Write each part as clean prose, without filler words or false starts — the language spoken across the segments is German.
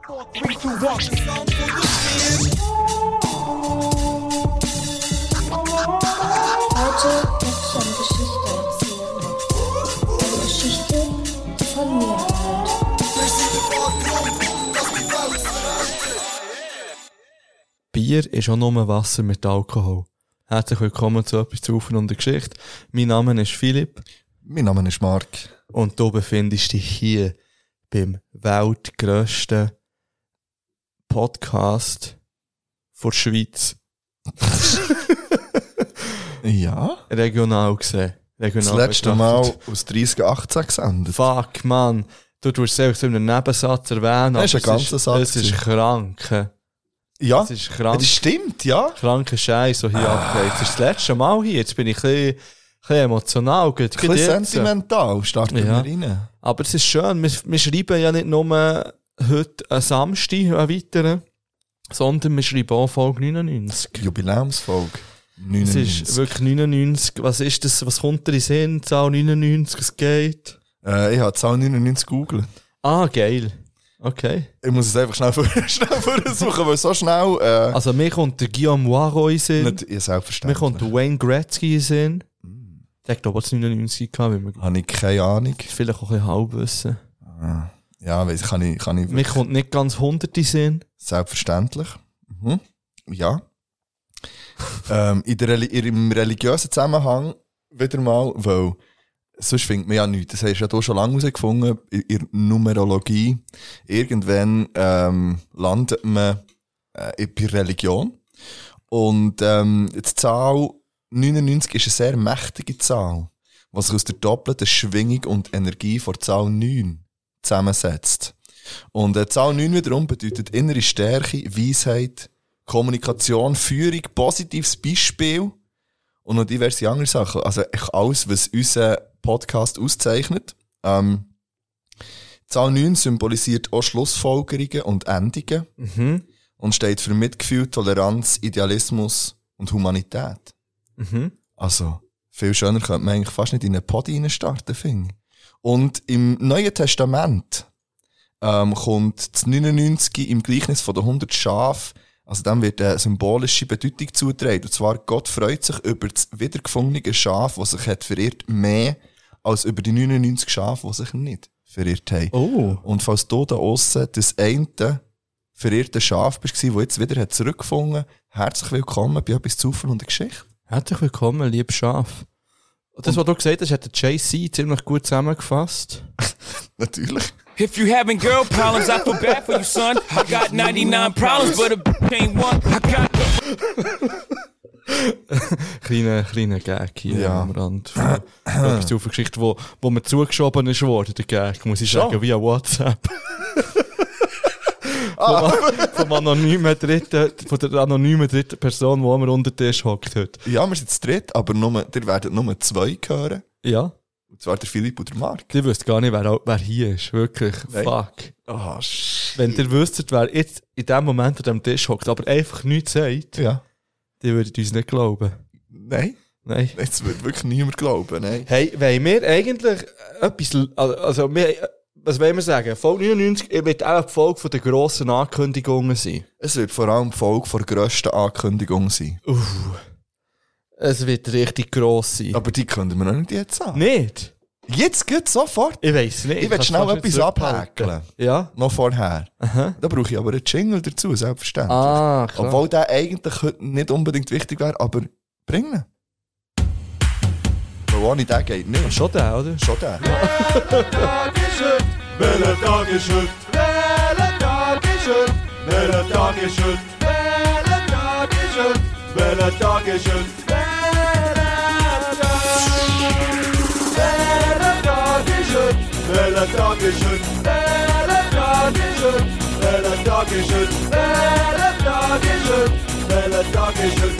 Eine Geschichte von mir halt. Bier ist auch nur Wasser mit Alkohol. Herzlich willkommen zu etwas zu Ufen und der Geschichte. Mein Name ist Philipp. Mein Name ist Marc. Und du befindest dich hier beim weltgrössten Podcast der Schweiz. Ja? Regional gesehen. Das letzte Mal aus 3018 gesendet. Fuck, Mann. Du tust es einfach so in einem Nebensatz erwähnen. Das ist ein ganzer Satz. Es ist krank. Ja, es ist krank. Das stimmt, ja. Kranker Scheiß, so hier abgeht. Das ist das letzte Mal hier. Jetzt bin ich ein bisschen emotional. Ein bisschen sentimental starten wir rein. Aber es ist schön. Wir schreiben ja nicht nur heute einen Samstag, einen weiteren, sondern wir schreiben auch Folge 99. Jubiläumsfolge 99. Es ist wirklich 99. Was ist das? Was kommt da in Sinn? Zahl 99, es geht? Ich habe Zahl 99 gegoogelt. Ah, geil. Okay. Ich muss es einfach schnell vorsuchen, weil so schnell... Also mir kommt der Guillaume Waro in Sinn. Ja, selbstverständlich. Mir kommt der Wayne Gretzky in Sinn. Der hat glaube ich 99 gehabt. Habe ich keine Ahnung. Vielleicht auch ein bisschen Halbwissen. Ja, weiss, kann ich mir kommt nicht ganz 100 in Sinn. Selbstverständlich. Mhm. Ja. Im religiösen Zusammenhang wieder mal, weil sonst findet man ja nichts. Das hast du ja hier schon lange herausgefunden, in der Numerologie. Irgendwann landet man bei Religion. Und die Zahl 99 ist eine sehr mächtige Zahl, die sich aus der doppelten Schwingung und Energie von Zahl 9 zusammensetzt. Und Zahl 9 wiederum bedeutet innere Stärke, Weisheit, Kommunikation, Führung, positives Beispiel und noch diverse andere Sachen. Also alles, was unseren Podcast auszeichnet. Zahl 9 symbolisiert auch Schlussfolgerungen und Endungen und steht für Mitgefühl, Toleranz, Idealismus und Humanität. Also, viel schöner könnte man eigentlich fast nicht in eine Pod starten, finde ich. Und im Neuen Testament kommt das 99 im Gleichnis von den 100 Schafen. Also dem wird eine symbolische Bedeutung zugetragen. Und zwar, Gott freut sich über das wiedergefundene Schaf, das sich hat verirrt, mehr als über die 99 Schafe, die sich nicht verirrt haben. Oh. Und falls du da aussen das eine verirrte Schaf bist, das jetzt wieder hat zurückgefunden, herzlich willkommen bei etwas zu Ufen und der Geschichte. Herzlich willkommen, liebes Schaf. Das, was du gesagt hast, hat der JC ziemlich gut zusammengefasst. Natürlich. If you having girl problems, I feel bad for you, son. I got 99 problems, but a ain't one. I got kleiner Gag hier am Rand. Das ist eine Geschichte, wo mir zugeschoben ist worden, der Gag, muss ich sagen, via WhatsApp. Von der anonymen dritten Person, die immer unter den Tisch hockt heute. Ja, wir sind zu dritt, aber ihr werdet nur 2 hören. Ja. Und zwar der Philipp und der Marc. Ich wüsste gar nicht, wer hier ist. Wirklich. Nein. Fuck. Oh, shit. Wenn ihr wüsstet, wer jetzt in dem Moment an dem Tisch hockt, aber einfach nichts sagt, ja, die würdet uns nicht glauben. Nein. Nein. Jetzt würde wirklich niemand glauben, nein. Hey, wollen wir eigentlich etwas, also was wollen wir sagen? Folge 99 wird auch die Folge von den grossen Ankündigungen sein. Es wird vor allem die Folge der grössten Ankündigung sein. Es wird richtig gross sein. Aber die können wir noch nicht jetzt sagen. Nicht? Jetzt geht sofort. Ich weiss nicht. Ich will schnell etwas abhäkeln. Ja? Noch vorher. Aha. Da brauche ich aber einen Jingle dazu, selbstverständlich. Ah, klar. Obwohl der eigentlich heute nicht unbedingt wichtig wäre, aber bringen. Weil ohne den geht nicht. Schon der, oder? Schon der. Welcher Tag ist heute? Welcher Tag ist heute? Welcher Tag ist heute? Welcher Tag ist heute? Welcher Tag ist heute? Welcher Tag ist heute? Welcher Tag ist heute? Welcher Tag ist heute? Welcher Tag ist heute? Welcher Tag ist heute? Welcher Tag ist heute?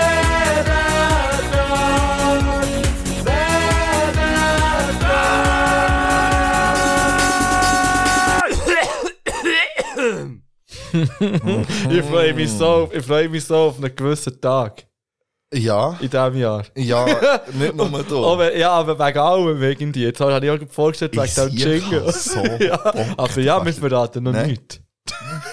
Ich freue mich so auf einen gewissen Tag. Ja. In diesem Jahr. Ja, nicht nur da. Aber wegen allem irgendwie. Jetzt habe ich auch vorgestellt, wegen dem Jingle. So ja, aber ja, wir verraten noch nichts.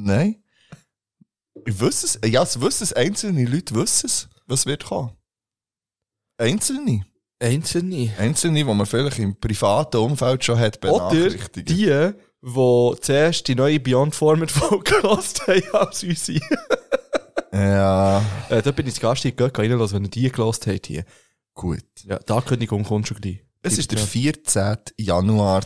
Nein. Ich wüsste es. Ja, es wissen es. Einzelne Leute wissen es. Was wird kommen? Einzelne, die man vielleicht im privaten Umfeld schon hat benachrichtigt. Oder die zuerst die neue Beyond Format-Folge gehört haben als unsere. Ja. Da bin ich zu Gast reinlassen, wenn ihr die gehört habt hier. Gut. Ja, die Ankündigung kommt schon gleich. Es ist der 14. Januar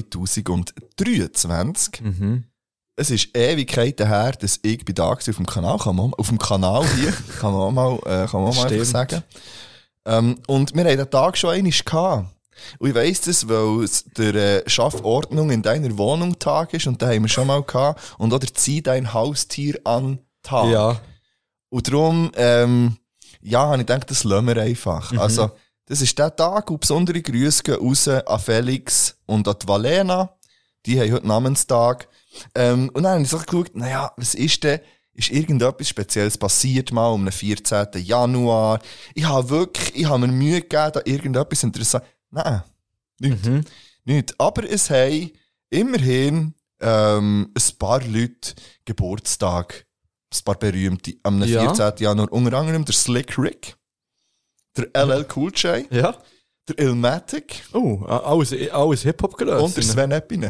2023. Es ist Ewigkeiten her, dass ich da war auf dem Kanal. Auf dem Kanal hier, kann man auch mal einfach sagen. Und wir hatten den Tag schon einmal gehabt. Und ich weiss das, weil es der Schaffordnung in deiner Wohnung Tag ist, und da haben wir schon mal gehabt. Und oder zieh dein Haustier an Tag. Ja. Und darum, habe ich gedacht, das lassen wir einfach. Also, das ist der Tag, und besondere Grüße gehen raus an Felix und an die Valena. Die haben heute Namenstag. Und dann habe ich so geschaut, naja, was ist denn? Ist irgendetwas Spezielles passiert mal um den 14. Januar? Ich habe mir Mühe gegeben, da irgendetwas interessant. Nein, nicht. Aber es haben immerhin ein paar Leute Geburtstag, ein paar Berühmte, am 14. Januar, unter anderem der Slick Rick, der LL Cool J, Ja. der Illmatic Alles Hip-Hop gelöst. und der Sven Epine.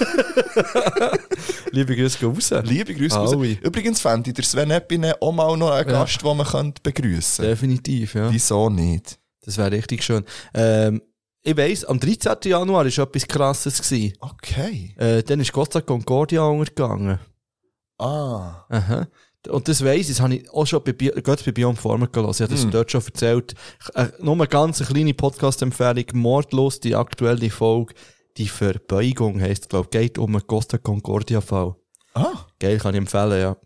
Liebe Grüße gehen raus. Liebe Grüße. Alle. Übrigens fände ich der Sven Epine auch mal noch einen Gast, den man begrüßen könnte. Definitiv, ja. Wieso nicht? Das wäre richtig schön. Ich weiss, am 13. Januar war etwas Krasses gewesen. Okay. Dann ist Costa Concordia untergegangen. Ah. Aha. Und das weiss ich, das habe ich auch schon bei Beyond Format gelesen. Ich habe das dort schon erzählt. Nur eine ganz kleine Podcast-Empfehlung. Mordlos, die aktuelle Folge. Die Verbeugung heisst, glaube ich, geht um einen Costa Concordia-Fall. Ah. Geil, kann ich empfehlen, ja.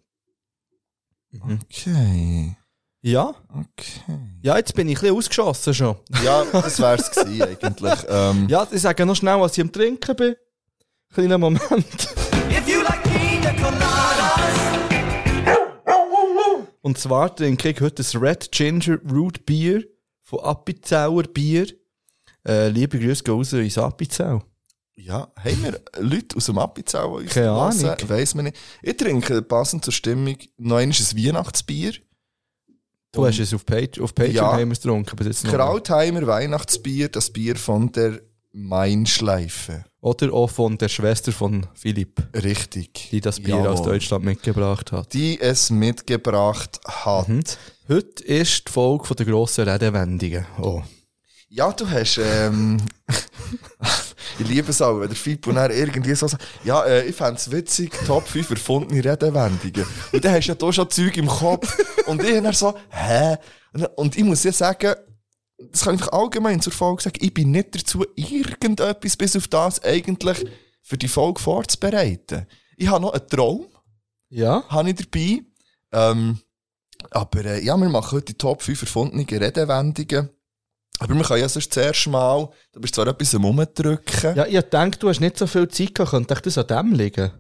Okay. Ja? Okay. Ja, jetzt bin ich ein bisschen ausgeschossen schon. Ja, das wär's gewesen, eigentlich. Ja, ich sage noch schnell, was ich am Trinken bin. Kleiner Moment. Und zwar trinke ich heute das Red Ginger Root Beer von Appenzeller Bier. Liebe Grüße gehen raus ins Appenzell. Ja, haben wir Leute aus dem Appenzell, die uns Keine hören? Ahnung. Weiss man nicht. Ich trinke passend zur Stimmung noch einmal ein Weihnachtsbier. Du hast es auf Patreon Ja. haben wir es getrunken. Bis jetzt noch. Krautheimer Weihnachtsbier, das Bier von der Mainschleife. Oder auch von der Schwester von Philipp, Richtig. die das Bier Jawohl. aus Deutschland mitgebracht hat. Die es mitgebracht hat. Heute ist die Folge von der grossen Redewendungen. Oh. Ja, du hast, ich liebe es auch, wenn der Fippo dann irgendwie so sagt, ja, ich fände es witzig, Top 5 erfundene Redewendungen. Und dann hast du ja da schon Zeug im Kopf. Und ich dann so, hä? Und ich muss ja sagen, das kann ich einfach allgemein zur Folge sagen, ich bin nicht dazu, irgendetwas bis auf das eigentlich für die Folge vorzubereiten. Ich habe noch einen Traum, Ja? habe ich dabei. Aber ja, wir machen heute die Top 5 erfundene Redewendungen. Aber wir können ja sonst zuerst mal, du bist zwar etwas am Rumdrücken. Ja, ich denke, du hast nicht so viel Zeit gehabt. Könnte ich das an dem liegen?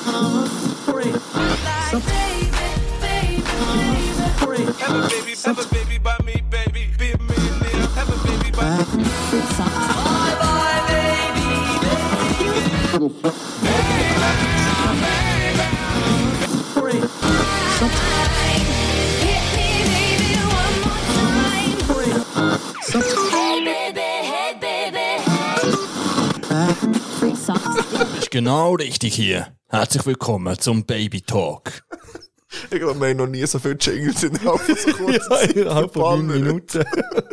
Ist genau richtig hier. Herzlich willkommen zum Baby Talk. Ich glaube, wir haben noch nie so viele Jingles innerhalb von so kurzer Zeit innerhalb von 9 verballert. Minuten.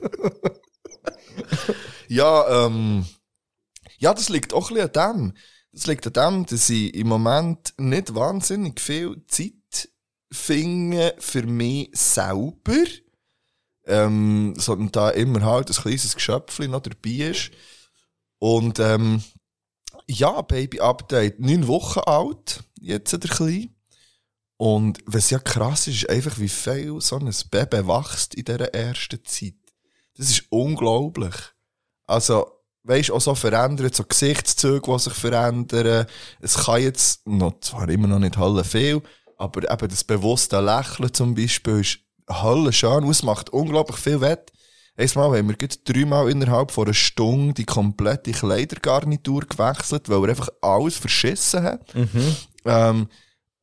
Ja, ja, das liegt auch ein bisschen an dem. Das liegt an dem, dass ich im Moment nicht wahnsinnig viel Zeit finde für mich selber. Sondern da immer halt ein kleines Geschöpfchen noch dabei ist. Und ja, Baby Update, 9 Wochen alt, jetzt der Kleine. Und was ja krass ist, ist einfach, wie viel so ein Baby wächst in dieser ersten Zeit. Das ist unglaublich. Also, weisst, auch so verändert, so Gesichtszüge, die sich verändern. Es kann jetzt noch, zwar immer noch nicht Halle viel, aber eben das bewusste Lächeln zum Beispiel ist Halle schön aus, macht unglaublich viel wett. Einmal haben wir gerade 3 Mal innerhalb von einer Stunde die komplette Kleidergarnitur gewechselt, weil er einfach alles verschissen hat.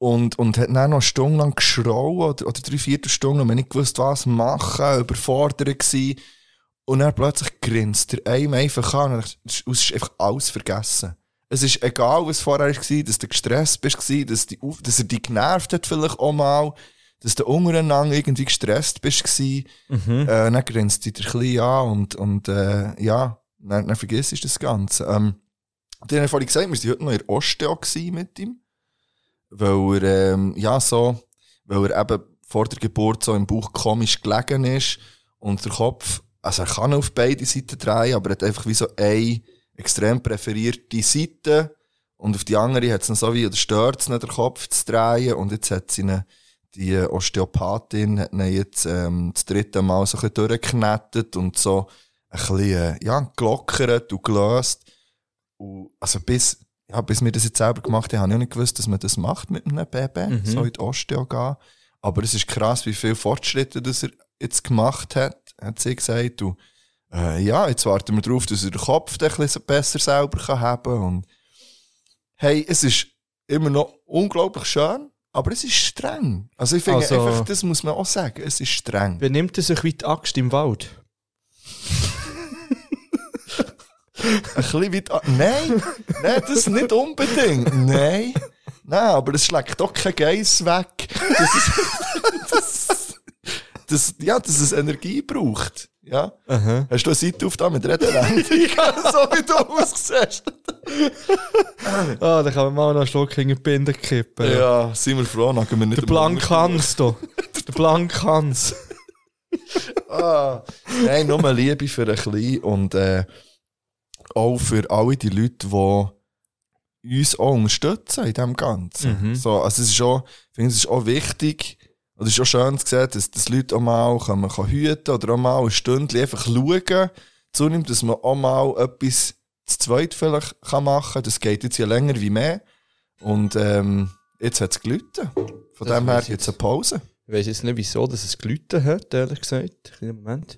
Und hat dann noch eine Stunde lang geschrauen oder 3/4 Stunden und wir nicht gewusst, was machen, überfordert gewesen. Und dann plötzlich grinst er einem einfach an und es ist einfach alles vergessen. Es ist egal, was vorher war, dass du gestresst bist, dass er dich genervt hat vielleicht auch mal, dass du untereinander irgendwie gestresst bist. Dann grinst dich der Kleine an und dann vergisst du das Ganze. Die haben vorhin gesagt, wir waren heute noch in der Osteo mit ihm. Weil er eben vor der Geburt so im Bauch komisch gelegen ist und der Kopf, also er kann auf beide Seiten drehen, aber er hat einfach wie so eine extrem präferierte Seite und auf die andere hat es dann so wie, oder stört es nicht, den Kopf zu drehen und jetzt hat sie die Osteopathin hat ihn jetzt das 3. Mal so ein bisschen durchgeknetet und so ein bisschen gelockert und gelöst. Und also bis wir das jetzt selber gemacht haben, habe ich auch nicht gewusst, dass man das macht mit einem Baby, so in die Osteo gehen. Aber es ist krass, wie viele Fortschritte das er jetzt gemacht hat sie gesagt. Und jetzt warten wir darauf, dass er den Kopf ein bisschen besser selber haben kann. Und hey, es ist immer noch unglaublich schön, aber es ist streng. Also ich finde einfach, das muss man auch sagen, es ist streng. Benimmt er sich wie die Axt im Wald? Ein bisschen weit Nein, das nicht unbedingt. Nein, aber es schlägt doch kein Geiss weg. Dass es Energie braucht. Ja? Hast du eine Seite auf da mit Redenwendung? So wie du aussiehst. Da kann man mal noch einen Schluck in die Binde kippen. Ja, sind wir froh, nagen wir nicht der Blank Hans da. Der Blank Hans. Nein, nur Liebe für ein Klein und auch für alle die Leute, die uns auch unterstützen in dem Ganzen. So, also ich finde, es ist auch wichtig, oder es ist auch schön zu sehen, dass Leute auch mal man kann hüten oder auch mal ein Stündchen einfach schauen, zunimmt, dass man auch mal etwas zu zweit vielleicht machen kann. Das geht jetzt ja länger wie mehr. Und jetzt hat es geläutet. Von dem her jetzt eine Pause. Ich weiss jetzt nicht, wieso dass es geläutet hat, ehrlich gesagt. Kleinen Moment.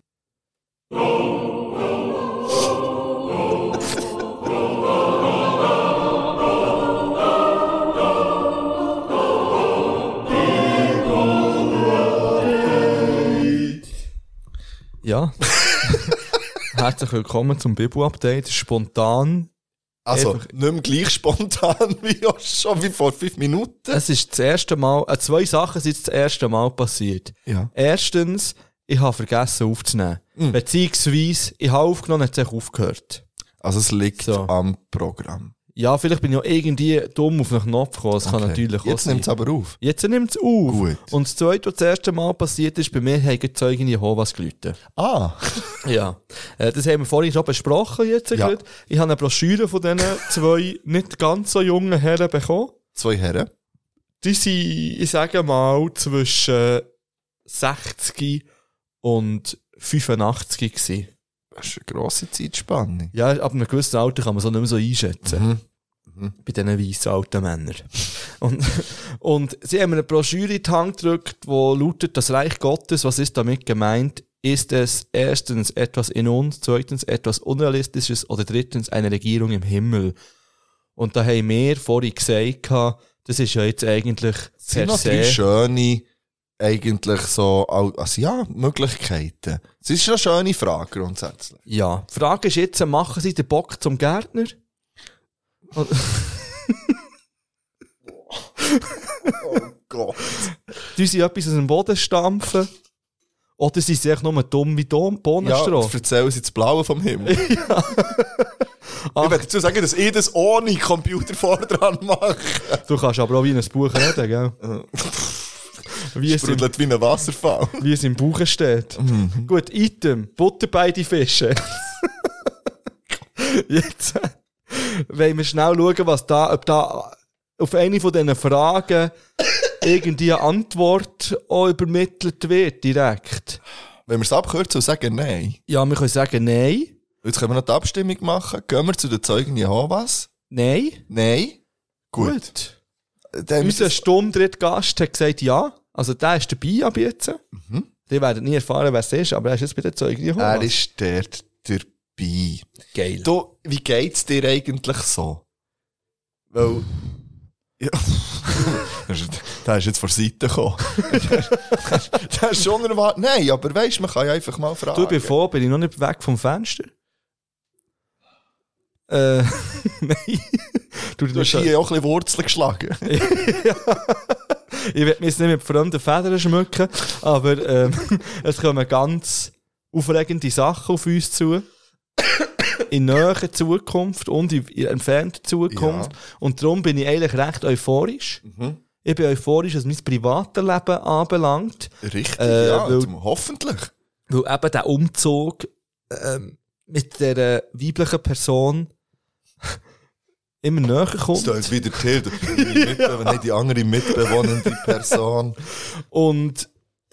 Ja. Herzlich willkommen zum Bibu-Update. Spontan. Also, einfach nicht mehr gleich spontan wie vor 5 Minuten. Es ist das erste Mal, 2 Sachen sind das erste Mal passiert. Ja. Erstens, ich habe vergessen aufzunehmen. Beziehungsweise, ich habe aufgenommen, hat es aufgehört. Also, es liegt So. am Programm. Ja, vielleicht bin ich auch irgendwie dumm auf einen Knopf gekommen. Das kann natürlich auch Jetzt sein. nimmt es aber auf. Jetzt nimmt es auf. Gut. Und das Zweite, was das erste Mal passiert ist, bei mir haben die Zeugen Jehovas geläutet. Ja. Das haben wir vorhin schon besprochen jetzt. Ja. Ich habe eine Broschüre von diesen 2 nicht ganz so jungen Herren bekommen. 2 Herren. Die sind, ich sage mal, zwischen 60 und 85 gewesen. Das ist eine grosse Zeitspanne. Ja, ab einem gewissen Alter kann man so nicht mehr so einschätzen. Bei diesen weissen alten Männern. Und sie haben mir eine Broschüre in die Hand gedrückt, die lautet, das Reich Gottes, was ist damit gemeint? Ist es erstens etwas in uns, zweitens etwas Unrealistisches oder drittens eine Regierung im Himmel? Und da haben wir vorhin gesagt, das ist ja jetzt eigentlich Es sind noch 3 schöne, eigentlich so, also ja, Möglichkeiten. Es ist eine schöne Frage grundsätzlich. Ja. Die Frage ist jetzt, machen Sie den Bock zum Gärtner? Oh Gott. Die sie etwas aus dem Boden stampfen? Oder sind sie echt nur dumm wie Bohnenstroh? Ja, erzählen Sie das Blaue vom Himmel. Ich werde dazu sagen, dass ich das ohne Computer vordran mache. Du kannst aber auch wie in einem Buch reden, gell? Wie Sprudelt wie ein Wasserfall. Wie es im Buch steht. Gut, Item. Butter bei die Fische. Jetzt wollen wir schnell schauen, ob da auf eine von diesen Fragen irgendwie eine Antwort auch übermittelt wird, direkt. Wenn wir es abkürzen und sagen Nein. Ja, wir können sagen Nein. Jetzt können wir noch die Abstimmung machen. Gehen wir zu den Zeugen Jehovas? Nein. Nein. Gut. Dann Unser Sturmdrittgast hat gesagt ja. Also der ist dabei ab jetzt. Die werden nie erfahren, wer es ist, aber er ist jetzt bei den Zeugen Jehovas. Er ist dort dabei. Geil. Du, wie geht's dir eigentlich so? Weil, ja. Der ist jetzt von der Seite gekommen. Der ist schon erwartet. Nein, aber weisst, man kann ja einfach mal fragen. Du, bevor bin ich noch nicht weg vom Fenster. Nein. Du hast hier auch ein bisschen Wurzeln geschlagen. Ich will mich jetzt nicht mit fremden Federn schmücken, aber es kommen ganz aufregende Sachen auf uns zu. In näherer Zukunft und in entfernter Zukunft. Ja. Und darum bin ich eigentlich recht euphorisch. Mhm. Ich bin euphorisch, was mein privates Leben anbelangt. Richtig, ja, hoffentlich. Weil eben der Umzug mit dieser weiblichen Person immer näher kommt. Das ist wieder die andere mitbewohnende Person. Und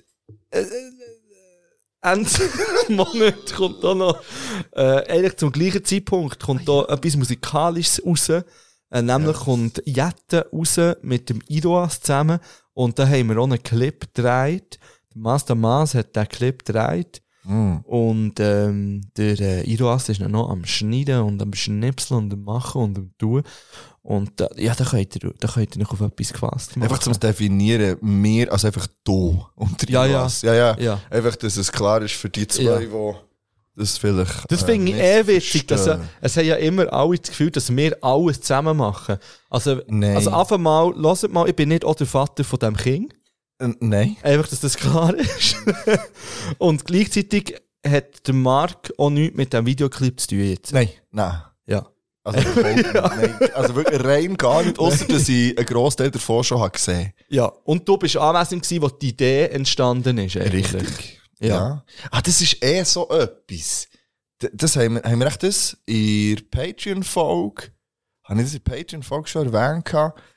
Ende Monat kommt da noch, eigentlich zum gleichen Zeitpunkt kommt da etwas Musikalisches raus. Nämlich kommt Jette raus mit dem Iroas zusammen. Und da haben wir auch einen Clip gedreht. Der Master Mas hat den Clip gedreht. Und der Iroas ist noch am Schneiden und am Schnipseln und am Machen und am Tun. Und da könnt ihr noch auf etwas gefasst machen. Einfach zum Definieren, mehr als einfach du und der Iroas. Ja. Einfach, dass es klar ist für die zwei, die das vielleicht. Das finde ich witzig, dass es haben ja immer alle das Gefühl, dass wir alles zusammen machen. Also einfach mal, hört mal, ich bin nicht auch der Vater von diesem Kind. Nein. Einfach, dass das klar ist. Und gleichzeitig hat der Marc auch nichts mit dem Videoclip zu tun jetzt. Nein. Ja. Also, nein, also wirklich rein gar nicht, ausser dass ich einen Großteil davon schon gesehen habe. Ja, und du bist anwesend gewesen, wo die Idee entstanden ist. Eigentlich. Richtig. Ja. Das ist so etwas. Das haben wir echt das in der Patreon-Folge, habe ich das in der Patreon-Folge schon erwähnt?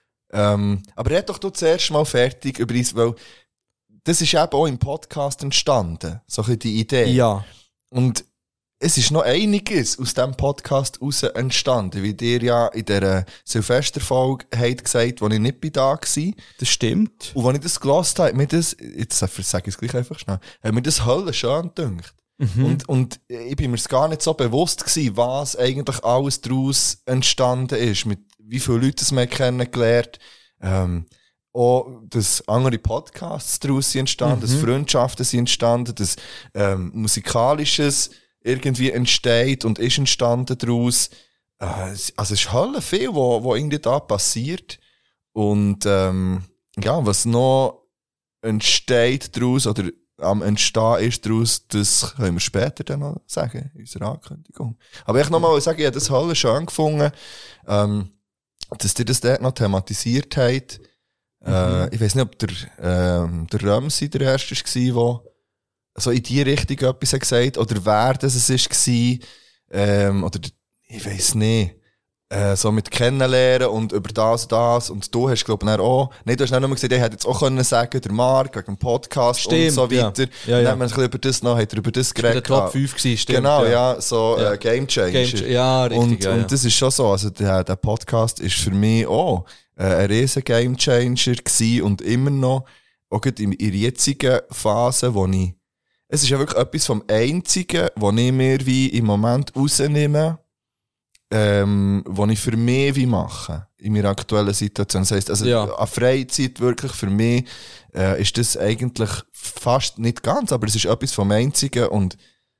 Aber red doch du zuerst mal fertig über uns, weil das ist eben auch im Podcast entstanden, so die Idee. Ja. Und es ist noch einiges aus diesem Podcast raus entstanden, wie dir ja in dieser Silvesterfolge habt gesagt, wo ich nicht da war. Das stimmt. Und als ich das gehört habe, jetzt sage ich es gleich einfach schnell, hat mir das Hölle schön gedacht. Mhm. Und ich bin mir gar nicht so bewusst gewesen, was eigentlich alles daraus entstanden ist, mit wie viele Leute wir kennengelernt haben. Auch, dass andere Podcasts daraus sind entstanden, dass Freundschaften sind entstanden, dass Musikalisches irgendwie entsteht und ist entstanden daraus. Also es ist halt viel, wo irgendwie da passiert. Und was noch entsteht daraus oder am Entstehen ist daraus, das können wir später dann noch sagen, in unserer Ankündigung. Aber ich nochmal sagen, ich habe das halt schön gefunden, dass ihr das dort noch thematisiert habt. Ich weiss nicht, ob der Ramsey der Erste war, der so in die Richtung etwas gesagt hat, oder wer das es war, oder ich weiss nicht, so mit Kennenlernen und über das, und du hast, glaube ich, auch, nein, du hast nicht nur gesagt, ich hätte jetzt auch können sagen, der Marc, wegen dem Podcast. Stimmt, und so weiter. Ja. Dann haben wir ein bisschen über das noch, hat er über das geredet. Der Top 5 gewesen, stimmt. Genau, ja, so Game Changer. Ja, richtig. Und das ist schon so, also der Podcast ist für mich auch ein riesen Game Changer gewesen und immer noch, auch in der jetzigen Phase, wo es ist ja wirklich etwas vom Einzigen, wo ich mir wie im Moment rausnehme, was ich für mich mache in meiner aktuellen Situation. Das heisst, also an Freizeit wirklich für mich ist das eigentlich fast nicht ganz, aber es ist etwas vom Einzigen und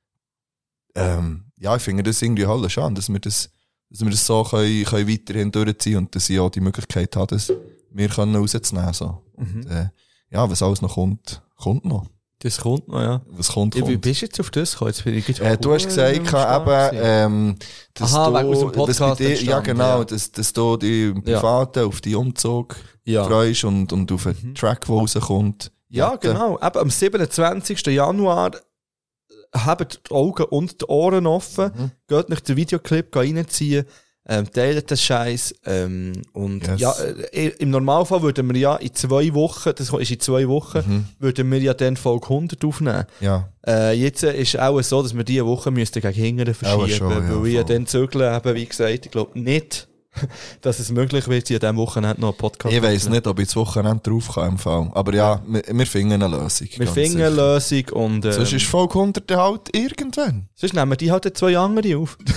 ich finde das irgendwie halt schon, dass wir das so können weiterhin durchziehen und dass ich auch die Möglichkeit habe, das wir rauszunehmen. So. Und, was alles noch kommt noch. Das kommt noch, ja. Was kommt. Wie bist du jetzt auf das gekommen? Du hast gesagt, dass aus dem Podcast ja genau, dass du dich im Privaten auf die Umzug freust und auf einen Track, der rauskommt. Ja, genau. Eben am 27. Januar habt die Augen und die Ohren offen, geht nach dem Videoclip reinziehen, teilt das Scheiß. Und im Normalfall würden wir ja in 2 Wochen, das ist in 2 Wochen, würden wir ja dann Folge 100 aufnehmen. Ja. Jetzt ist auch so, dass wir diese Woche müssten gegen hinten verschieben, schon, weil wir dann zügeln haben, wie gesagt, ich glaube nicht, dass es möglich wird, in diesem Wochenende noch einen Podcast Ich weiss nicht, ob ich das Wochenende drauf kann im Fall. Aber wir finden eine Lösung. Wir finden eine Lösung und... sonst ist Folge 100 halt irgendwann. Sonst nehmen wir die halt 2 andere auf.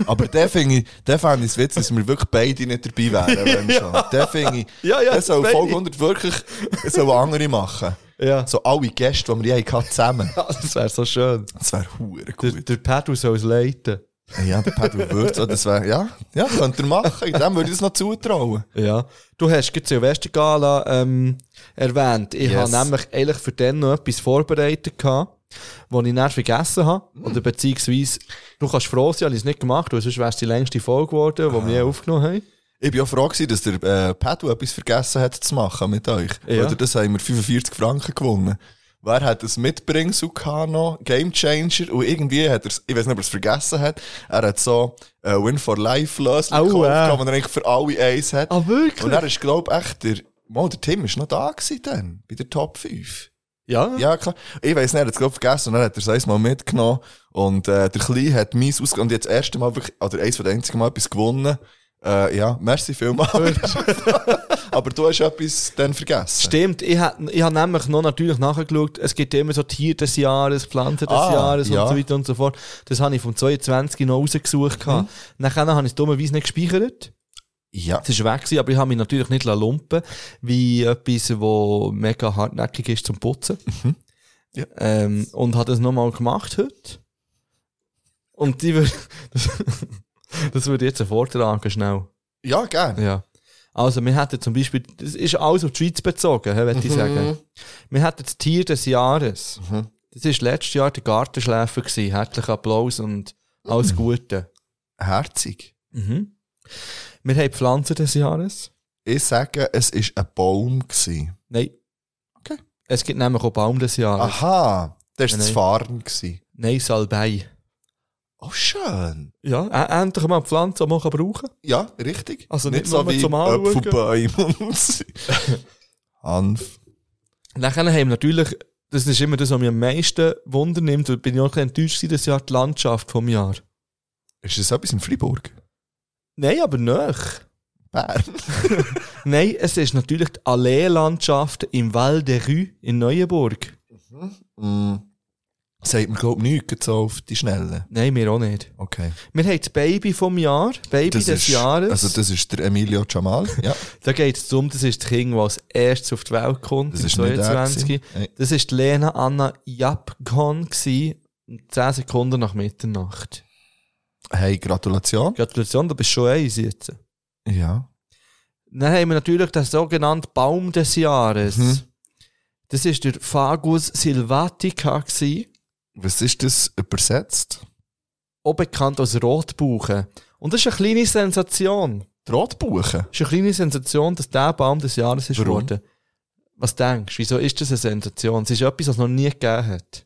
Aber der fände ich es witzig, dass wir wirklich beide nicht dabei wären, wenn schon. Der finde ich, der soll Folge 100 wirklich, andere machen. Ja. So alle Gäste, die wir je hatten, zusammen. Das wäre so schön. Das wäre verdammt gut. Der Pedro soll es leiten. Ja, der Pedro würde so, das wäre, ja, könnt ihr machen. Dem würde ich es noch zutrauen. Ja. Du hast die Silvestergala erwähnt. Ich habe nämlich eigentlich für den noch etwas vorbereitet gehabt, was ich dann vergessen habe. Oder beziehungsweise, du kannst froh sein, habe ich es nicht gemacht, weil sonst wäre es die längste Folge geworden, die wir je aufgenommen haben. Ich war auch froh gewesen, dass der Pedro etwas vergessen hat zu machen mit euch. Ja. Oder das haben wir 45 Franken gewonnen. Wer hat das Mitbringsel gehabt noch? Game Changer. Und irgendwie hat er, ich weiß nicht, ob er es vergessen hat, er hat so Win for Life Lösung gekauft, wo er eigentlich für alle eins hat. Ah, wirklich? Und er ist, glaube ich, echt der Tim ist noch da gewesen dann, bei der Top 5. Ja? Ja, klar. Ich weiss nicht, er hat es, glaube ich, vergessen und dann hat er es einmal mitgenommen. Und der Kleine hat meins ausgegeben und jetzt das erste Mal wirklich, oder eins von den einzigen Mal etwas gewonnen. Ja, merci vielmals. Aber du hast etwas dann vergessen. Stimmt, ich habe nämlich noch natürlich nachgeschaut, es gibt immer so Tier des Jahres, Pflanze des Jahres und so weiter und so fort. Das habe ich vom 22 noch rausgesucht. Nachher habe ich es dummerweise nicht gespeichert. Ja. Es war weg gewesen, aber ich habe mich natürlich nicht lumpen, wie etwas, was mega hartnäckig ist zum Putzen. Ja. Und habe das nochmal gemacht heute. Und die das würde ich jetzt vortragen, schnell. Ja, gerne. Ja. Also, wir hätten zum Beispiel, das ist alles auf die Schweiz bezogen, würde ich sagen. Wir hätten das Tier des Jahres. Das war letztes Jahr der Gartenschläfer gewesen. Herzlichen Applaus und alles Gute. Herzig. Wir haben die Pflanze des Jahres. Ich sage, es war ein Baum gewesen. Nein. Okay. Es gibt nämlich auch Baum des Jahres. Aha, das war das Fahren gewesen. Nein, Salbei. Oh, schön. Ja, endlich mal eine Pflanze, die man brauchen kann. Ja, richtig. Also nicht so wie zum Anschauen. Äpfelbäume und Hanf. Nachher haben wir natürlich, das ist immer das, was mich am meisten Wunder nimmt, und bin ich auch enttäuscht gewesen, das Jahr die Landschaft vom Jahr. Ist das etwas in Freiburg? Nein, aber nicht. Bern? Nein, es ist natürlich die Allee-Landschaft im Val de Rue in Neuenburg. Sagt mir, glaube ich, nichts so auf die Schnelle. Nein, wir auch nicht. Okay. Wir haben das Baby vom Jahr, des Jahres. Also das ist der Emilio Jamal, ja. Da geht es darum, das ist das Kind, das als erstes auf die Welt kommt, Das im ist nicht 22. Das war die Lena Anna Japkon, 10 Sekunden nach Mitternacht. Hey, Gratulation. Gratulation, du bist schon eins jetzt. Ja. Dann haben wir natürlich den sogenannten Baum des Jahres. Das war der Fagus sylvatica gewesen. Was ist das übersetzt? Auch bekannt als Rotbuche. Und das ist eine kleine Sensation. Die Rotbuche? Das ist eine kleine Sensation, dass der Baum des Jahres ist Warum? geworden. Was denkst du? Wieso ist das eine Sensation? Es ist etwas, was es noch nie gegeben hat.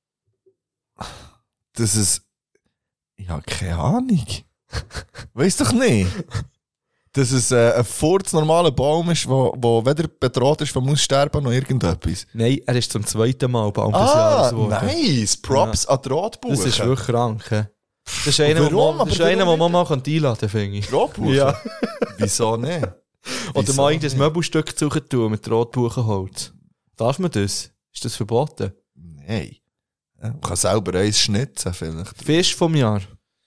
Das ist... Ich habe keine Ahnung. Weiss doch nicht. Dass es ein normaler Baum ist, wo weder bedroht ist vom Aussterben noch irgendetwas. Nein, er ist zum zweiten Mal Baum des Jahres geworden. Nice. Props an die Rotbuche. Das ist wirklich krank. He? Das ist einer, den man mal einladen kann, finde ich. Rotbuche? Ja. Wieso nicht? Oder mal ein Möbelstück zu tun mit Rotbuchenholz. Darf man das? Ist das verboten? Nein. Man kann selber eins schnitzen vielleicht. Fisch vom Jahr.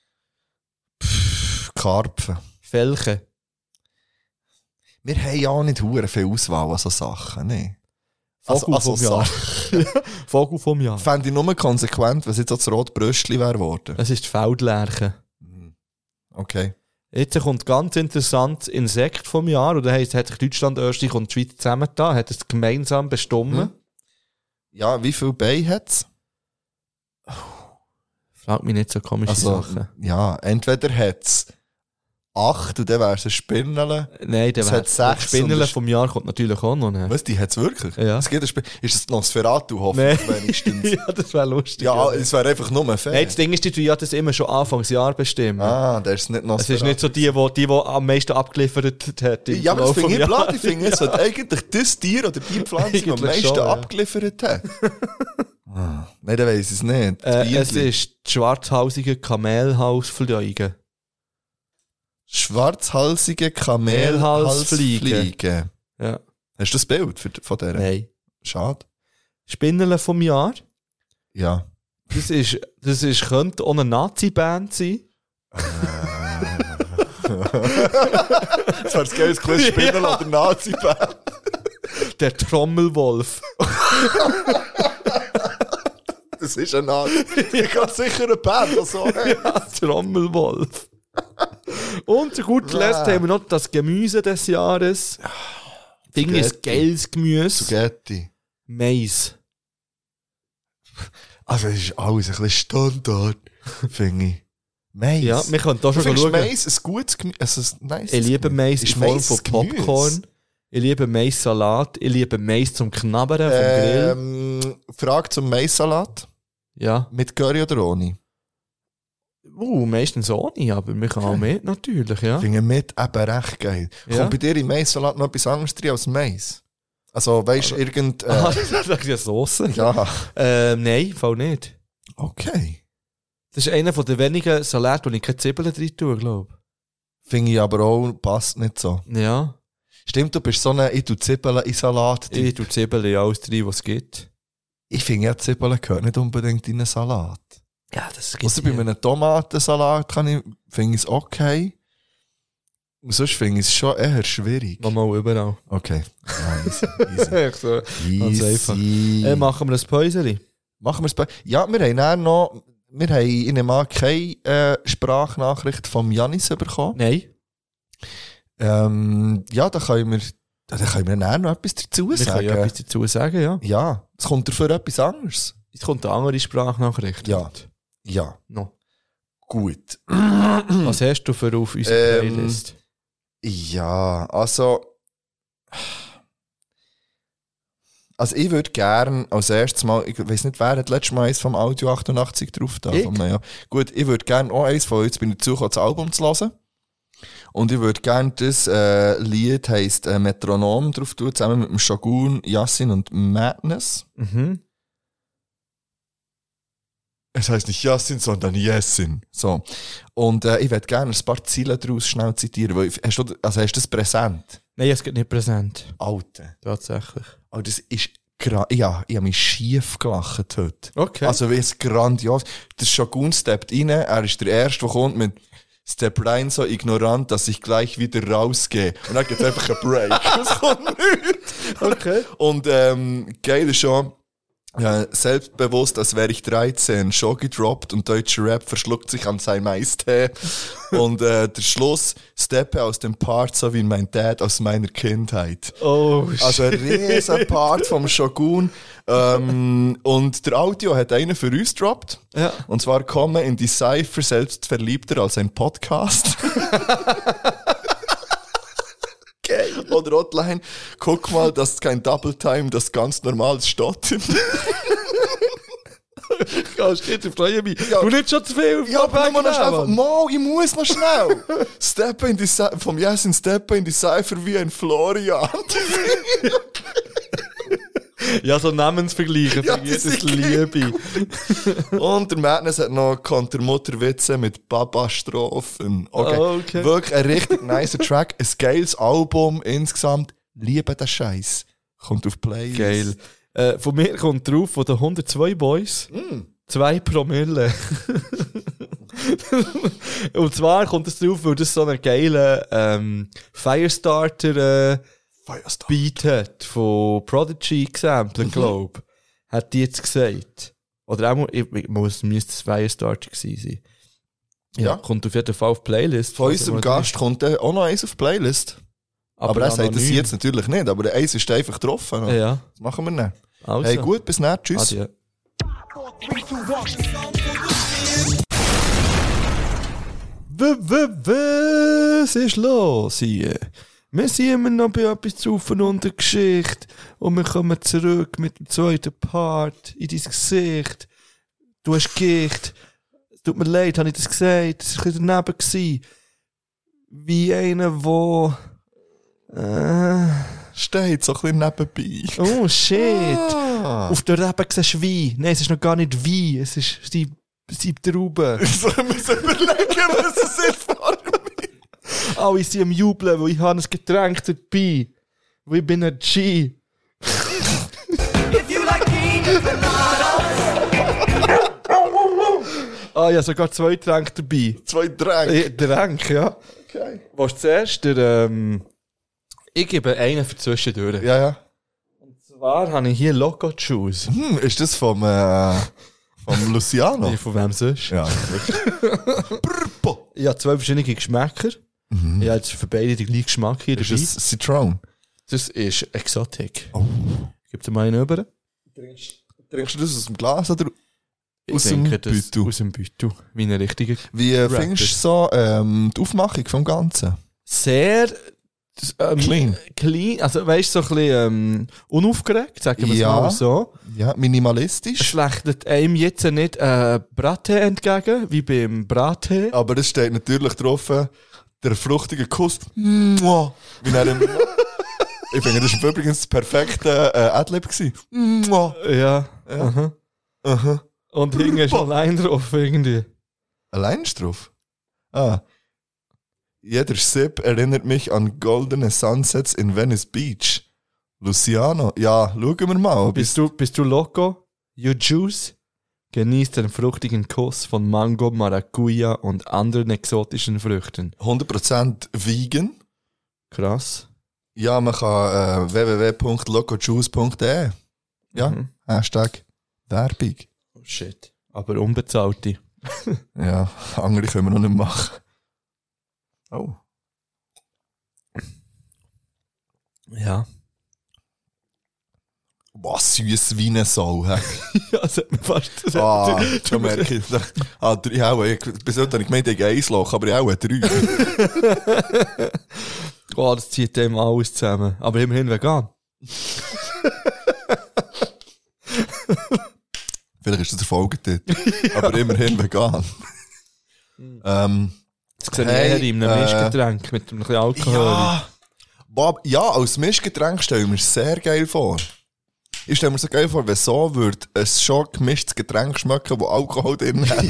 Karpfen. Felchen. Wir haben ja auch nicht hure viel Auswahl an so Sachen, ne? Vogel vom Jahr. Vogel vom Jahr. Fände ich nur konsequent, wenn es jetzt auch das Rotbröstli wäre geworden. Es ist die Feldlerche. Okay. Jetzt kommt ganz interessant das Insekt vom Jahr. Und das heisst, hat sich Deutschland, Österreich und die Schweiz zusammengetan, hat es gemeinsam bestimmt. Ja, wie viele Beine hat es? Frag mich nicht so komische Sachen. Ja, entweder hat es 8 und dann wäre es ein Spinnerle. Nein, der hat 6. Spinnerle vom Jahr kommt natürlich auch noch. Ne? Was, die hat es wirklich? Ja. Es gibt ist es Nosferatu, hoffentlich wenigstens? Ja, das wäre lustig. Ja, es wäre einfach nur fair. Nein, das Ding ist, die hat das immer schon Anfangsjahr bestimmt. Ah, der ist nicht Nosferatu. Es ist nicht so die am meisten abgeliefert hat. Ja, aber das finde ich blöd. Ich finde, es hat eigentlich das Tier oder die Pflanze, die am meisten schon, abgeliefert hat. Nein, dann weiss ich es nicht. Es ist die schwarzhalsige Kamelhausfliege. Schwarzhalsige Kamelhalsfliege. Ja. Hast du das Bild von der? Nein. Schade. Spinnerle vom Jahr. Ja. Das könnte auch eine Nazi-Band sein. Das wäre das geiles Quiz Spinnen oder Nazi-Band. Der Trommelwolf. Das ist ein Nazi. Ich habe sicher eine Band, die so heißt. Ja, Trommelwolf. Und zu guter Letzt haben wir noch das Gemüse des Jahres. Ding ist geiles Gemüse. Spaghetti. Mais. Also, es ist alles ein bisschen Standard, finde ich. Mais. Ja, wir können da schon Du schauen. Mais ein gutes Gemüse? Also ein nice Ich liebe Mais in Ist Form Mais von Gemüse? Popcorn. Ich liebe Mais-Salat. Ich liebe Mais zum Knabbern vom Grill. Frage zum Mais-Salat. Ja. Mit Curry oder ohne? Meistens ohne, aber wir können auch mit, natürlich, ja. Ich finde mit eben recht geil. Ja. Kommt bei dir im Mais-Salat noch etwas anderes drin als Mais? Also, weißt du, irgend... Ah, das ist ja Sauce. ja. Nein, voll nicht. Okay. Das ist einer der wenigen Salate, wo ich keine Zwiebeln drin tue, glaube Finde ich aber auch, passt nicht so. ich. Ja. Stimmt, du bist so eine, ich tue Zwiebeln in Salat. Ich tue Zwiebeln in alles drin, was es gibt. Ich finde ja, Zwiebeln gehört nicht unbedingt in einen Salat. Ja, das gibt Also bei einem Tomatensalat finde ich es okay. Und sonst finde ich es schon eher schwierig. Mal überall. Okay. Ja, easy. Echt so. Ganz einfach. Machen wir ein Päuschen? Machen wir es bei. Ja, wir haben dann noch, wir haben in einem Mal keine Sprachnachricht vom Janis bekommen. Nein. Ja, da können wir dann noch etwas dazu Wir sagen. können ja etwas dazu sagen, ja. Ja, es kommt dafür etwas anderes. Jetzt kommt eine andere Sprachnachricht. Ja. Ja, No. gut. Was hast du für auf unserer Playlist? Ja, also ich würde gerne als erstes mal, ich weiß nicht, wer hat letztes Mal eins vom Audio 88 drauf da? Ich? Ja. Gut, ich würde gerne auch eins von, jetzt bin ich dazu gekommen, das Album zu hören. Und ich würde gerne das Lied, heisst Metronom, drauf tun, zusammen mit dem Shogun, Yassin und Madness. Mhm. Es heisst nicht Yassin, sondern Yassin. So. Und ich würde gerne ein paar Ziele daraus schnell zitieren, weil, hast du das präsent? Nein, es geht nicht präsent. Alter. Tatsächlich. Aber das ist ja, ich habe mich schief gelacht heute. Okay. Also wie es grandios. Der Shogun steppt rein, er ist der Erste, der kommt mit Step rein, so ignorant, dass ich gleich wieder rausgehe. Und dann gibt es einfach einen Break. Das kommt nicht. Okay. Und geil ist schon, selbstbewusst, als wäre ich 13, schon gedroppt und deutscher Rap verschluckt sich an seinem Eistee. Und der Schluss, steppe aus dem Part, so wie mein Dad aus meiner Kindheit. Oh, Also ein riesen Part vom Shogun. Und der Audio hat einen für uns gedroppt. Ja. Und zwar komme in die Cypher selbst verliebter als ein Podcast. Oder Hotline, guck mal, das ist kein Double Time, das ist ganz normales Stottern. Ja, steht, ich freue mich. Ja. Du nicht schon zu viel. Ja, aber nur noch schnell. Mal, ich muss noch schnell. Steppe in die vom Yasin Steppe in die Cypher wie ein Florian. Ja, so Namensvergleiche Ja, für jedes das ist Liebe. Und der Madness hat noch Kontermutterwitze mit Baba-Strophen. Okay. Wirklich ein richtig nicer Track. Ein geiles Album insgesamt. Liebe den Scheiß. Kommt auf Playlist. Geil. Von mir kommt drauf, von den 102 Boys, 2 Promille. Und zwar kommt es drauf, weil das so einen geilen Firestarter Beat hat, von Prodigy gesampelt, glaube ich. Hat die jetzt gesagt. Oder auch, müsste es Firestarter gewesen sein. Ja, kommt auf jeden Fall auf die Playlist. Von unserem Gast kommt auch noch eins auf die Playlist. Aber er sagt das jetzt natürlich nicht, aber eins ist einfach getroffen. Ja. Das machen wir nicht. Also. Hey, gut, bis dann. Tschüss. Adieu. Was ist los hier? Wir sind immer noch bei etwas zu und der Geschichte und wir kommen zurück mit dem zweiten Part in dein Gesicht. Du hast Gicht. Es tut mir leid, habe ich das gesagt? Das war ein bisschen daneben gewesen. Wie einer, der... Steht so ein bisschen nebenbei. Oh, shit. Ah. Auf der Rebe siehst du Wein. Nein, es ist noch gar nicht Wein. Es ist die Trauben. Sollen wir uns überlegen, was es ist vor mir? Alle sind am Jubeln, weil ich habe ein Getränk dabei. Weil ich bin ein G. Ah, ja, sogar 2 Tränke dabei. 2 Tränke. Tränke, ja. Okay. Was zuerst? Ich gebe einen für zwischendurch. Ja, ja. Und zwar habe ich hier Loco Juice. Ist das vom Luciano? Von wem sonst? Ja. Ich habe 2 verschiedene Geschmäcker. Ich habe jetzt für beide den gleichen Geschmack hier Ist dabei. das Citron? Das ist Exotic. Oh. Gib dir mal einen rüber. Trinkst du das aus dem Glas oder Ich aus dem denke, das Beutel? aus dem Beutel. Wie eine richtige. Wie Rapper. findest du so die Aufmachung vom Ganzen? Sehr Clean. clean. Also weißt du, so ein bisschen unaufgeregt, sagen wir es Ja. mal so. Ja, Es minimalistisch. schlechtet einem jetzt nicht Brattee entgegen, wie beim Brattee. Aber es steht natürlich drauf, der fruchtige Kuss. Mua. Wie einem, ich finde, das war übrigens das perfekte Adlib gewesen. Mua. Ja. Ja. Aha. Aha. Und hinten ist allein drauf irgendwie. Allein ist drauf. Ah. Jeder Sip erinnert mich an goldene Sunsets in Venice Beach. Luciano. Ja, schauen wir mal. Bist du Loco? You Juice? Genießt den fruchtigen Kuss von Mango, Maracuja und anderen exotischen Früchten. 100% vegan. Krass. Ja, man kann www.locojuice.de. Ja, Mhm. Hashtag Werbung. Oh shit. Aber unbezahlte. Ja, andere können wir noch nicht machen. Oh. Ja. Was süß wie eine Sau, hä? Ja, das hat mir fast... Ah, schon merke ich. Bis heute habe ich gemeint, ich habe 1 Loch, aber ich auch 3. Oh, das zieht dem alles zusammen. Aber immerhin vegan. Vielleicht ist das der Folgetitel. Aber immerhin vegan. Das sehe ich Hey, eher in einem Mischgetränk mit ein bisschen Alkohol. Ja, Bob, ja, als Mischgetränk stelle ich mir sehr geil vor. Ich stelle mir so geil vor, wenn so würde ein schon gemischtes Getränk schmecken, wo Alkohol drin hat.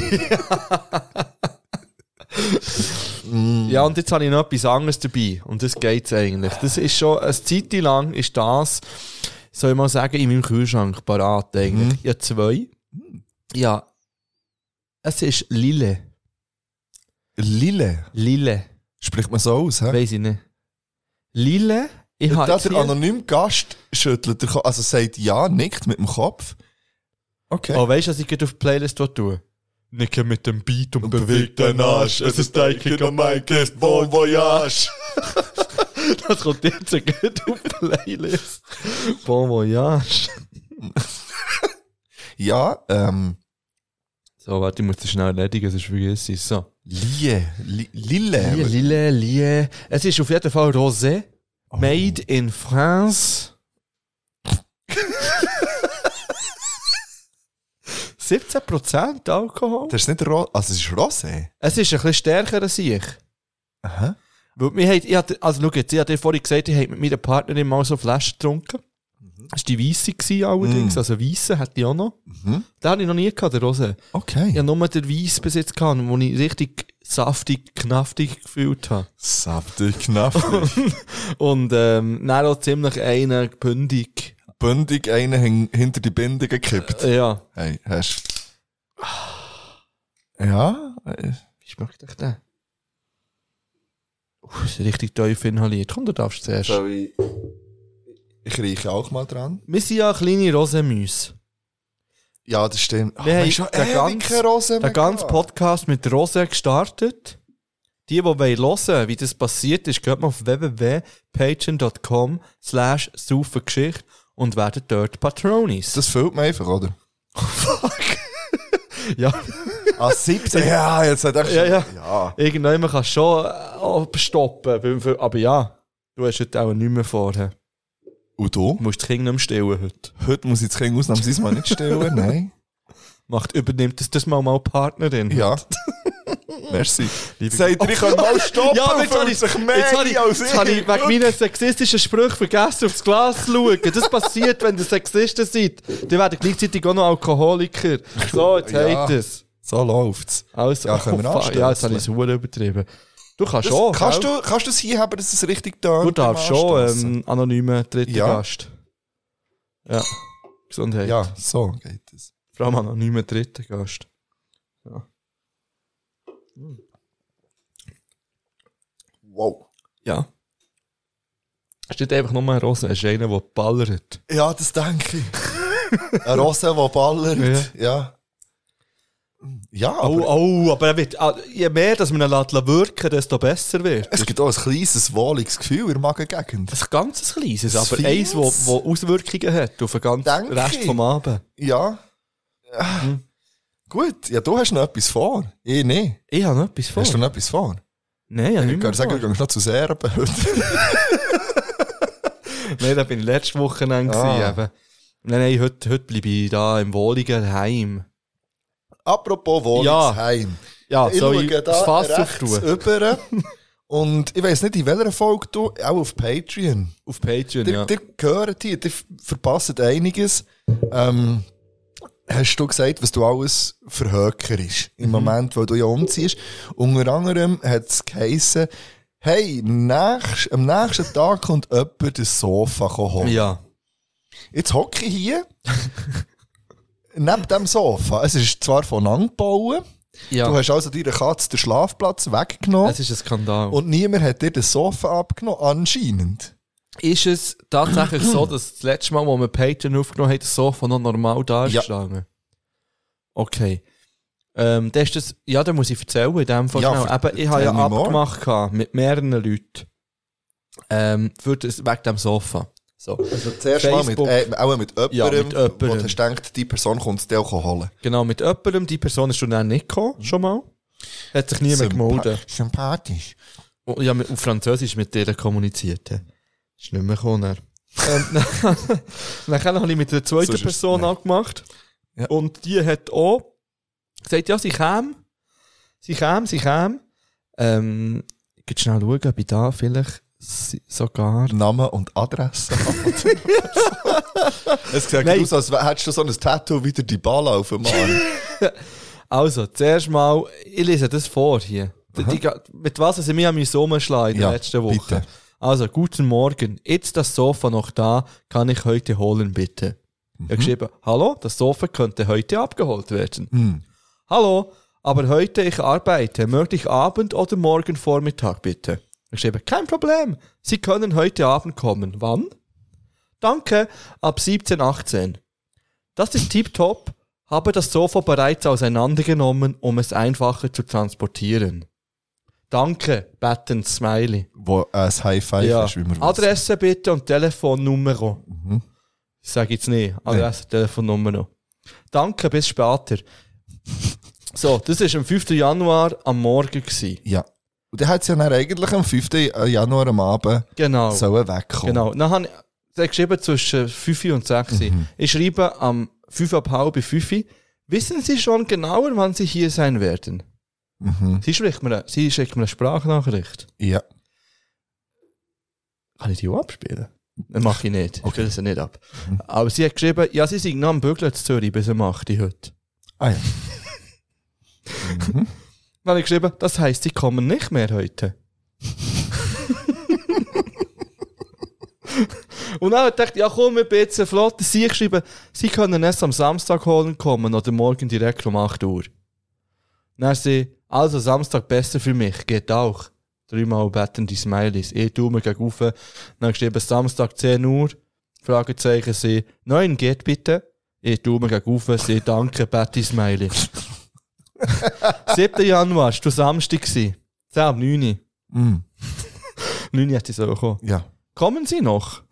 Ja, und jetzt habe ich noch etwas anderes dabei. Und das geht's eigentlich. Das ist schon, eine Zeit lang ist das, soll ich mal sagen, in meinem Kühlschrank parat eigentlich. Ich habe 2. Ja. Es ist Lille. Lille. Lille. Spricht man so aus, hä? Weiss ich nicht. Lille? Ich habe Da jetzt der hier... anonyme Gast schüttelt den Kopf, also sagt ja, nickt mit dem Kopf. Okay. Oh, weißt du, was ich gerade auf die Playlist tue? Nicke mit dem Beat und bewegt den Arsch. Es ist dein Kick am Mic, ist Bon Voyage. Das kommt jetzt gut auf die Playlist. Bon Voyage. Ja, So, warte, ich muss das schnell erledigen, sonst vergesse ich es. So. Lille. Lille. Es ist auf jeden Fall Rosé. Made in France. 17% Alkohol. Das ist nicht also es ist Rosé. Es ist ein bisschen stärker als ich. Aha. Weil also schau jetzt, ich hatte dir vorhin gesagt, ich habe mit meiner Partnerin mal so Flaschen getrunken. Das war die Weisse allerdings, also Weisse hatte ich auch noch. Den hatte ich noch nie gehabt, der Rosé. Okay. Ich habe nur den Weiss bis jetzt gehabt, wo ich richtig saftig, knaftig gefühlt habe. Saftig, knaffig. Und dann auch ziemlich einen bündig. Bündig einen hinter die Binde gekippt. Ja. Hey, hast ja? Wie schmeckt euch der? Das ist richtig tief inhaliert. Komm, du darfst zuerst. Ich rieche auch mal dran. Wir sind ja kleine Rosemüs. Ja, das stimmt. Wir haben schon den ganzen- Rose Der ganze Podcast mit Rosé gestartet. Die hören wollen, wie das passiert ist, geht mal auf www.patreon.com/saufengeschichte und werden dort Patronis. Das fehlt mir einfach, oder? Ja, Ah, 17? Ja, jetzt hat er schon. Ja. Ja. irgendwann kann schon stoppen. Aber ja, du hast heute auch nichts mehr vorher. Und du? Du musst das Kind nicht mehr stillen heute. Heute muss ich das Kind ausnahmsweise mal nicht stellen, nein. Übernimmt das mal Partnerin? Ja. Merci. Liebe Sagt ihr, ich kann mal stoppen, Ja, aber jetzt habe ich, sich mehr jetzt habe ich, als jetzt habe ich wegen meinen sexistischen Sprüchen vergessen, aufs Glas zu schauen. Das passiert, wenn ihr Sexisten seid. Die werden gleichzeitig auch noch Alkoholiker. So, jetzt Ja. habt es. So läuft's. Also, Ja, können wir fuck. anstellen. Ja, jetzt habe ich es verdammt übertrieben. Du kannst schon. Kannst gell? du es hier haben, dass es richtig tönt? Du darfst beim schon Anstossen? anonymen dritten Ja. Gast. Ja. Gesundheit. Ja, so geht es. Vor allem anonymen dritten Gast. Ja. Wow. Ja. Es steht einfach nur ein Rose, es ist einer, der ballert. Ja, das denke ich. Ein Rose, der ballert. Ja. Ja, aber Aber er wird, je mehr, dass man ihn wirken, desto besser wird. es gibt auch ein kleines, wohliges Gefühl in der Magengegend. Ein ganz kleines, Ein aber eins, feines. das Auswirkungen hat auf den ganzen Denke Rest ich. vom Abend. Ja. Gut, ja, du hast noch etwas vor. Ich nicht. Ich habe noch etwas vor. Hast du noch etwas vor? Nein, ja, Ich nicht mehr kann sagen, du vor. gehst noch zu Serben heute. Nein, da bin ich letzte Woche gewesen, eben. Nein, heute bleibe ich da im wohligen Heim. Apropos Wohnungsheim. Ja, Ich soll schaue ich da das Fass rechts auftun? über. Und ich weiss nicht, in welcher Folge du, auch auf Patreon. Auf Patreon, Ihr ja. gehört hier, ihr verpasst einiges. Hast du gesagt, was du alles für Höcker ist im Moment, weil du ja umziehst. Unter anderem hat es geheissen, hey, am nächsten Tag kommt jemand das Sofa holen. Ja. Jetzt hocke ich hier, neben dem Sofa. Es ist zwar von angebaut, Ja. du hast also deiner Katze den Schlafplatz weggenommen Es ist ein Skandal. und niemand hat dir das Sofa abgenommen, anscheinend. Ist es tatsächlich so, dass das letzte Mal, wo wir Patreon aufgenommen haben, das Sofa noch normal da ist Ja. gestanden? Okay. Dann ist das, ja, dann muss ich erzählen, in dem Fall Ja, schnell. Eben, ich habe erzähl ja mir more. abgemacht gehabt mit mehreren Leuten. Für das, wegen dem Sofa. So. Also zuerst mal Facebook. auch mit jemandem, Ja, mit jemandem. wo du denkst, die Person kommt es dir auch holen. Genau, mit jemandem, die Person ist schon dann nicht gekommen, schon mal. Hat sich niemand gemeldet. Sympathisch. Oh, ja, auf Französisch mit denen kommuniziert. Ist nicht mehr gekommen. Dann habe ich mit der zweiten Sonst ist- Person nein. abgemacht. Ja. Und die hat auch gesagt, ja, sie käme. Ich gehe schnell schauen, ob ich da vielleicht sogar... Name und Adresse. Es sieht Nein. aus, als hättest du so ein Tattoo wieder die Ball auf dem Arm. Also, zuerst mal, ich lese das vor hier. Mit was sie mich an umschlagen in der Ja, letzten Woche. bitte. Also, guten Morgen. Ist das Sofa noch da? Kann ich heute holen, bitte? Ich habe geschrieben, hallo, das Sofa könnte heute abgeholt werden. Hallo, aber heute ich arbeite. Möchte ich Abend oder morgen Vormittag, bitte? Ich habe geschrieben, kein Problem. Sie können heute Abend kommen. Wann? Danke, ab 17:18. Das ist tipptopp. Habe das Sofa bereits auseinandergenommen, um es einfacher zu transportieren. Danke, Batten Smiley. Wo ein High Five Ja. ist, wie man Adresse bitte und Telefonnummer. Ich sage jetzt nicht. Adresse, Telefonnummer noch. Danke, bis später. So, das war am 5. Januar am Morgen gewesen. Ja. Und der hat es ja dann eigentlich am 5. Januar am Abend Genau. sollen wegkommen. Genau. Dann habe ich geschrieben zwischen 5 und 6. Ich schreibe am 5 ab halb 5. Wissen Sie schon genauer, wann Sie hier sein werden? Sie schickt mir eine Sprachnachricht. Ja. Kann ich die auch abspielen? Das mache ich nicht. Ich spiele sie nicht ab. Aber sie hat geschrieben, ja, sie sind noch am Bügeln zu Zürich bis um 8 Uhr heute. Ah ja. Dann habe ich geschrieben, das heisst, sie kommen nicht mehr heute. Und dann dachte ich, ja komm, ein bisschen flott. Sie hat geschrieben, sie können es am Samstag holen kommen oder morgen direkt um 8 Uhr. Dann sie, also Samstag besser für mich, geht auch. 3-mal bettende Smileys. Ich Daumen gegen rauf. Dann geschrieben, Samstag 10 Uhr. Fragezeichen sie, 9 geht bitte. Ich Daumen gegen rauf. Sie, danke, Betty Smiley. 7. Januar, war du Samstag gewesen. 10 ab 9. 9 hätte ich so gekommen. Ja. Kommen Sie noch?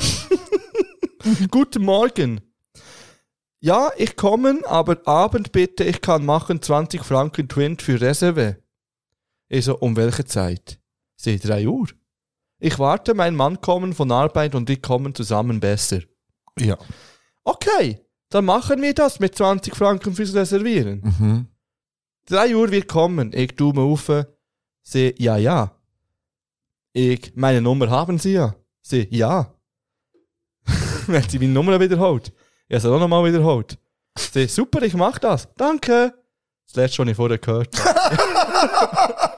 Guten Morgen. Ja, ich komme, aber Abend bitte, ich kann machen 20 Franken Twint für Reserve. Ich so, um welche Zeit? Sie, 3 Uhr. Ich warte, mein Mann kommen von Arbeit und ich kommen zusammen besser. Ja. Okay, dann machen wir das mit 20 Franken fürs Reservieren. 3 Uhr wir kommen. Ich Daumen auf. Sie, ja. Ich, meine Nummer haben Sie ja. Sie, ja. Dann hat sie meine Nummer wiederholt. Ich habe sie auch nochmal wiederholt. Sie, super, ich mach das. Danke. Das letzte, was ich vorher gehört habe.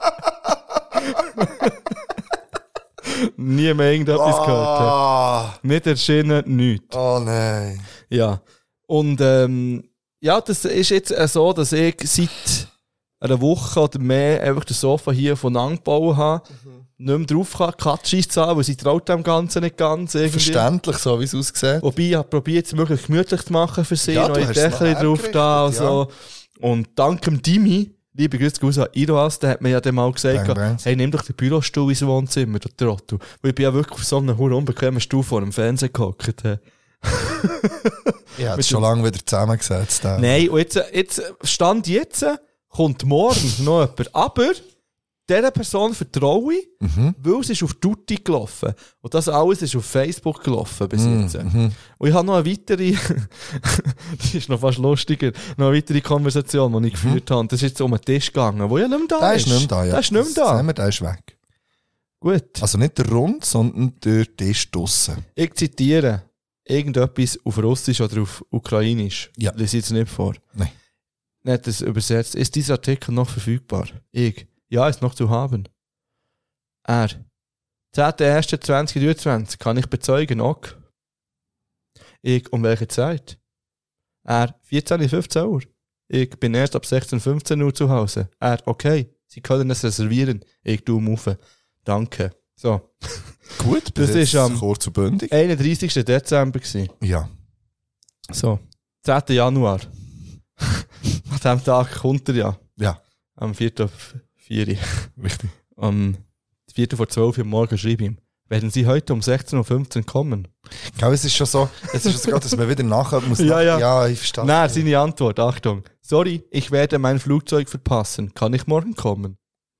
Nie mehr irgendetwas gehört. Ah. Nicht erschienen, nichts. Oh nein. Ja. Und ja, das ist jetzt so, dass ich seit einer Woche oder mehr einfach das Sofa hier voneinander gebaut habe, nicht mehr drauf kann, Katschis zu haben, weil sie traut dem Ganzen nicht ganz. Irgendwie. Verständlich, so wie es aussieht. Wobei ich habe probiert, es möglichst gemütlich zu machen für sie, Ja, noch du ein hast es Dächchen noch drauf da und so. Und dank dem Dimi, liebe Grüße an Iroas, der hat mir ja dann mal gesagt, Bang, bang. hey, nimm doch den Bürostuhl ins Wohnzimmer, der Trottel. Weil ich bin ja wirklich auf so einem verdammt unbequemen Stuhl vor dem Fernseher gehockt. Ich hätte es schon lange wieder zusammengesetzt. Nein, und Stand jetzt, kommt morgen noch jemand. Aber dieser Person vertraue ich, weil es ist auf Tutti gelaufen. Und das alles ist auf Facebook gelaufen bis jetzt. Und ich habe noch eine weitere, die ist noch fast lustiger, noch eine weitere Konversation, die ich geführt habe. Das ist jetzt um den Tisch gegangen, wo ja nicht mehr da Der ist. ist nicht mehr da, ja. Der ist nicht mehr da. Sehen wir, der ist weg. Gut. Also nicht der Rund, sondern der Tisch draussen. Ich zitiere irgendetwas auf Russisch oder auf Ukrainisch. Ja. Lese ich jetzt nicht vor. Nein. Nicht das übersetzt. Ist dieser Artikel noch verfügbar? Ich. Ja, ist noch zu haben. Er. 10.01.2023 kann ich bezeugen, ok. Ich. Um welche Zeit? Er. 14.15 Uhr. Ich bin erst ab 16.15 Uhr zu Hause. Er. Okay. Sie können es reservieren. Ich Daumen auf. Danke. So. Gut, Das bis ist jetzt am kurz und bündig. 31. Dezember gewesen. Ja. So. 10. Januar. Nach diesem Tag kommt er ja. Ja. Am 4. 4. Wichtig. Am 4. vor 12 Uhr morgen schreibe ich ihm. Werden Sie heute um 16.15 Uhr kommen? Ich glaube, es ist schon so, dass man wieder nachher muss. Ja. Ja, ich verstehe. Nein, seine Antwort, Achtung. Sorry, ich werde mein Flugzeug verpassen. Kann ich morgen kommen?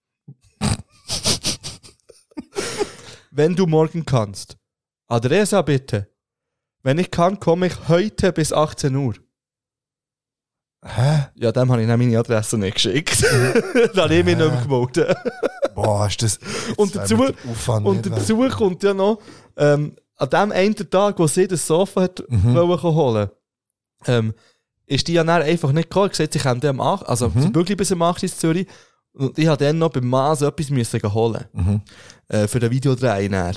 Wenn du morgen kannst. Adresse bitte. Wenn ich kann, komme ich heute bis 18 Uhr. Hä? Ja, dem habe ich dann meine Adresse nicht geschickt. Da habe ich mich nicht mehr gemeldet. Boah, ist das... Und das dazu, wäre mit dem Aufwand und nicht dazu kommt ja noch, an dem einen Tag, wo sie das Sofa hat holen, ist die ja dann einfach nicht gekommen. Gesagt, sie können am 8, also sie bügeln bis am 8 in Zürich. Und ich habe dann noch beim Maas etwas müssen holen. Für den Videodreh dann.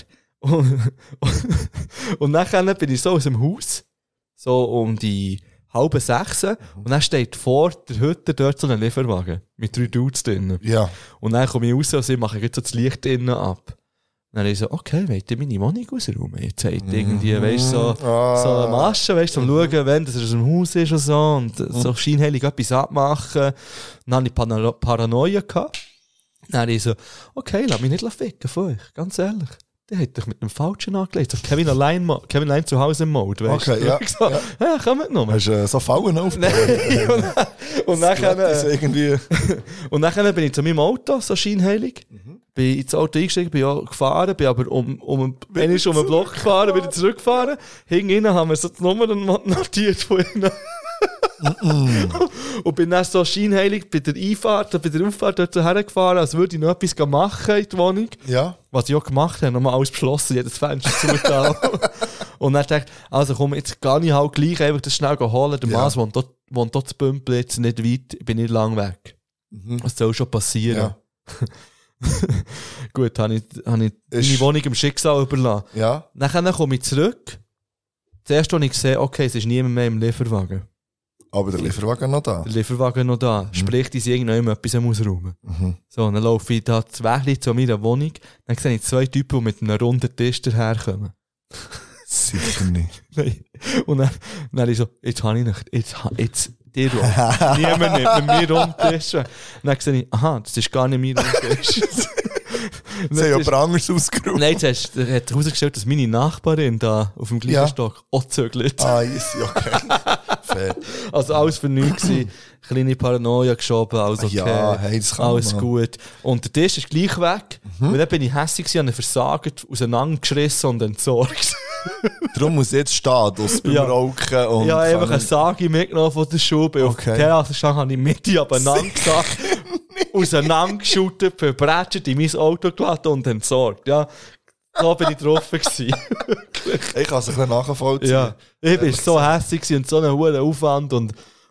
Und nachher bin ich so aus dem Haus, so um die 5:30, und dann steht vor der Hütte dort so ein Lieferwagen mit 3 Dudes drin. Ja. Und dann komme ich raus und sie machen jetzt so das Licht innen ab. Und dann habe ich so, okay, wollt ihr meine Wohnung ausräumen? Jetzt hat irgendwie, weißt du, so eine Masche, weißt du, um zu schauen, wenn das aus dem Haus ist und so, und so scheinheilig etwas abmachen. Dann hatte ich Paranoia gehabt. Dann habe ich so, okay, lass mich nicht ficken von euch, ganz ehrlich. Der hat dich mit dem Falschen angelegt. So Kevin allein zu Hause im Mode, weißt du? Okay, ja. So, ja, kommt noch. Hast du so Fallen aufgebaut? Nein, und nachher, irgendwie... und nachher bin ich zu meinem Auto, so scheinheilig. Bin ins Auto eingestiegen, bin ja gefahren, bin aber wenn ich um den Block gefahren, wieder zurückgefahren. Hinten haben wir so die Nummern notiert von ihnen. Und bin dann so scheinheilig bei der Einfahrt, bei der Auffahrt dort hergefahren, als würde ich noch etwas machen in die Wohnung. Ja. Was ich auch gemacht habe, nochmal alles beschlossen, jedes Fenster zugetan. Und dann dachte ich, also komm, jetzt gehe ich halt gleich einfach das schnell holen. Der Maas wohnt dort zu Bümpel, jetzt nicht weit, ich bin nicht lang weg. Das soll schon passieren. Ja. Gut, habe ich meine Wohnung im Schicksal überlassen. Ja. Dann komme ich zurück. Zuerst habe ich gesehen, okay, es ist niemand mehr im Lieferwagen. Aber der Lieferwagen noch da. Der Lieferwagen noch da. Sprich, die sind irgendjemand etwas ausräumen. So, dann laufe ich da zwei zu meiner Wohnung. Dann sehe ich 2 Typen, die mit einem runden Tisch daherkommen. Sicher nicht. Nein. Und dann habe ich so, jetzt habe ich nicht, jetzt dir rum. Niemand nimmt mit mir Rundtisch. Dann sehe ich, aha, das ist gar nicht mein Rundtisch. Sie haben aber anders ausgerufen. Nein, jetzt hat herausgestellt, dass meine Nachbarin da auf dem gleichen Stock auch zögert. Ah, easy, okay. Fair. Also alles für nichts gewesen. Kleine Paranoia geschoben, alles okay. Ja, hey, das kann alles man. gut. Und der Tisch ist gleich weg. Und dann bin ich hässlich gewesen, habe ihn versagt, auseinandergerissen und entsorgt. Darum muss ich jetzt stehen, das beim Ja. Rauchen und... Ja, einfach eine Sage mitgenommen von der Schule. Auf der Terrasse stand, habe ich Mitte abeinander gesagt, auseinandergeschüttet, verbrätscht, in mein Auto geladen und entsorgt. Ja, so bin ich getroffen gewesen. Ich kann es ein bisschen nachvollziehen. Ja, ich war so hässlich und so ein hoher Aufwand und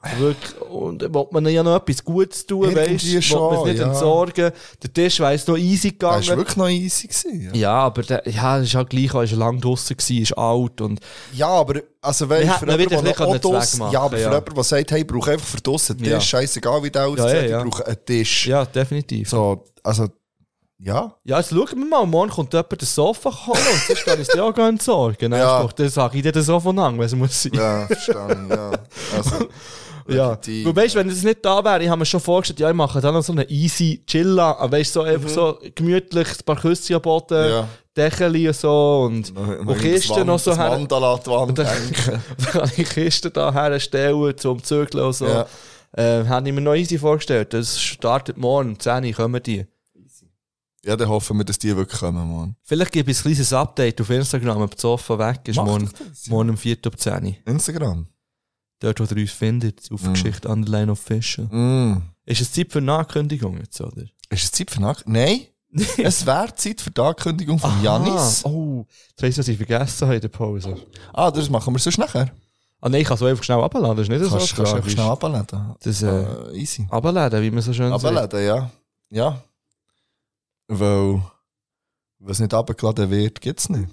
Wirklich, und will man ja noch etwas Gutes tun, Irgendwie weisst, will man es nicht entsorgen. Der Tisch weiss noch easy gegangen. Das war wirklich noch easy gewesen. Ja, aber der ist halt gleich, er ist lang draussen gewesen, ist alt und... Ja, aber, also weißt, für wieder jemanden, ein bisschen der Zweck machen, ja, aber für ja. jemanden, der sagt, hey, ich brauche einfach für draussen einen Tisch, Ja. scheißegal wie der aussieht, ja. ich brauche einen Tisch. Ja, definitiv. So, also, ja. Ja, jetzt schauen wir mal, morgen kommt jemand das Sofa holen und sonst kann ich es dir auch entsorgen. Ja. Dann sage ich dir das so von an, wenn es muss sein. Ja, verstanden, ja. Also, Ja. Du weißt, wenn das nicht da wäre, ich habe mir schon vorgestellt, ja, ich mache dann noch so eine easy Chilla, aber weißt so einfach so gemütlich, ein paar Küsse am Boden, Ja. Dächeli und so und Kisten noch so her. her. Mandala an die Wand Dann hängen. kann ich Kisten da herstellen zum Zügeln und so. Ja. Habe ich mir noch easy vorgestellt. Das startet morgen, um 10 Uhr kommen die. Ja, dann hoffen wir, dass die wirklich kommen, Mann. Vielleicht gebe ich ein kleines Update auf Instagram, ob das Sofa weg ist, Mach morgen, doch das, ja. morgen um 4 ab 10 Uhr. Instagram. Dort, wo ihr uns findet, auf Geschichte Underline Official. Ist es Zeit für eine Ankündigung jetzt, oder? Ist es Zeit für Nein. Es wäre Zeit für die Ankündigung von Janis. Oh, das heisst, was ich vergessen habe in der Pause. Ah, das machen wir sonst nachher. Ah nein, ich kann so einfach schnell abladen, das ist nicht Kannst so du einfach tragisch. schnell abladen. Das, Easy. abladen, wie man so schön sagt. Abladen, ja. Ja. Weil, was nicht abgeladen wird, gibt's nicht.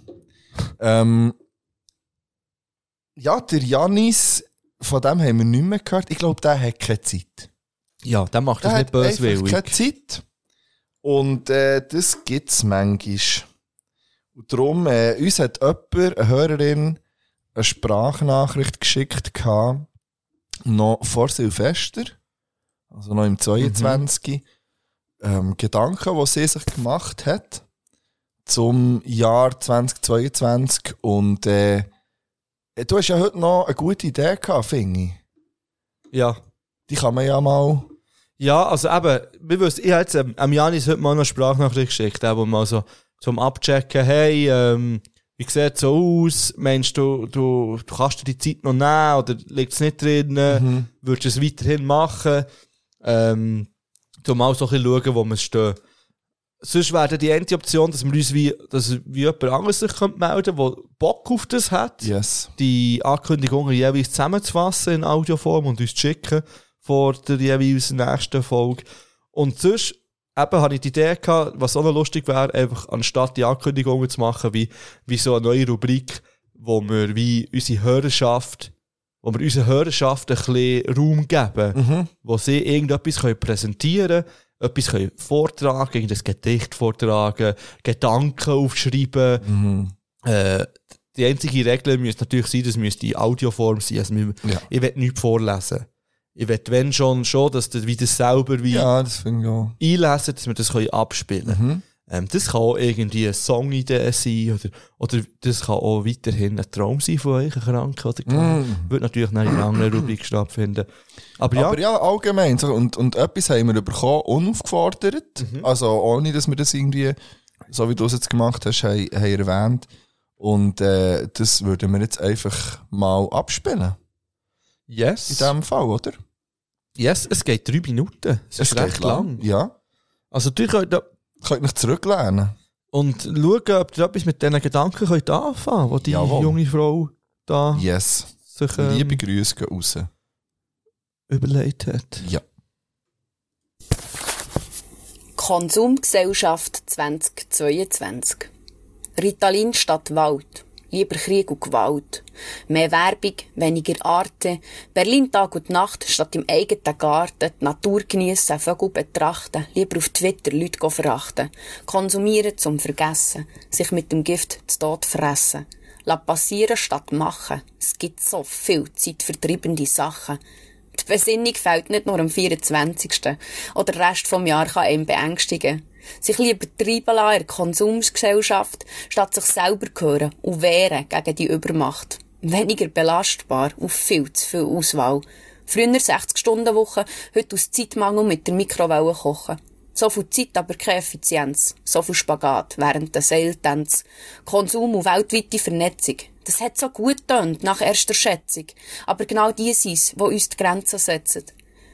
Ja, der Janis, von dem haben wir nicht mehr gehört. Ich glaube, der hat keine Zeit. Ja, der macht das Der nicht hat einfach böswillig. keine Zeit. Und das gibt's manchmal. Und darum, uns hat jemand, eine Hörerin, eine Sprachnachricht geschickt gehabt, noch vor Silvester, also noch im 22. Gedanken, die sie sich gemacht hat zum Jahr 2022. Und du hast ja heute noch eine gute Idee gehabt, finde ich. Ja. Die kann man ja mal... Ja, also eben, wir wissen, ich habe jetzt am Janis heute mal noch eine Sprachnachricht geschickt, wo mal so zum Abchecken, hey, wie sieht es so aus? Meinst du kannst dir die Zeit noch nehmen oder liegt es nicht drin? Würdest du es weiterhin machen? Du mal so ein bisschen schauen, wo wir stehen. Sonst wäre die eine Option, dass wir uns wie jemand anderes sich melden könnte, der Bock auf das hat, Yes. die Ankündigungen jeweils zusammenzufassen in Audioform und uns zu schicken vor der jeweils nächsten Folge. Und sonst eben habe ich die Idee gehabt, was auch noch lustig wäre, einfach anstatt die Ankündigungen zu machen, wie so eine neue Rubrik, wo wir wie unsere Hörerschaft ein bisschen Raum geben, wo sie irgendetwas präsentieren können, etwas vortragen, irgendein Gedicht vortragen, Gedanken aufschreiben. Die einzige Regel müsste natürlich sein, das müsste in Audioform sein. Also ich will nichts vorlesen. Ich will, wenn schon, dass das wie das selber Ja, das finde ich auch. einlesen, dass wir das abspielen können. Das kann auch irgendwie eine Songidee sein, oder das kann auch weiterhin ein Traum sein von euch, ein Kranken, oder wird natürlich noch in einer anderen Rubrik stattfinden. Aber ja, allgemein. So, und etwas haben wir bekommen, unaufgefordert. Also ohne, dass wir das irgendwie, so wie du es jetzt gemacht hast, haben erwähnt. Und das würden wir jetzt einfach mal abspielen. yes. In diesem Fall, oder? Yes, es geht 3 Minuten. Es ist recht lang. Ja. Also ihr könnt Könnt mich zurücklehnen. und schauen, ob ihr etwas mit diesen Gedanken könnt anfangen könnt, die Jawohl. junge Frau da Yes. sich Liebe Grüße gehen raus. überlegt hat. Ja. Konsumgesellschaft 2022. Ritalin statt Wald. Lieber Krieg und Gewalt. Mehr Werbung, weniger Arte. Berlin Tag und Nacht statt im eigenen Garten. Die Natur geniessen, Vögel betrachten. Lieber auf Twitter Leute verachten. Konsumieren zum Vergessen. Sich mit dem Gift zu Tod fressen. Lass passieren statt machen. Es gibt so viel zeitvertreibende Sachen. Die Besinnung fehlt nicht nur am 24. Oder der Rest vom Jahr kann einen beängstigen. Sich lieber treiben lassen in der Konsumgesellschaft, statt sich selber hören und wehren gegen die Übermacht. Weniger belastbar auf viel zu viel Auswahl. Früher 60-Stunden-Woche, heute aus Zeitmangel mit der Mikrowelle kochen. So viel Zeit, aber keine Effizienz. So viel Spagat während der Seiltänze. Konsum und weltweite Vernetzung. Das hat so gut getönt nach erster Schätzung. Aber genau die sind es, die uns die Grenzen setzen.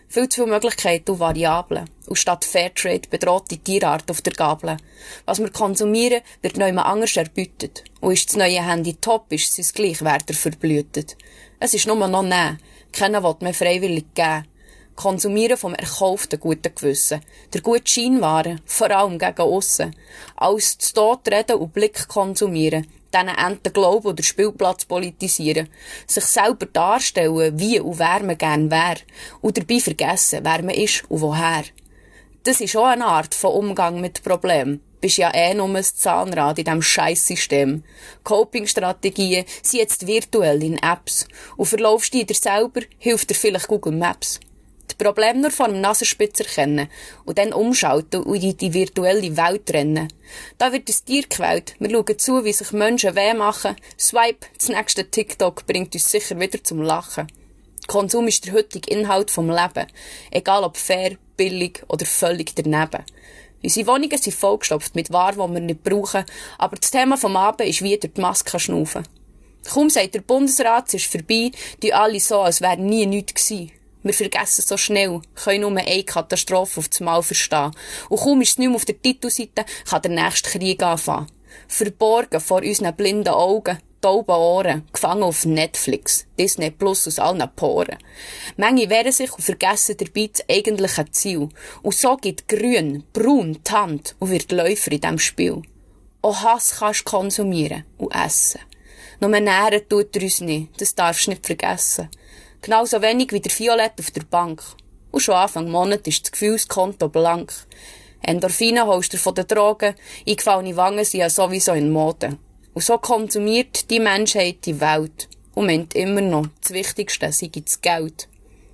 Viel zu viele Möglichkeiten und Variablen. Und statt Fairtrade bedroht die Tierart auf der Gabel. Was wir konsumieren, wird neu mal anders erbeutet. Und ist das neue Handy top, ist es uns gleich weiter verblühtet. Es ist nur noch nehmen. Keiner will mehr freiwillig geben. Konsumieren vom erkauften guten Gewissen. Der gute Scheinware, vor allem gegen aussen. Alles zu Tod reden und Blick konsumieren. Diesen Enten glauben oder Spielplatz politisieren. Sich selber darstellen, wie und wer man gern wäre. Und dabei vergessen, wer man ist und woher. Das ist auch eine Art von Umgang mit Problemen. Bist ja nur ein Zahnrad in diesem Scheisssystem. Coping-Strategien sind jetzt virtuell in Apps. Und verlaufst du dir selber, hilft dir vielleicht Google Maps. Das Problem nur vor dem Nasenspitz erkennen und dann umschalten und in die virtuelle Welt rennen. Da wird ein Tier gequält. Wir schauen zu, wie sich Menschen weh machen. Swipe, das nächste TikTok bringt uns sicher wieder zum Lachen. Konsum ist der heutige Inhalt vom Leben. Egal ob fair, billig oder völlig daneben. Unsere Wohnungen sind vollgestopft mit Waren, die wir nicht brauchen. Aber das Thema vom Abend ist wie durch die Maske schnaufen. Kaum sagt der Bundesrat, es ist vorbei, die alle so, als wäre nie nichts gewesen. Wir vergessen so schnell, können nur eine Katastrophe auf das Mal verstehen. Und kaum ist es nicht mehr auf der Titelseite, kann der nächste Krieg anfangen. Verborgen vor unseren blinden Augen, tauben Ohren, gefangen auf Netflix, Disney Plus aus allen Poren. Manche wehren sich und vergessen dabei das eigentliche Ziel. Und so geht grün, braun die Hand und wird Läufer in diesem Spiel. Auch Hass kannst du konsumieren und essen. Nur nähren tut er uns nicht, das darfst du nicht vergessen. Genauso wenig wie der Violett auf der Bank. Und schon Anfang Monat ist das Gefühlskonto blank. Endorphine holst du von den Drogen, eingefallene Wangen sind ja sowieso in Mode. Und so konsumiert die Menschheit die Welt. Und meint immer noch, das Wichtigste sei das Geld.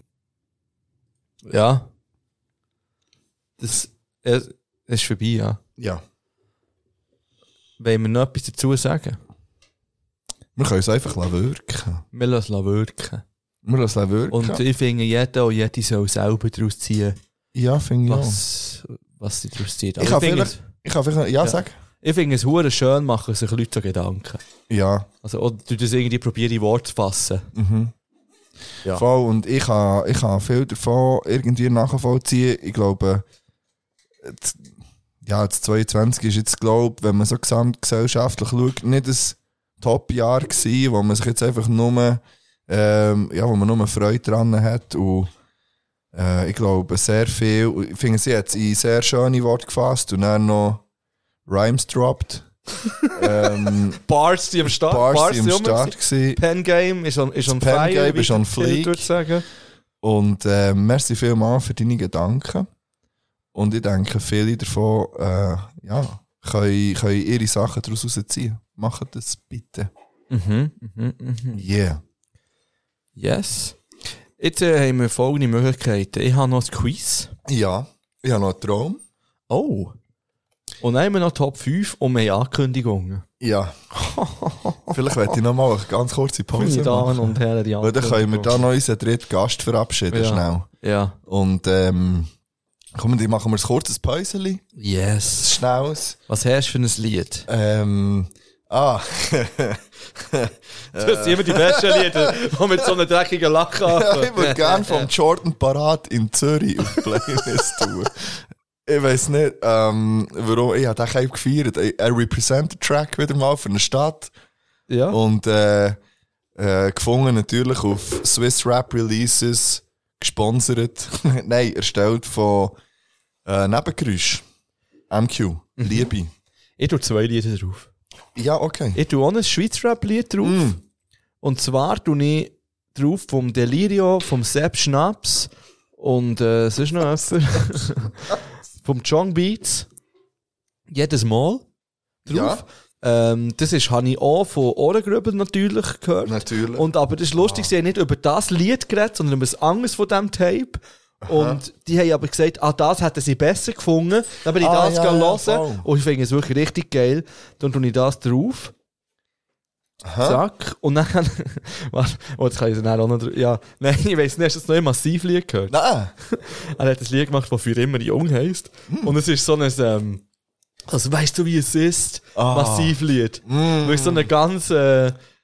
Ja. Das ist vorbei, ja. Ja. Wollen wir noch etwas dazu sagen? Wir können es einfach wirken. Wir lassen es wirken. Wir lassen es wirken. Und ich finde, jeder und jede soll selber daraus ziehen, ja, finde ich auch. was sie daraus zieht. Ich kann vielleicht, ja, sag. Ich finde es hure schön, machen sich Leute so Gedanken. Ja. Also, oder du das irgendwie probieren, in Worte zu fassen. Mhm. Ja. Voll, und ich kann viel davon irgendwie nachvollziehen. Ich glaube, das 22 ist jetzt, glaube ich, wenn man so gesamtgesellschaftlich schaut, nicht ein Top-Jahr gewesen, wo man sich jetzt einfach nur, wo man nur Freude dran hat. Und ich glaube, sehr viel, ich finde, sie hat in sehr schöne Worte gefasst und dann noch Rhymes dropped. Bars, die am Start gewesen. Pen Game ist on Pen fire. Game ist on fleek. Würde ich sagen. Und merci vielmals für deine Gedanken. Und ich denke, viele davon können ihre Sachen daraus rausziehen. Macht das bitte. Yeah. Yes. Jetzt haben wir folgende Möglichkeiten. Ich habe noch ein Quiz. Ja, ich habe noch einen Traum. Oh. Und dann haben wir noch Top 5 und wir haben Ankündigungen. Ja. Vielleicht werde ich noch mal eine ganz kurze Pause Meine Damen machen. und Herren, die Weil dann können wir da noch unseren dritten Gast verabschieden, schnell. Ja. Und komm, dann machen wir ein kurzes Päuschen. Yes. Schnelles. Was hast du für ein Lied? Das sind immer die besten Lieder, die mit so einem dreckigen Lachen anfangen. Ich würde gerne vom Jordan Parat in Zürich auf Playlist tun. Ich weiss nicht, warum. Ich habe den gefeiert. Er represent Track wieder mal für eine Stadt. Ja. Und gefunden natürlich auf Swiss Rap Releases, gesponsert. Nein, erstellt von Nebengeräusch. MQ. Liebe. Ich tue 2 Lieder drauf. Ja, okay. Ich tue auch ein Schweizer Rap-Lied drauf. Und zwar tue ich drauf vom Delirio, vom Sepp Schnaps und sonst noch jemand. Vom John Beats. Jedes Mal drauf. Ja. Das habe ich auch von Ohrengrübel natürlich gehört. Natürlich. Und aber das ist lustig, sie haben nicht über das Lied geredet, sondern über das anderes von diesem Tape. Aha. Und die haben aber gesagt, das hätten sie besser gefunden. Dann bin ich das hören. Und ich finde es wirklich richtig geil. Dann tue ich das drauf. Aha. Zack. Und dann, jetzt kann ich es dann auch noch, ja, nein, ich weiss nicht, hast du das neue Massivlied gehört? Nein. Er hat ein Lied gemacht, das für immer jung heisst. Und es ist so ein, also weißt du, wie es ist? Massivlied. Wirklich so eine ganz,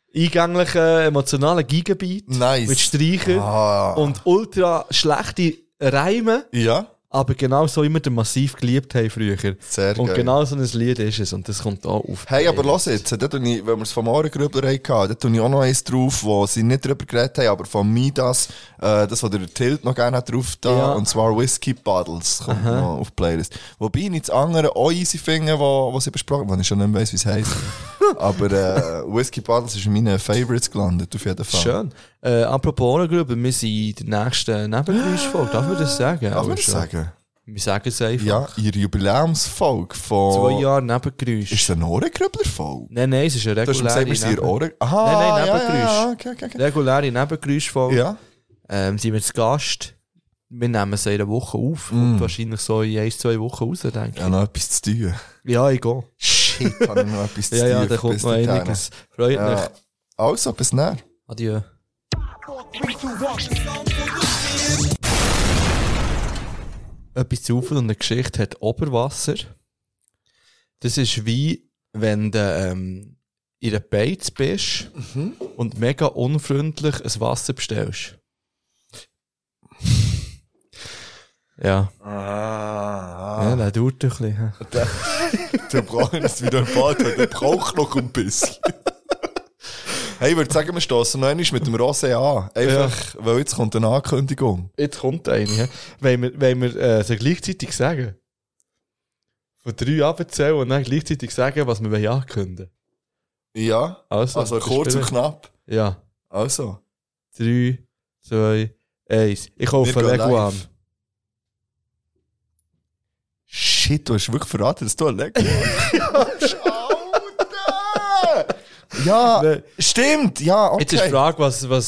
eingänglichen, emotionalen Gigabeat. Nice. Mit Streichern. Und ultra schlechte reimen, Ja, aber genau so immer den Massiv geliebt haben früher. sehr Und geil. genau so ein Lied ist es und das kommt auch auf. Hey, aber lass jetzt, da tue ich, wenn wir es vom Ohrengrübler hatten, da tue ich auch noch eins drauf, wo sie nicht drüber geredet haben, aber von Midas, das, was der Tilt noch gerne hat drauf da, Ja. und zwar Whiskey Bottles, kommt noch auf die Playlist. Wobei ich das andere auch easy finde, wo sie besprochen haben, wo ich schon nicht mehr weiss, wie es heisst. Aber Whiskey Bottles ist in meinen Favorites gelandet, auf jeden Fall. Schön. Apropos Ohrengrübel, wir sind in der nächsten Nebengeräuschfolge. Darf man das sagen? Darf man Aber das schon. sagen? Wir sagen es einfach. Ja, ihre Jubiläumsfolge von... 2 Jahre Nebengeräusch. Ist es eine Ohrengrübler-Folge? Nein, es ist eine Du hast reguläre gesagt, wir sind ihr Ohren... Aha, Nein, ja, Nebengeräusch. ja, okay. reguläre Nebengeräuschfolge. Ja. Sind wir zu Gast. Wir nehmen es in einer Woche auf und wahrscheinlich so in 1-2 Wochen raus, denke ich. Ja, noch etwas zu tun. Ja, ich gehe. Shit, habe ich noch etwas zu Ja, tun. ja, da kommt bis noch dorthin. einiges. Freut Ja. mich. Also, bis näher. Adieu. Etwas zu und eine Geschichte hat Oberwasser. Das ist wie, wenn du in einer Beiz bist und mega unfreundlich ein Wasser bestellst. Ja. Ja, das dauert ein bisschen. Der braucht es wieder ein Bad, der braucht noch ein bisschen. Hey, ich würde sagen, wir stossen noch einmal mit dem Rosé an. Einfach, weil jetzt kommt eine Ankündigung. Jetzt kommt eine. He? Wenn wir sie gleichzeitig sagen. Von 3 abzählen und dann gleichzeitig sagen, was wir ankündigen. Ja, Also kurz und knapp. Ja. Also. 3, 2, 1. Ich kaufe Wir gehen Lego an. live. Shit, du hast wirklich verraten, dass du ein Lego hast. Alter! Ja, Nein. stimmt, ja, okay. Jetzt ist die Frage,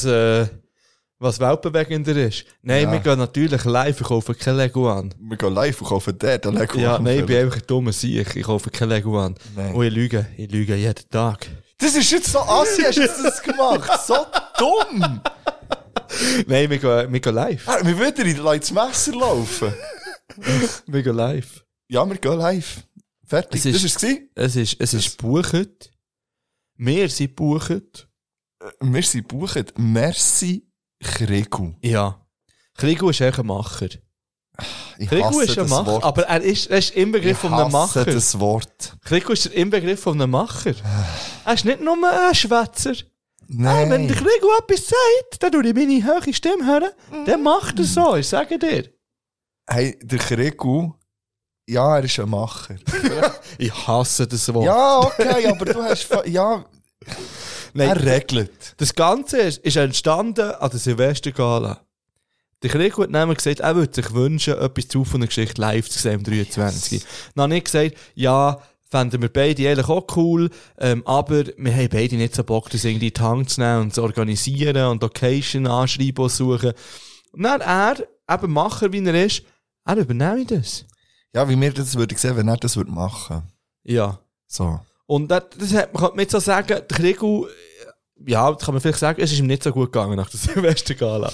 was weltbewegender ist. Nein, Ja. wir gehen natürlich live, ich kaufe kein Lego an. Wir gehen live und kaufen den Lego Ja, an. nein, ich bin einfach ein dummer Sieg. Ich kaufe kein Lego an. Nein. Und ich lüge jeden Tag. Das ist jetzt so assi, hast du das gemacht? So dumm! Nein, wir gehen live. Ah, wir wieder ins Messer laufen. Wir gehen live. Ja, wir gehen live. Fertig. Es Das ist- war's gewesen. Es ist gebucht. Wir sind gebucht. Wir sind gebucht. Merci, Krigu. Ja. Krigu ist echt ein Macher. Ich Krigu hasse ist ein das Macher, Wort. aber er ist Inbegriff von einem Ich hasse Macher. das Wort. Krigu ist der Inbegriff von einem Macher. Er ist nicht nur ein Schwätzer. Nein. Wenn der Krigu etwas sagt, dann tue ich meine hohe Stimme hören. Dann macht er so, ich sage dir. Hey, der Krigu, ja, er ist ein Macher. Ich hasse das Wort. Ja, okay, aber du hast... Ja, Nein, er regelt. das Ganze ist entstanden an der Silvestergala. Der Krieg hat nämlich gesagt, er würde sich wünschen, etwas zu von der Geschichte live zu sehen am 23. Dann habe ich gesagt, ja, fänden wir beide eigentlich auch cool, aber wir haben beide nicht so Bock, das irgendwie in die Hand zu nehmen und zu organisieren und Location anschreiben und suchen. Und dann er, eben Macher wie er ist, er übernehme das. Ja, wie wir das würden sehen, wenn er das würde machen. Ja. So. Und das könnte man jetzt so sagen, der Krigu, ja, das kann man vielleicht sagen, es ist ihm nicht so gut gegangen nach der Silvestergala.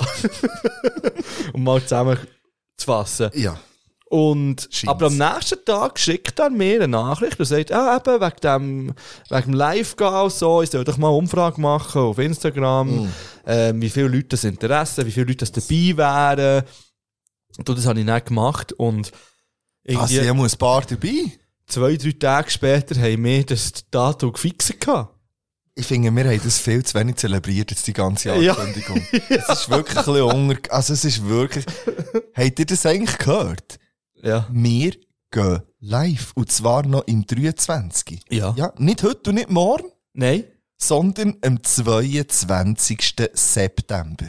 Um mal zusammen zu fassen. Ja. Und, Scheint's. aber am nächsten Tag schickt er mir eine Nachricht und sagt, eben, wegen dem Live-Gehen und so, ich soll doch mal eine Umfrage machen auf Instagram, wie viele Leute das interessieren, wie viele Leute das dabei wären. Und das habe ich dann gemacht und Also, irgendwie ich muss ein paar dabei. 2-3 Tage später haben wir das Datum gefixt gehabt. Ich finde, wir haben das viel zu wenig zelebriert, jetzt die ganze Ja. Ankündigung. Es ist wirklich ein bisschen unter... Also es ist wirklich... Habt ihr das eigentlich gehört? Ja. Wir gehen live. Und zwar noch im 23. Ja. Ja, nicht heute und nicht morgen, Nein. sondern am 22. September.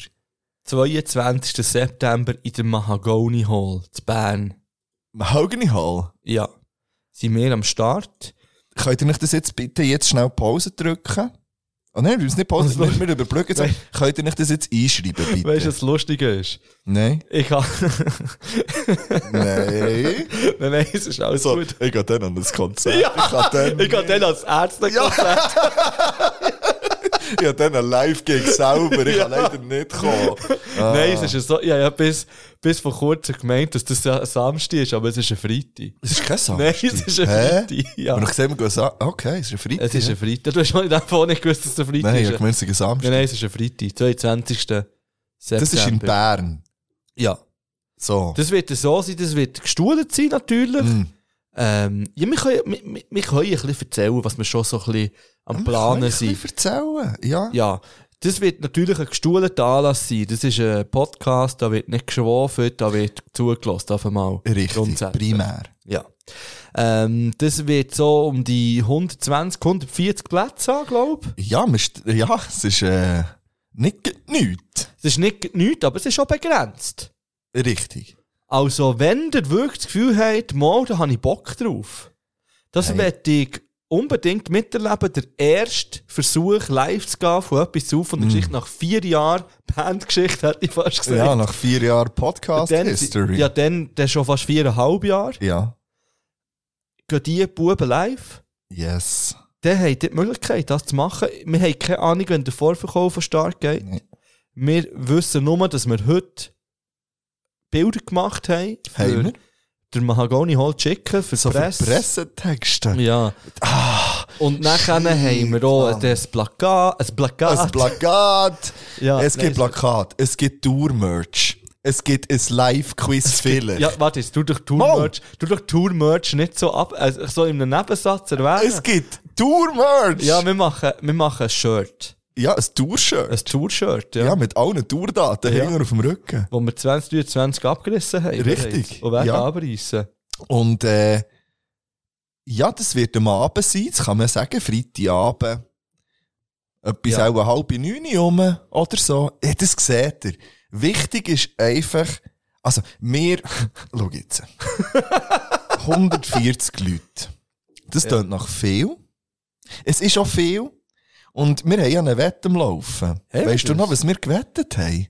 22. September in der Mahagoni Hall zu Bern. Mahogany Hall. Ja. Sind wir am Start? Könnt ihr nicht das jetzt bitte schnell Pause drücken? Oh nein, wir müssen nicht Pause drücken, wir überbrücken es. Nein. Könnt ihr nicht das jetzt einschreiben, bitte? Weißt du, was das Lustige ist? Nein. Ich habe. Nein. Nein, es ist alles So, gut. ich gehe dann an das Konzert. Ja, Ich gehe dann als Ärztekonzert. Ich habe dann einen Live-Gig selber, ich kann leider nicht kommen. Nein, es ist ja so, ja, bis vor kurzem gemeint, dass das ein Samstag ist, aber es ist ein Freitag. Es ist kein Samstag. Nein, es ist ein Freitag. Ja. Aber ich sehe, wir gehen okay, es ist ein Freitag. Es ist ein Freitag. Du hast schon in dem Fall nicht gewusst, dass es ein Freitag Nein, ich ist. habe gemeint, es ist ein Samstag. Nein, es ist ein Freitag. 22. September. Das ist in Bern. Ja. So. Das wird so sein, das wird gestuhlt sein, natürlich. Ja, wir können ein bisschen erzählen, was wir schon so ein bisschen am Planen sind. Erzählen, ja. Ja, das wird natürlich ein gestuhlter Anlass sein. Das ist ein Podcast, da wird nicht geschwafelt, da wird zugelassen, auf einmal. Richtig, Grundsätzlich. primär. Ja. Das wird so um die 120, 140 Plätze haben, glaube ich. Ja, es ist nicht nichts. Das ist nicht nichts, aber es ist auch begrenzt. Richtig. Also, wenn ihr wirklich das Gefühl habt, mal, da habe ich Bock drauf. Das werde ich unbedingt miterleben, der erste Versuch, live zu gehen von etwas zu von der Geschichte nach 4 Jahren Bandgeschichte, hätte ich fast gesagt. Ja, nach 4 Jahren Podcast-History. Ja, dann schon fast 4,5 Jahre. Ja. Gehen die Buben live. Yes. Dann habt ihr die Möglichkeit, das zu machen. Wir haben keine Ahnung, wenn der Vorverkauf von Start geht. Nee. Wir wissen nur, dass wir heute Bilder gemacht haben. Haben wir? Der Mahagoni Hall Chicken für So die Presse. für Pressetexte. Ja. Und nachher haben wir auch ein Plakat. Ein Plakat. Ja, Es gibt nein, Plakat. Es gibt Tour-Merch. Es gibt ein Live-Quiz vielleicht. Ja, warte, jetzt tu doch Tour-Merch nicht so also so in einem Nebensatz erwähnen. Es gibt Tour-Merch. Ja, wir machen ein Shirt. Ja, ein Tour-Shirt. Ein Tour-Shirt, Ja, ja. mit allen Tourdaten Ja. hinten auf dem Rücken. Wo wir 2023 abgerissen haben. Richtig, Und werden ja. abreißen. Und ja, das wird am Abend sein, das kann man sagen, Freitagabend. Etwas Ja. auch 8:30 rum oder so. Ja, das seht ihr. Wichtig ist einfach, also wir, schau jetzt, 140 Leute. Das tönt nach viel. Es ist auch viel. Und wir haben ja eine Wette am Laufen. Haben Weißt wir du noch, das? was wir gewettet haben?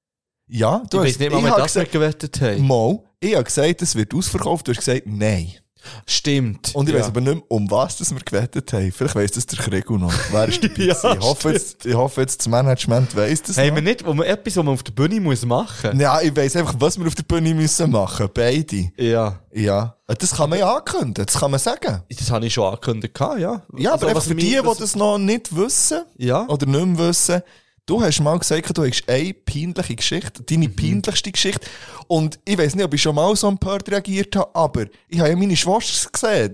Ja, Ich weiss nicht mal, ich wie habe das nicht gewettet haben. Mal, ich habe gesagt, es wird ausverkauft, du hast gesagt, nein. Stimmt. Und ich ja. weiss aber nicht mehr, um was das wir gewettet haben. Vielleicht weiss das der Kriegel noch. Wer ist dabei Ja, gewesen? Ich hoffe jetzt, das Management weiss das Haben noch. wir nicht, wo man etwas, was man auf der Bühne muss machen? Ja, ich weiss einfach, was wir auf der Bühne müssen machen. Beide. Ja. Ja. Das kann man ja ankündigen, das kann man sagen. Das habe ich schon angekündigt, ja. Ja, Also, aber einfach was für die, die das noch nicht wissen, Ja. oder nicht mehr wissen, du hast mal gesagt, du hast eine peinliche Geschichte, deine peinlichste Geschichte. Und ich weiss nicht, ob ich schon mal so empört reagiert habe, aber ich habe ja meine Schwester gesehen,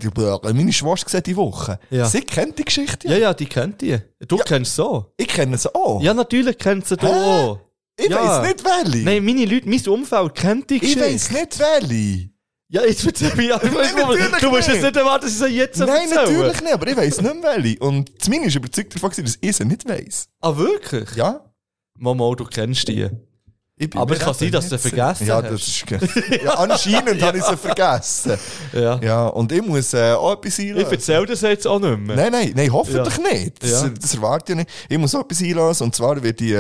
die Woche. Ja. Sie kennt die Geschichte. Ja, die kennt die. Du Ja. kennst so. Ich kenne sie auch. Ja, natürlich kennt sie du auch. Ich Ja. weiss nicht, welche. Nein, meine Leute, mein Umfeld kennt die ich Geschichte. weiss nicht, welche. Ja, jetzt erzähl mir. natürlich Du musst nicht. jetzt nicht erwarten, dass ich sie jetzt Nein, erzähle. natürlich nicht, aber ich weiss nicht mehr, welche. Und zumindest überzeugt davon, dass ich sie nicht weiss. Ah, wirklich? Ja. Mama, du kennst die. Ich bin Aber mir es kann eben sein, dass nicht du sie sicher. vergessen ja, hast. das ist ja, anscheinend habe ich sie vergessen. Ja. Ja, und ich muss auch etwas Ich einlösen. erzähle das jetzt auch nicht mehr. Nein, hoffentlich nicht. Das, Ja. das erwarte ich nicht. Ich muss auch etwas einlösen, und zwar wird ich,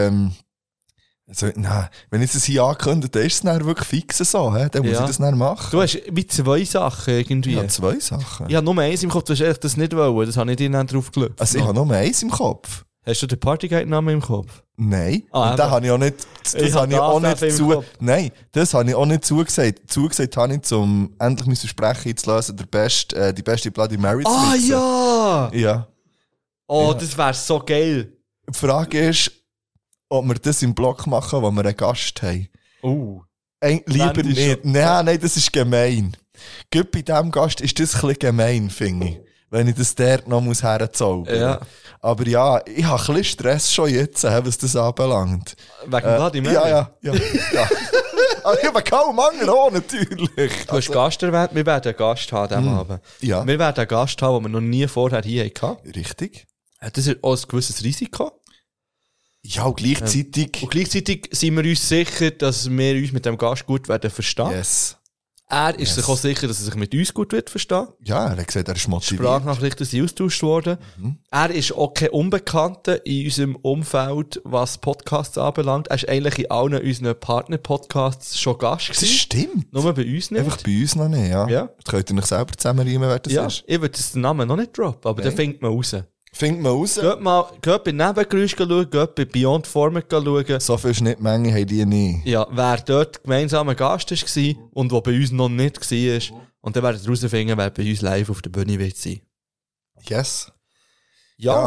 also, nein, wenn ich das hier ankündige, dann ist es dann wirklich fix so, he? Dann muss Ja. ich das dann machen. Du hast wie 2 Sachen irgendwie. Ja, 2 Sachen. Ich habe nur eins im Kopf, du hast echt das nicht wollen. Das habe ich dir dann drauf gelöst. Also, ich habe nur eins im Kopf. Hast du den Partyguide-Namen im Kopf? Nein. Ah, und den eben. habe ich auch nicht, das Ich habe habe ich auch das nicht eben im Kopf. Nein, das habe ich auch nicht zugesagt. Zugesagt habe ich, um endlich mein Versprechen zu lösen, die beste Bloody Mary zu Ah, mixen. ja! Ja. Oh, Ja. das wäre so geil. Die Frage ist, ob wir das im Blog machen, wo wir einen Gast haben. Oh. Lieber Wenn die nicht. schon- Nein, das ist gemein. Gut, bei diesem Gast ist das ein bisschen gemein, finde ich. Wenn ich das dort noch herzaubern muss. Ja. Aber ja, ich habe ein bisschen Stress schon jetzt, was das anbelangt. Wegen Bloody Mary? Ja. Aber ich habe kaum Mangel auch, natürlich. Du hast Gast erwähnt, wir werden einen Gast haben diesem Abend. Ja. Wir werden einen Gast haben, den wir noch nie vorher hier hatten. Richtig. Das ist auch ein gewisses Risiko. Ja, und gleichzeitig. Und gleichzeitig sind wir uns sicher, dass wir uns mit dem Gast gut werden verstehen. Yes. Er ist sich auch sicher, dass er sich mit uns gut wird verstehen. Ja, er hat gesagt, er ist motiviert. Sprachnachrichten sind austauscht worden. Er ist auch kein Unbekannter in unserem Umfeld, was Podcasts anbelangt. Er ist eigentlich in allen unseren Partner-Podcasts schon Gast Das gewesen. stimmt. Nur bei uns nicht. Einfach bei uns noch nicht, ja. Ja. Das könnt ihr euch selber zusammenreimen, wer das Ja, ist. ich würde den Namen noch nicht droppen, aber Nein. den findet man raus. Findet man raus. Geht bei Nebengeräusch schauen, geht bei Beyond Format schauen. So viel Schnittmenge haben die nie. Ja, wer dort gemeinsam ein Gast war und der bei uns noch nicht war. Und dann werdet ihr herausfinden, wer bei uns live auf der Bühne wird sein. Yes. Ja.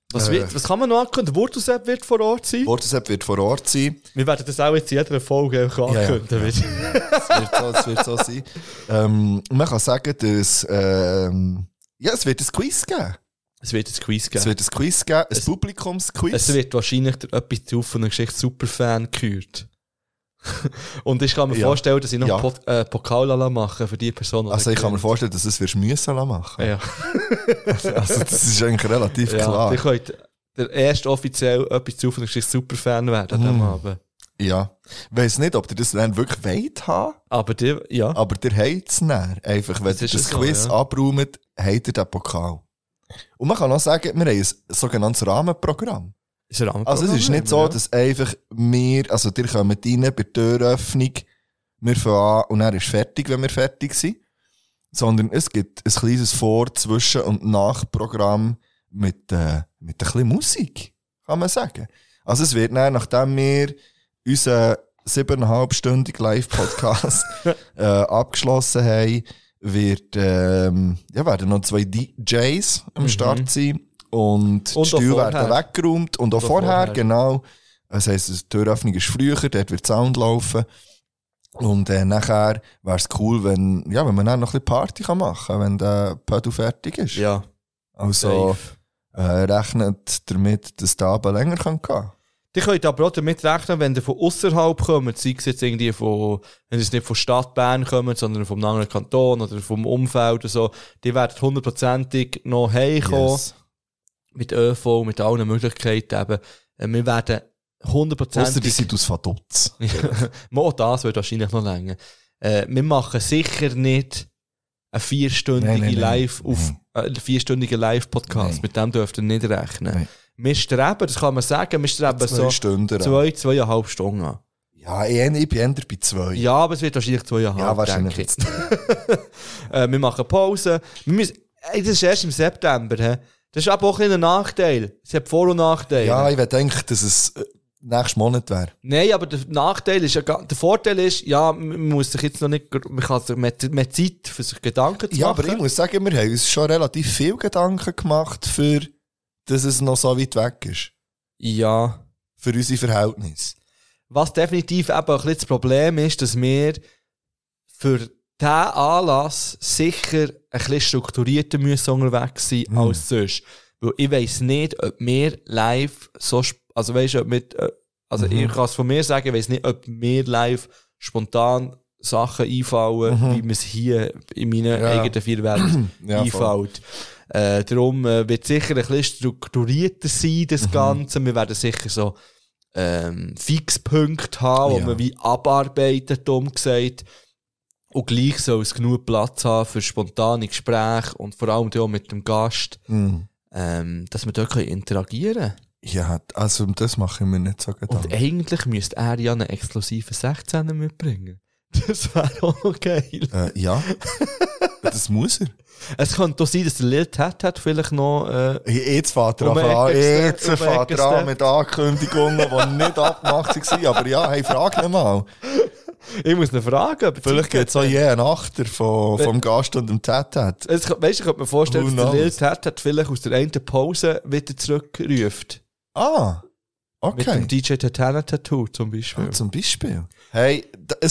Was kann man noch ankündigen? Der Wurtelsepp wird vor Ort sein. Wurtelsepp wird vor Ort sein. Wir werden das auch jetzt in jeder Folge ankündigen. Das wird so sein. Man kann sagen, dass es wird ein Quiz geben. Es wird ein Quiz geben, ein Publikumsquiz. Es wird wahrscheinlich der etwas zu von einer Geschichte Superfan gehört. Und ich kann mir vorstellen, dass ich noch Pokal machen für die Person. Also ich kann mir vorstellen, dass es müssen machen. Ja. Also das ist eigentlich relativ klar. Ich könnt der erste offiziell etwas zu von einer Geschichte Superfan werden an diesem Abend. Ja. Ich weiss nicht, ob ihr das dann wirklich wollt haben. Aber ihr habt es dann. Einfach, wenn ihr das Quiz abräumt, habt ihr den Pokal. Und man kann auch sagen, wir haben ein sogenanntes Rahmenprogramm. Also es ist nicht so, dass einfach ihr kommt rein bei der Türöffnung, wir fangen an und dann ist fertig, wenn wir fertig sind. Sondern es gibt ein kleines Vor-, Zwischen- und Nachprogramm mit ein bisschen Musik, kann man sagen. Also es wird dann, nachdem wir unseren 7,5-stündigen Live-Podcast abgeschlossen haben, werden noch 2 DJs am Start sein. Und die Stühle werden weggeräumt. Und auch vorher, genau. Das heisst, die Türöffnung ist früher, dort wird Sound laufen. Und nachher wäre es cool, wenn man dann noch ein bisschen Party machen kann, wenn der Pedal fertig ist. Ja. Also rechnet damit, dass der Abend länger gehen kann. Die könnt aber auch damit rechnen, wenn ihr von ausserhalb kommt, sei es jetzt irgendwie wenn es nicht von Stadt Bern kommt, sondern vom anderen Kanton oder vom Umfeld oder so, die werden 100%ig noch heimkommen. Yes. Mit ÖV, mit allen Möglichkeiten eben. Wir werden 100%. Ausser die sind aus Vaduz. Auch das wird wahrscheinlich noch länger. Wir machen sicher nicht einen 4-stündigen Live-Podcast. Mit dem dürft ihr nicht rechnen. Nein. Wir streben, das kann man sagen, wir streben 2,5 Stunden an. Ja, ich bin eher bei 2. Ja, aber es wird wahrscheinlich 2,5. Ja, wahrscheinlich jetzt. Wir machen Pause. Das ist erst im September. He? Das ist aber auch ein Nachteil. Es hat Vor- und Nachteile. Ja, ich denke, dass es nächsten Monat wäre. Nein, aber der Nachteil ist, der Vorteil ist, man muss sich jetzt noch nicht, man kann sich mehr Zeit für sich Gedanken zu machen. Ja, aber ich muss sagen, wir haben uns schon relativ viel Gedanken gemacht, dass es noch so weit weg ist. Ja. Für unsere Verhältnisse. Was definitiv eben ein bisschen das Problem ist, dass wir für diesen Anlass sicher ein bisschen strukturierter müssen unterwegs sein als sonst. Weil ich weiss nicht, ob wir live so, also weisst du, ich kann es von mir sagen, ich weiss nicht, ob mir live spontan Sachen einfallen, wie mir es hier in meinen eigenen 4 Wänden einfällt. Darum wird sicher ein bisschen strukturierter sein, das Ganze. Wir werden sicher so Fixpunkte haben, die man wie abarbeitet, dumm gesagt. Und gleich soll es genug Platz haben für spontane Gespräche und vor allem auch mit dem Gast, dass wir dort interagieren können. Ja, also das mache ich mir nicht so Gedanken. Und eigentlich müsste er ja einen exklusiven 16er mitbringen. Das wäre auch noch geil. Ja, das muss er. Es könnte auch sein, dass der Lil Tat vielleicht noch... Jetzt fährt er an mit Ankündigungen, die nicht abgemacht waren. Aber ja, hey, frag ihn mal. Ich muss ihn fragen. Vielleicht geht es auch je ein Achter vom Gast und dem Tat. Weißt du, ich könnte mir vorstellen, dass der Lil Tat vielleicht aus der einen Pause wieder zurückruft. Ah, okay. Mit dem DJ Tatana Tattoo zum Beispiel. Ah, zum Beispiel. Hey,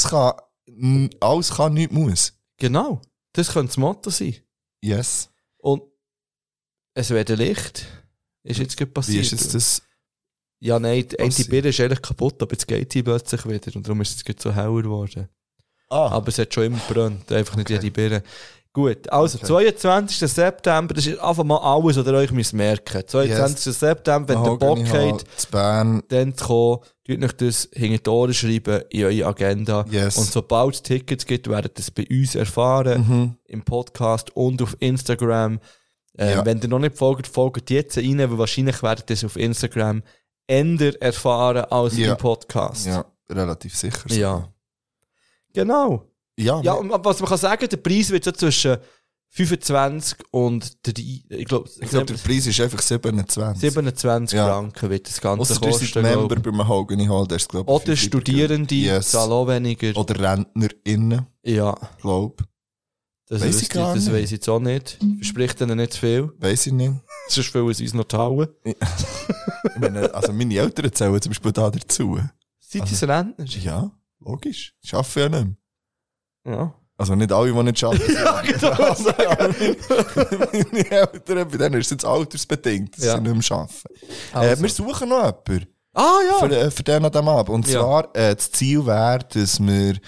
alles kann, nichts muss. Genau. Das könnte das Motto sein. Yes. Und es wird Licht. Ist jetzt gerade passiert. Wie ist jetzt das? Ja, nein, die Birne ist eigentlich kaputt, aber jetzt geht sie plötzlich wieder. Und darum ist es jetzt so heller geworden. Aber es hat schon immer gebrannt. Einfach nicht jede Birne. Gut, also 22. September, das ist einfach mal alles, was ihr euch merken müsst. 22. September, wenn ihr Bock habt, dann zu kommen, tut euch das hinter die Ohren schreiben in eure Agenda. Yes. Und sobald es Tickets gibt, werdet ihr es bei uns erfahren, im Podcast und auf Instagram. Wenn ihr noch nicht folgt jetzt rein, weil wahrscheinlich werdet ihr es auf Instagram eher erfahren als im Podcast. Ja, relativ sicher. So. Ja. Genau. Ja, und was man kann sagen, der Preis wird so zwischen 25 und 3, ich glaube, der Preis ist einfach 27. 27 Franken wird das Ganze kosten. Oder sind Member beim Mahogany Hall, der ist, glaube ich, oder Studierende, zahlen auch weniger. Oder RentnerInnen. Ja. Glaub. Das Weiss weiss ich gar nicht. Das weiss ich jetzt auch nicht. Verspricht ihnen nicht zu viel. Weiss ich nicht. Sonst wollen sie uns noch tauen. Ich meine, also meine Eltern zählen zum Beispiel da dazu. Seid ihr Rentner? Ja, logisch. Ich arbeite ja nicht mehr. Ja. Also nicht alle, die nicht arbeiten. Ja, genau. Also, meine Eltern, bei denen ist es jetzt altersbedingt, dass Ja. sie nicht mehr arbeiten. Also. Wir suchen noch jemanden. Ah, ja. Für den an dem Abend. Und Ja. zwar, das Ziel wäre, dass wir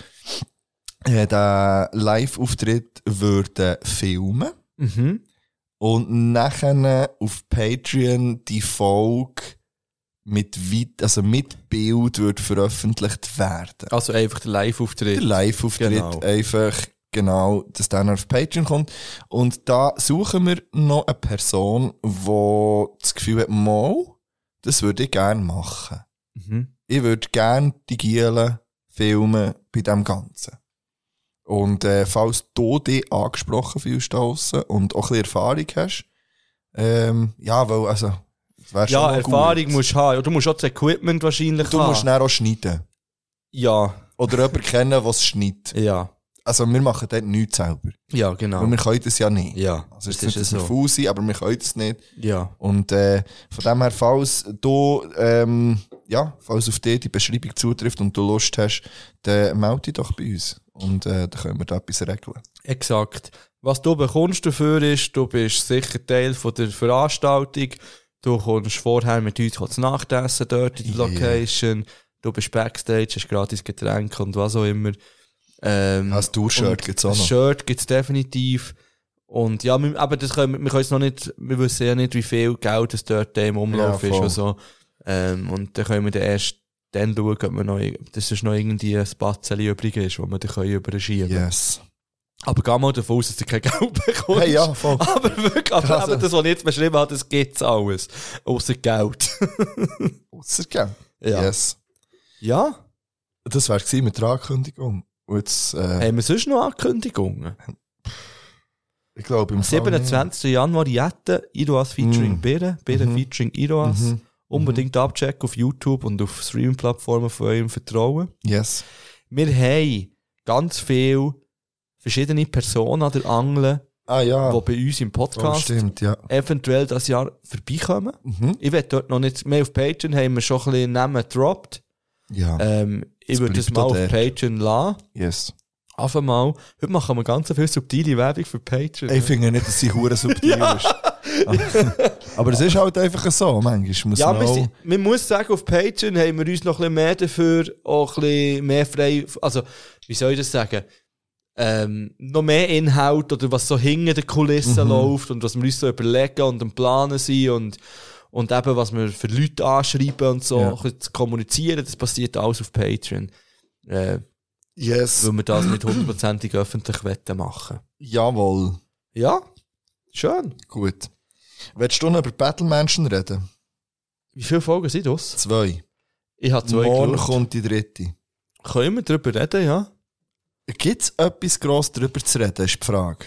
den Live-Auftritt würden filmen Mhm. und nachher auf Patreon die Folge mit Bild wird veröffentlicht werden. Also einfach der Live-Auftritt. Der Live-Auftritt Genau. einfach, genau, dass dann auf Patreon kommt. Und da suchen wir noch eine Person, die das Gefühl hat, mal, das würde ich gerne machen. Mhm. Ich würde gerne die Gielen filmen bei dem Ganzen. Und falls du dich angesprochen fühlst da draussen und auch ein bisschen Erfahrung hast, ja, weil, also, das wäre schon Ja, mal Erfahrung gut. musst du haben. Du musst auch das Equipment wahrscheinlich Du haben. musst dann auch schneiden. Ja. Oder jemanden kennen, der es schneidet. Ja. Also, wir machen dort nichts selber. Ja, genau. Weil wir können das ja nicht. Ja, Also, es das ist nicht, ist dass wir so. faul sind, aber wir können das nicht. Ja. Und von dem her, falls du, falls auf dich die Beschreibung zutrifft und du Lust hast, dann melde dich doch bei uns. Und dann können wir da etwas regeln. Exakt. Was du bekommst dafür ist, du bist sicher Teil von der Veranstaltung. Du kommst vorher mit uns zu Nacht essen dort in der Location. Du bist Backstage, hast gratis Getränke und was auch immer. Das Tour-Shirt gibt's auch noch. Das Shirt gibt's definitiv. Und ja, aber das können wir können es noch nicht, wir wissen ja nicht, wie viel Geld es dort im Umlauf Ja, ist voll. und so. Und dann können wir dann erst dann schauen, ob wir noch, dass es noch irgendwie ein Batzeli übrig ist, wo wir dann überschieben können. Yes. Aber geh mal davon aus, dass du kein Geld bekommst. Hey, ja, voll. Aber wirklich, aber Also. eben das, was ich jetzt beschrieben habe, das gibt's alles. Ausser Geld. Ausser Geld. Ja. Yes. Ja? Das wär's gewesen mit der Ankündigung. Und jetzt, Haben wir sonst noch Ankündigungen? ich glaube, im Am 27. Januar Jette, Iroas featuring Birre, Birre featuring Iroas. Unbedingt abchecken auf YouTube und auf Streaming-Plattformen von eurem Vertrauen. Yes. Wir haben ganz viele verschiedene Personen an der Angel, Ah, ja. die bei uns im Oh, Podcast stimmt, ja. eventuell das Jahr vorbeikommen. Mhm. Ich will dort noch nicht mehr auf Patreon, haben wir schon ein bisschen Namen gedroppt. Ja. Ich würde das bleibt mal auch auf dort. Patreon lassen. Yes. Einfach mal. Heute machen wir ganz viel subtile Werbung für Patreon. Ich finde nicht, dass sie hure subtil ist. Aber es ist halt einfach so, manchmal muss Ja, man auch... man muss sagen, auf Patreon haben wir uns noch ein bisschen mehr dafür, auch ein bisschen mehr frei, also, wie soll ich das sagen? Noch mehr Inhalt oder was so hinter den Kulissen läuft und was wir uns so überlegen und am Planen sind und eben, was wir für Leute anschreiben und so, Ja. ein bisschen zu kommunizieren, das passiert alles auf Patreon. Yes. Weil wir das nicht 100% öffentlich machen. Jawohl. Ja, schön. Gut. Willst du noch über Battle-Menschen reden? Wie viele Folgen sind das? 2. Ich habe 2 Morgen geschaut. kommt die 3. Können wir darüber reden, ja? Gibt es etwas gross darüber zu reden, ist die Frage.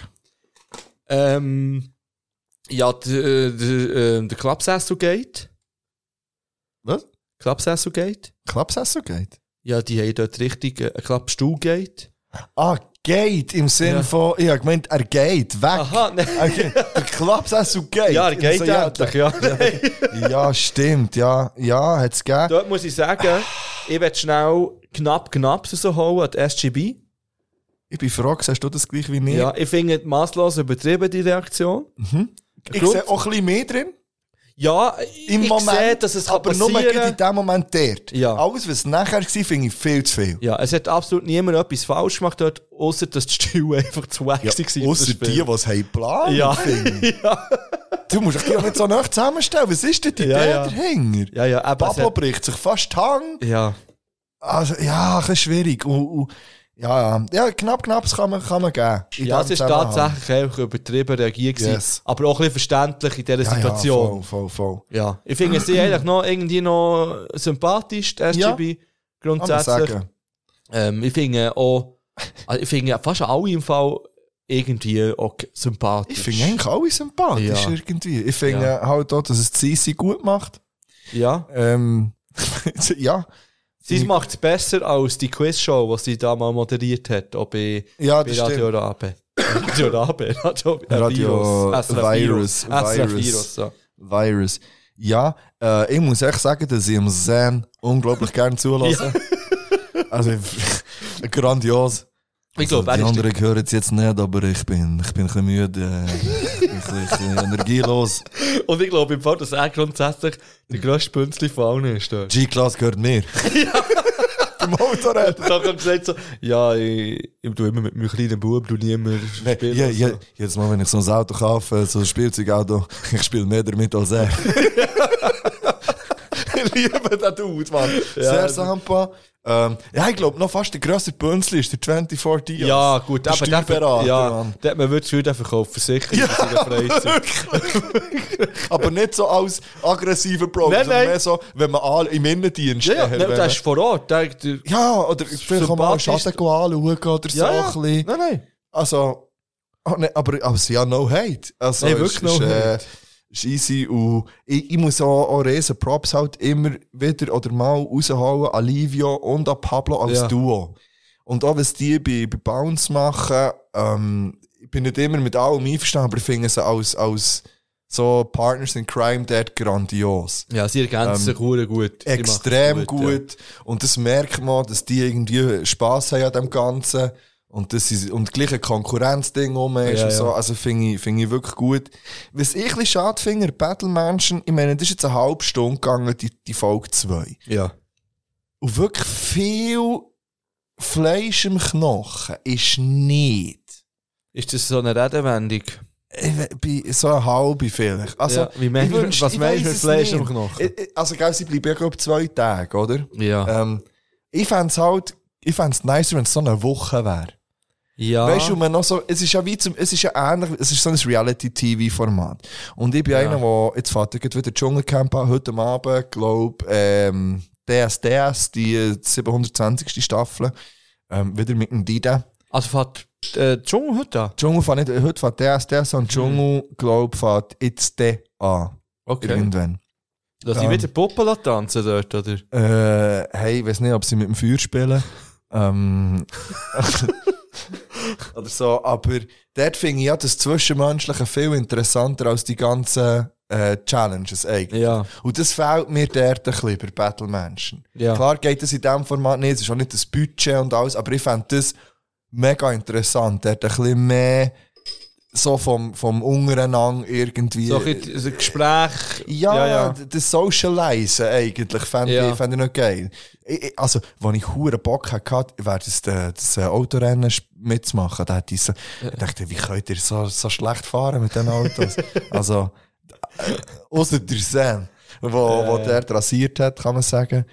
Ja, der Clubsessel-Gate. Was? Clubsessel-Gate. Klappsessen geht? Ja, die haben dort richtig ein Klappstuhl-Gate. Ah, geht im Sinn Ja. von, ich habe gemeint, er geht weg. Aha, ne. Okay. Der Klappsessel geht. Ja, er geht Also, ja, endlich, ja. Ja, stimmt, ja, hat es gegeben. Dort muss ich sagen, ich will schnell knapp so holen an die SGB. Ich bin froh, siehst du das gleich wie mir? Ja, ich finde masslos übertrieben, die Reaktion. Ich sehe auch ein bisschen mehr drin. Ja, Im ich Moment, sehe, dass es aber nur passieren gerade in dem Moment dort. Ja. Alles, was nachher war, finde ich viel zu viel. Ja, es hat absolut niemand etwas falsch gemacht dort, außer dass die Stühle einfach zu wack waren. Ausser die, die es haben geplant. Ja. finde ich. Du musst dich ja nicht so nah zusammenstellen. Was ist denn die Ja, Idee ja. dahinter? Ja, ja, aber Pablo bricht sich fast die Hand. ja. Also, ja, ein bisschen schwierig. Ja, knapp es kann man geben. In Ja, es diesem ist Zusammenhang. tatsächlich einfach übertrieben reagiert gewesen. Yes. Aber auch ein bisschen verständlich in dieser Situation. Ja, voll. Ja, ich finde sie eigentlich noch irgendwie noch sympathisch, die SGB, Kann man grundsätzlich. sagen. Ich finde auch, also ich finde fast alle im Fall irgendwie auch sympathisch. Ich finde eigentlich alle sympathisch Ja. irgendwie. Ich finde halt auch, dass es Sisi gut macht. Ja. Ja. Sie macht es besser als die Quizshow, die sie da mal moderiert hat, auch bei Ja, das Radio stimmt. Rabe. Radio Rabe. Radio Virus. Virus. So. Virus. Ja, ich muss echt sagen, dass ich am Zen unglaublich gerne zulasse. Also, grandios. Ich glaube, die anderen hören es jetzt nicht, aber ich bin ein bisschen müde, ein bisschen energielos. Und ich glaube im Fall, dass er grundsätzlich der grösste Bünzli von allen ist. Dort. G-Class gehört mir. Beim Motorrad. Da hat er gesagt so, ja, ich tue immer mit meinem kleinen Bub, du nie mehr spielen. Ja, jedes Mal, wenn ich so ein Auto kaufe, so ein Spielzeugauto, ich spiele mehr damit als er. Ich liebe den Dude, Mann. Sehr Sampa. Ja, ich glaube, noch fast der grösste Bünzli ist der 24 Diaz. Ja, gut, der aber Steuerberater, ja, Mann. der hat man wirklich Schulden verkauft, versichert in seiner Freizeit. Aber nicht so als aggressiver Bro, Nein, sondern nein. mehr so, wenn man alle im Innendienst Ja, nein, der ist vor Ort. ja, oder vielleicht auch mal einen Schaden anschauen oder so ein bisschen. Nein. Also, aber ja, no hate. Also, Nein, wirklich no hate. Ist easy und ich muss auch riesen Props halt immer wieder oder mal rausholen an Livio und an Pablo als Duo. Und auch was die bei Bounce machen, ich bin nicht immer mit allem einverstanden, aber ich finde sie als so Partners in Crime dort grandios. Ja, sie ergänzen sich sehr gut. Extrem gut. Und das merkt man, dass die irgendwie Spass haben an dem Ganzen. Und das ist, und gleich ein Konkurrenzding rum ist und so. Also finde ich wirklich gut. Was ich ein bisschen schade finde, Battle Mansion, ich meine, das ist jetzt eine halbe Stunde gegangen, die Folge 2. Ja. Und wirklich viel Fleisch im Knochen ist nicht. Ist das so eine Redewendung? So eine halbe vielleicht. Also, ja, was meinst du mit Fleisch im Knochen? Also, gell, sie bleiben ja, glaube ich, 2 Tage, oder? Ja. Ich fände es nicer, wenn es so eine Woche wäre. Ja. Weißt du, man noch so, es ist ja ähnlich, es ist so ein Reality-TV-Format. Und ich bin einer, der, jetzt fährt wieder Dschungelcamp an, heute Abend, glaube DSDS, die 720. Staffel, wieder mit dem Dida. Also fährt Dschungel heute an? Dschungel fährt nicht, heute fährt DSDS und Dschungel, glaube fährt jetzt an. Okay. Irgendwann. Lass ich wieder Puppen tanzen dort, oder? Hey, ich weiß nicht, ob sie mit dem Feuer spielen. Oder so, aber dort finde ich ja das Zwischenmenschliche viel interessanter als die ganzen Challenges eigentlich. Ja. Und das fehlt mir dort ein bisschen bei Battle Mansion. Ja. Klar geht das in diesem Format nicht, es ist auch nicht das Budget und alles, aber ich fände das mega interessant. Dort ein bisschen mehr so vom Untereinander irgendwie. So ein Gespräch. Ja, das Socialisen eigentlich fände ich noch geil. Also, wenn ich hure Bock hatte, wäre das Autorennen mitzumachen. Da hätte ich so, dachte, wie könnt ihr so schlecht fahren mit den Autos? Also, ausser der Sam, wo der rasiert hat, kann man sagen.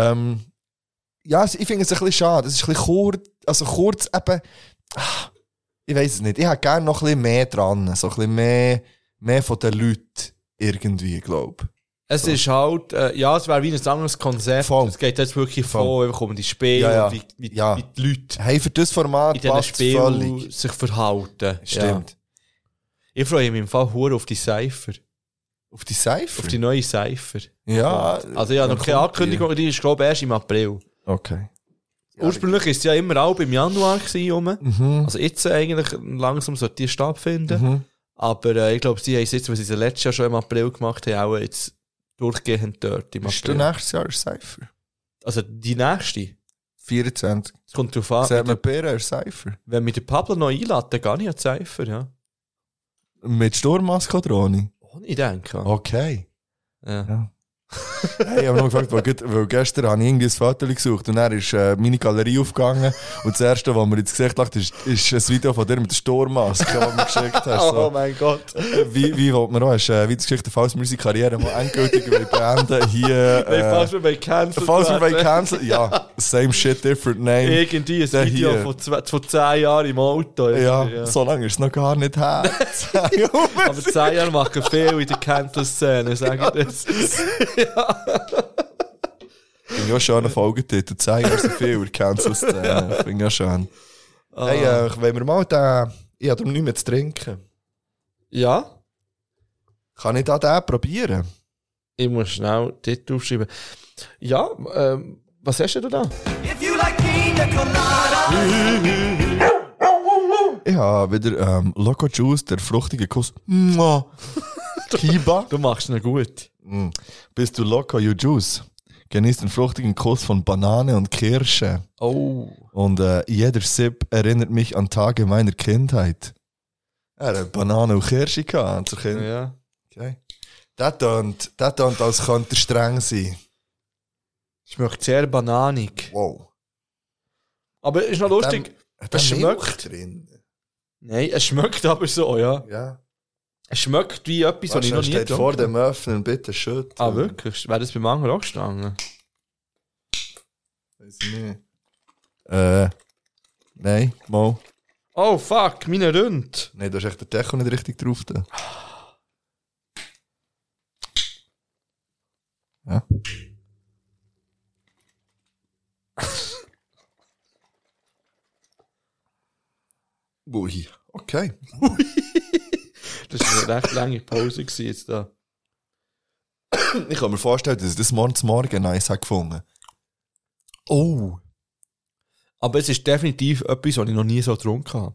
Ja, ich finde es ein bisschen schade. Es ist ein bisschen kurz eben, ich weiss es nicht. Ich hätte gerne noch ein bisschen mehr dran. So ein bisschen mehr von den Leuten irgendwie, glaube ich. Es ist halt, es wäre wie ein anderes Konzept. Voll. Es geht jetzt wirklich voll um die Spiele und wie die Leute hey, für das Format in diesen Spielen sich verhalten. Stimmt. Ja. Ich freue mich im Fall hure auf die Cypher. Auf die Cypher? Auf die neue Cypher. Ja. Also ja, noch keine Ankündigung, die ist glaube ich erst im April. Okay. Ursprünglich war es ja immer auch im Januar gewesen, Also jetzt eigentlich langsam sollte die stattfinden. Aber ich glaube, sie haben es jetzt, weil sie es letztes Jahr schon im April gemacht haben, auch jetzt durchgehend dort im April. Ist der nächstes Jahr Cypher? Also die nächste? 24. Es kommt drauf an. Sagt man Bären Cypher? Wenn mich der Pablo noch einlädt, dann gehe ich an Cypher, ja. Mit Sturmmaske oder ohne? Ich denke. Okay. Ja. Hey, ich habe noch gefragt, weil gestern habe ich irgendwie ein Foto gesucht und dann ist meine Galerie aufgegangen und das erste, was mir ins Gesicht lacht, ist ein Video von dir mit der Sturmmaske, das du mir geschickt hast. So. Oh mein Gott. Wie wollt man auch, hast wie das Geschichte, falls wir unsere Karriere mal endgültig beenden, hier... falls wir bei Cancel falls wir bei Cancel, ja, same shit, different name. Irgendwie ein Video von 10 Jahren im Auto. Ja, so lange ist es noch gar nicht her. Aber 10 Jahre machen viel in der Cancel-Szene, sage ich das. Ja. Finde ich auch schön, eine Folgetitel. 10 Jahre so viel über Cancel-Szene. Finde ich auch schön. Hey, wollen wir mal den... Ich habe darum nicht mehr zu trinken. Ja? Kann ich da den probieren? Ich muss schnell dort aufschreiben. Ja, was hast du da? Ich habe wieder Loco Juice, der fruchtige Kuss. Mua. Kiba. Du machst ihn gut. Bist du Loco You Juice? Genießt den fruchtigen Kuss von Banane und Kirsche. Oh. Und jeder Sip erinnert mich an Tage meiner Kindheit. Er hat Banane und Kirsche gehabt zur Kind. Ja. Okay. Der tönt, als könnte er streng sein. Schmeckt sehr bananig. Wow. Aber ist noch lustig. Hat Es der Milch schmeckt. drin? Nein, es schmeckt aber so, ja. Ja. Es schmeckt wie etwas, was ich noch nie steht vor getrunken dem Öffnen, bitte schütteln. Ah, wirklich? Wäre das beim anderen auch gestanden? Weiss ich nicht. Nein, mal. Oh, fuck, meine Rund. Nein, da ist echt der Deckel nicht richtig drauf. Da. Ja. Ui, okay. Das war eine recht lange Pause gewesen jetzt da. Ich kann mir vorstellen, dass ich das morgen nice habe gefunden. Oh. Aber es ist definitiv etwas, was ich noch nie so getrunken habe.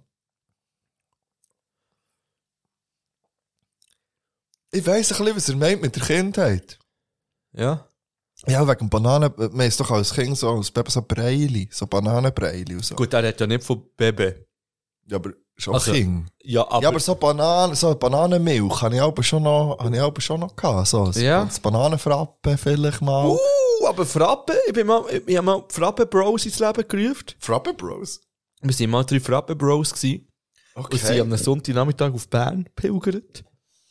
Ich weiss ein bisschen, was er meint mit der Kindheit. Ja? Ja, wegen Bananen, man ist doch als Kind so, als Baby so Breili, so Bananenbreili und so. Gut, er hat ja nicht von Baby. Ja, aber schon Also, Kind. Ja, aber... Ja, aber so Bananenmilch habe ich aber schon noch gehabt. So Ja. das Bananenfrappe vielleicht mal. aber Frappe, ich habe mal Frappe Bros ins Leben gerufen. Frappe Bros? Wir waren mal 3 Frappe Bros gewesen. Okay. Und sind am Sonntagnachmittag auf Bern pilgert.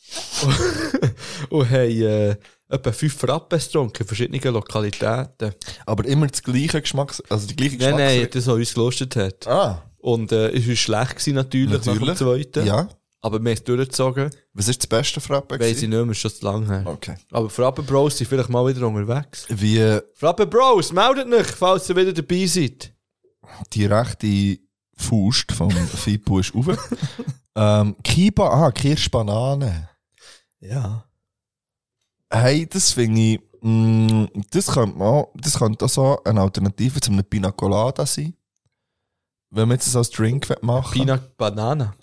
und haben etwa 5 Frappes getrunken in verschiedenen Lokalitäten. Aber immer das gleiche Geschmack, also die gleiche Nein, das, was uns gelustet hat. Ah, Und es war schlecht gewesen, natürlich nach dem zweiten. ja. Aber wir haben es durchgezogen. Was ist das beste Frappe? Weiss ich nicht mehr, ist schon zu lang her. Okay. Aber Frappe Bros sind vielleicht mal wieder unterwegs. Wie Frappe Bros, meldet euch, falls ihr wieder dabei seid. die rechte Faust vom Fippo ist rauf. Kiba, Kirschbanane. Ja. Hey, das finde ich, das könnte auch so eine Alternative zu einem Pina Colada sein. Wenn man jetzt das als Drink machen will. Pina Banana.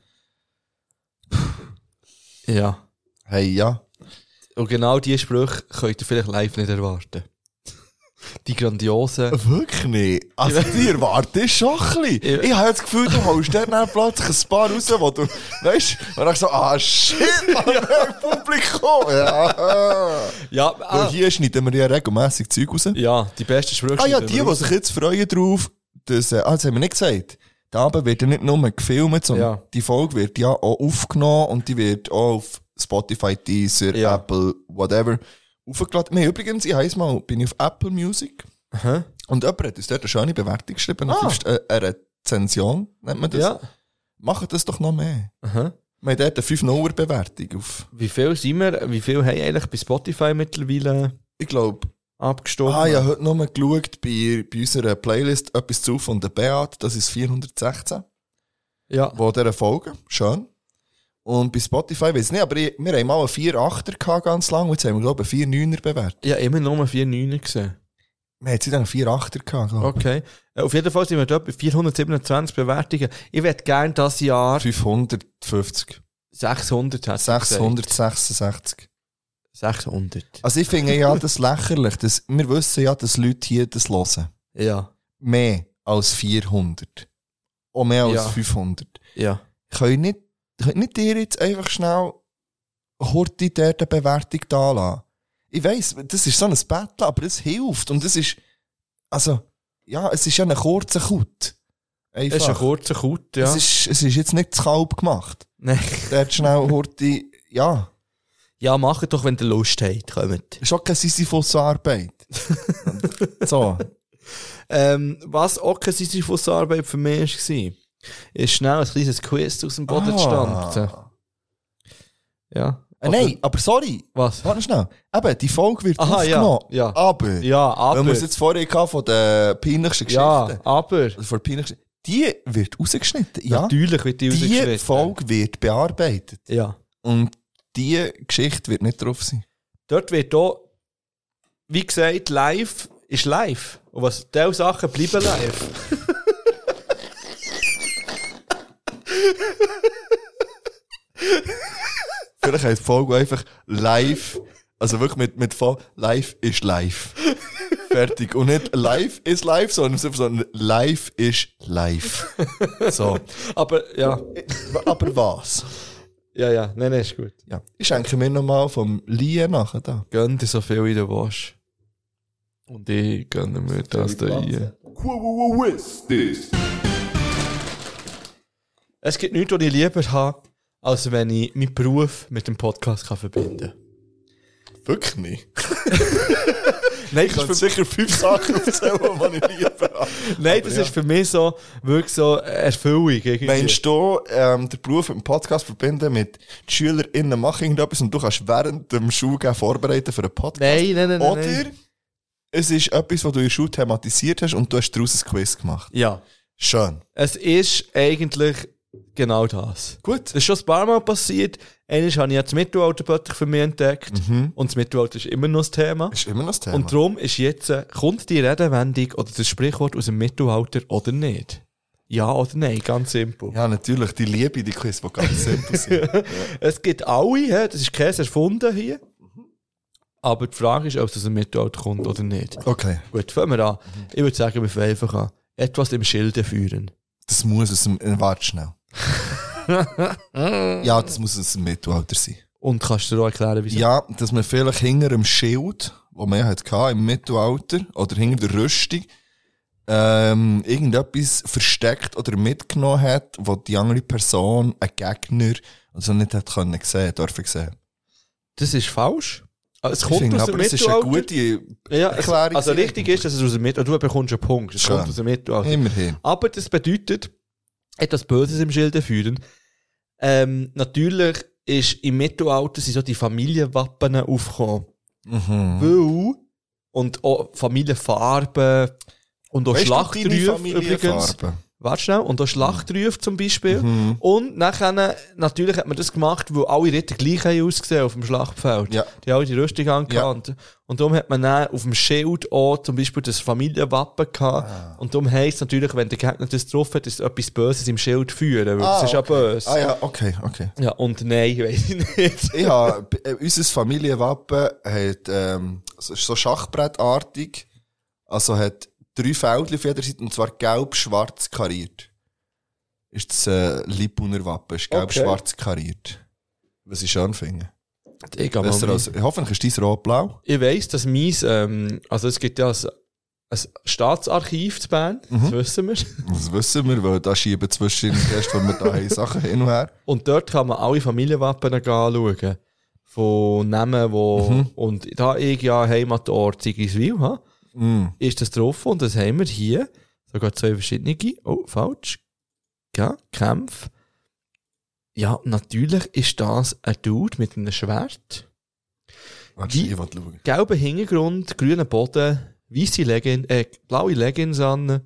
Ja. Hey, ja. Und genau diese Sprüche könnt ihr vielleicht live nicht erwarten. Die grandiosen. Wirklich nicht. Also, die erwartest schon ein bisschen. Ja. Ich habe das Gefühl, du holst dann plötzlich ein paar raus, wo du, weißt du, und dann so, shit, Publikum. Ja. Ja, Weil hier schneiden wir ja regelmässig Zeug raus. ja, die besten Sprüche. Ja, sind die raus. sich jetzt freuen drauf, dass, das haben wir nicht gesagt. Der Abend wird ja nicht nur gefilmt, sondern Ja. die Folge wird ja auch aufgenommen und die wird auch auf Spotify, Deezer, Ja. Apple, whatever, aufgeladen. Nee, übrigens, bin ich auf Apple Music Aha. und jemand hat uns dort eine schöne Bewertung geschrieben, eine Rezension, nennt man das. Ja. Macht das doch noch mehr. Aha. Wir haben dort eine 5-0er-Bewertung auf, Wie viel sind wir? Wie viel haben eigentlich bei Spotify mittlerweile ich glaube, abgestimmt? ich habe heute nochmal geschaut, bei unserer Playlist etwas zu von der Beat, das ist 416. Ja. Wo dieser Folge. Schön. Und bei Spotify weiß ich nicht, aber wir haben mal einen 4,8er gehabt ganz lang und jetzt haben wir, glaube ich, einen 4,9er bewertet. Ja, immer nur 4,9 gesehen. Wir haben jetzt wieder einen 4,8er gehabt, glaube ich. Okay. Auf jeden Fall sind wir dort bei 427 Bewertungen. Ich würde gerne das Jahr 550. 600 hat 666. 600. Also ich finde ja das lächerlich. Wir wissen ja, dass Leute hier das hören. Ja. Mehr als 400. Auch mehr als Ja. 500. Ja. Könnt nicht ihr jetzt einfach schnell Horti dort eine Bewertung da lassen? Ich weiss, das ist so ein Battle, aber es hilft. Und es ist, also, ja, es ist ja ein kurzer Kut. Einfach. Es ist ein kurzer Kut, ja. Es ist jetzt nicht zu Kalb gemacht. Nein. Dort schnell Horti, ja. Ja, macht doch, wenn ihr Lust habt, kommt. Ist auch keine Sisyphus-Arbeit. So. Was auch keine Sisyphus-Arbeit für mich war, ist schnell ein kleines Quiz aus dem Boden zu stampfen. Ja. Nein, aber sorry. Was? Warte schnell. Eben, die Folge wird Aha, ja, aufgenommen. ja. Aber, Ja, aber. wenn wir es jetzt vorher hatten von den peinlichsten Geschichten. Ja, aber. Also von den peinlichsten, die wird rausgeschnitten. Ja. Natürlich wird die Die rausgeschnitten. Folge wird bearbeitet. Ja. Und die Geschichte wird nicht drauf sein. Dort wird auch, wie gesagt, live ist live. Und was diese Sachen bleiben live. Vielleicht heisst die Folge einfach live, also wirklich mit live ist live. Fertig. Und nicht live ist live, sondern live ist live. So. Aber, ja. Aber was? Ja. Nein, ist gut. Ja. Ich schenke mir nochmal vom Lien nachher da. Gönn dir so viel wie du willst. Und ich gönne mir das da hier. Es gibt nichts, was ich lieber habe, als wenn ich meinen Beruf mit dem Podcast verbinden kann. Wirklich nicht? Nein, Ich kann sicher 5 Sachen erzählen, die ich liebe. Nein, das ist für mich so, wirklich so Erfüllung. Irgendwie. Meinst du, den Beruf mit dem Podcast verbinden mit die SchülerInnen machen irgendetwas und du kannst während dem Schulgehen vorbereiten für einen Podcast? Nein. Oder es ist etwas, was du in der Schule thematisiert hast und du hast daraus ein Quiz gemacht. Ja. Schön. Es ist eigentlich genau das. Gut. Das ist schon ein paar Mal passiert. Einmal habe ich ja das Mittelalter plötzlich für mich entdeckt. Und das Mittelalter ist immer noch das Thema. Ist immer noch das Thema. Und darum ist jetzt, kommt die Redewendung oder das Sprichwort aus dem Mittelalter oder nicht? Ja oder nein, ganz simpel. Ja, natürlich, die Liebe, die Quiz, die ganz simpel sind. Es gibt alle, das ist kein erfunden hier. Aber die Frage ist, ob es aus dem Mittelalter kommt oder nicht. Okay. Gut, fangen wir an. Ich würde sagen, wir fangen einfach an. Etwas im Schilde führen. Das muss aus dem, warte schnell. Ja, das muss aus dem Mittelalter sein. Und kannst du dir auch erklären, wieso? Ja, dass man vielleicht hinter dem Schild, das man hatte im Mittelalter, oder hinter der Rüstung, irgendetwas versteckt oder mitgenommen hat, wo die andere Person, ein Gegner, also nicht hat dürfen sehen. Das ist falsch. Es Ich kommt finde, aus dem aber es ist eine Mittelalter. gute Ja, Erklärung. also richtig ist, dass es aus dem Mittelalter, du bekommst einen Punkt. Es Schön. kommt aus dem Mittelalter. Immerhin. Aber das bedeutet, etwas Böses im Schilde führen. Natürlich ist im Mittelalter sind so die Familienwappen aufgekommen. Weil, und auch Familienfarben und auch Schlachtrufe übrigens. Warte schnell, und auch Schlachtrufe zum Beispiel. Und nachher, natürlich hat man das gemacht, weil alle Ritter gleich haben ausgesehen auf dem Schlachtfeld. Ja. Die haben alle die Rüstung angehabt. Und darum hat man dann auf dem Schild auch zum Beispiel das Familienwappen gehabt. Und darum heisst es natürlich, wenn der Gegner das getroffen hat, ist etwas Böses im Schild führen, weil das ist ja böse. Ah ja, okay. Ja, und nein, weiss ich nicht. Ich habe, unser Familienwappen hat, so schachbrettartig, also hat 3 Feldchen auf jeder Seite, und zwar gelb-schwarz kariert. Ist das Lipuner Wappen, ist gelb-schwarz kariert. Was ich schön finde. Hoffentlich ist dein rot-blau. Ich weiss, dass meins, also es gibt ja ein Staatsarchiv zu Bern, das wissen wir. Das wissen wir, weil da schieben zwischen erst, wenn wir da haben, Sachen hin und her. Und dort kann man alle Familienwappen anschauen. Von Namen, wo, und da ich ja Heimatort Sigriswil habe, ist das drauf, und das haben wir hier. Sogar 2 verschiedene. Oh, falsch. Ja, Kämpfe. Ja, natürlich ist das ein Dude mit einem Schwert. Warte, ich will schauen. Gelber Hintergrund, grüner Boden, weisse blaue Leggings an,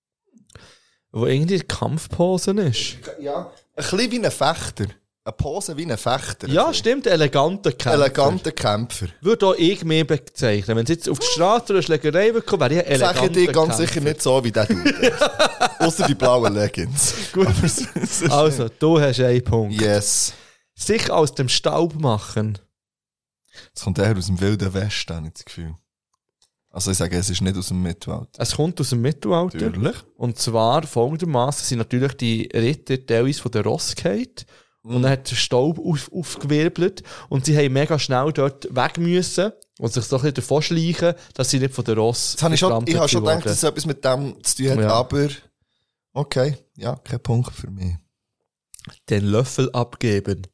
wo irgendwie die Kampfpose ist. Ja, ein bisschen wie ein Fechter. Eine Pose wie ein Fechter. Ja, stimmt, eleganter Kämpfer. Eleganter Kämpfer. Würde auch ich mehr bezeichnen. Wenn es jetzt auf die Straße oder eine Schlägerei würde kommen, wäre ich ein eleganter Sag ich dir ganz Kämpfer. sicher nicht so wie der Dude. Ausser die blauen Leggings. Gut. Also, du hast einen Punkt. Yes. Sich aus dem Staub machen. Das kommt eher aus dem Wilden Westen, habe ich das Gefühl. Also ich sage, es ist nicht aus dem Mittelalter. Es kommt aus dem Mittelalter. Natürlich. Und zwar folgendermaßen sind natürlich die Ritter teilweise von der Ross gefallen. Und dann hat der Staub aufgewirbelt. Und sie haben mega schnell dort weg müssen. Und sich so ein bisschen davon schleichen, dass sie nicht von der Ross Ich habe schon gedacht, worden. dass es etwas mit dem zu tun hat, Ja. aber okay, ja, kein Punkt für mich. Den Löffel abgeben.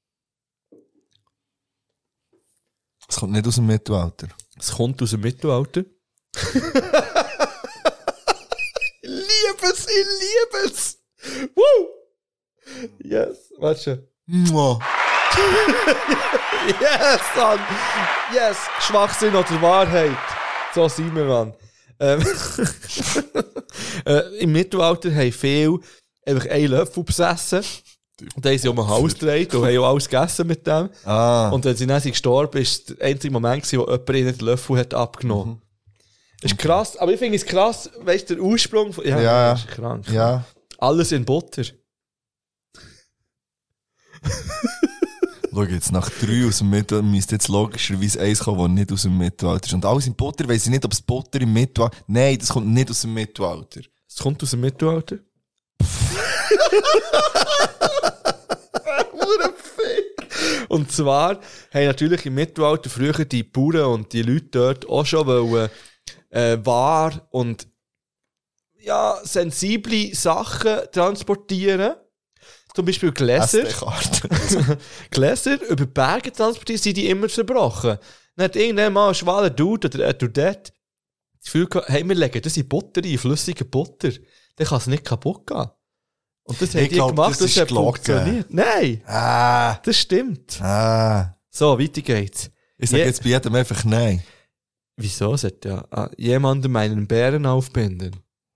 Es kommt nicht aus dem Mittelalter. Es kommt aus dem Mittelalter. Ich liebe es! Woo! Yes, warte. Mua. Yes, Mann! Yes! Schwachsinn oder Wahrheit. So sind wir, Mann. Im Mittelalter haben viele einfach einen Löffel besessen. Und dann haben sie um den Hals gedreht und haben auch alles gegessen mit dem. Und wenn sie dann gestorben ist, der einzige Moment, wo jemand ihnen den Löffel hat abgenommen. Ist krass, aber ich finde es krass, weißt du, der Ursprung von, ja, Ja. das ist krank. Ja. Alles in Butter. Schau jetzt, nach 3 aus dem Mittelalter müsste jetzt logischerweise eins kommen, das nicht aus dem Mittelalter ist. Und alles in Butter, weiss ich nicht, ob es Butter im Mittelalter... Nein, das kommt nicht aus dem Mittelalter. Es kommt aus dem Mittelalter. Und zwar haben natürlich im Mittelalter früher die Bauern und die Leute dort auch schon wollen, Ware und ja, sensible Sachen transportieren. Zum Beispiel Gläser. Gläser über Berge transportieren, sind die immer zerbrochen. Dann hat irgendwann mal ein schwaler Dude oder ein Dudette das Gefühl gehabt, hey, wir legen das in Butter rein, flüssige Butter. Dann kann es nicht kaputt gehen. Und das haben die gemacht, das hat funktioniert. Nein! Das stimmt. So, weiter geht's. Ich sage jetzt bei jedem einfach nein. Wieso sollte ja jemandem einen Bären aufbinden?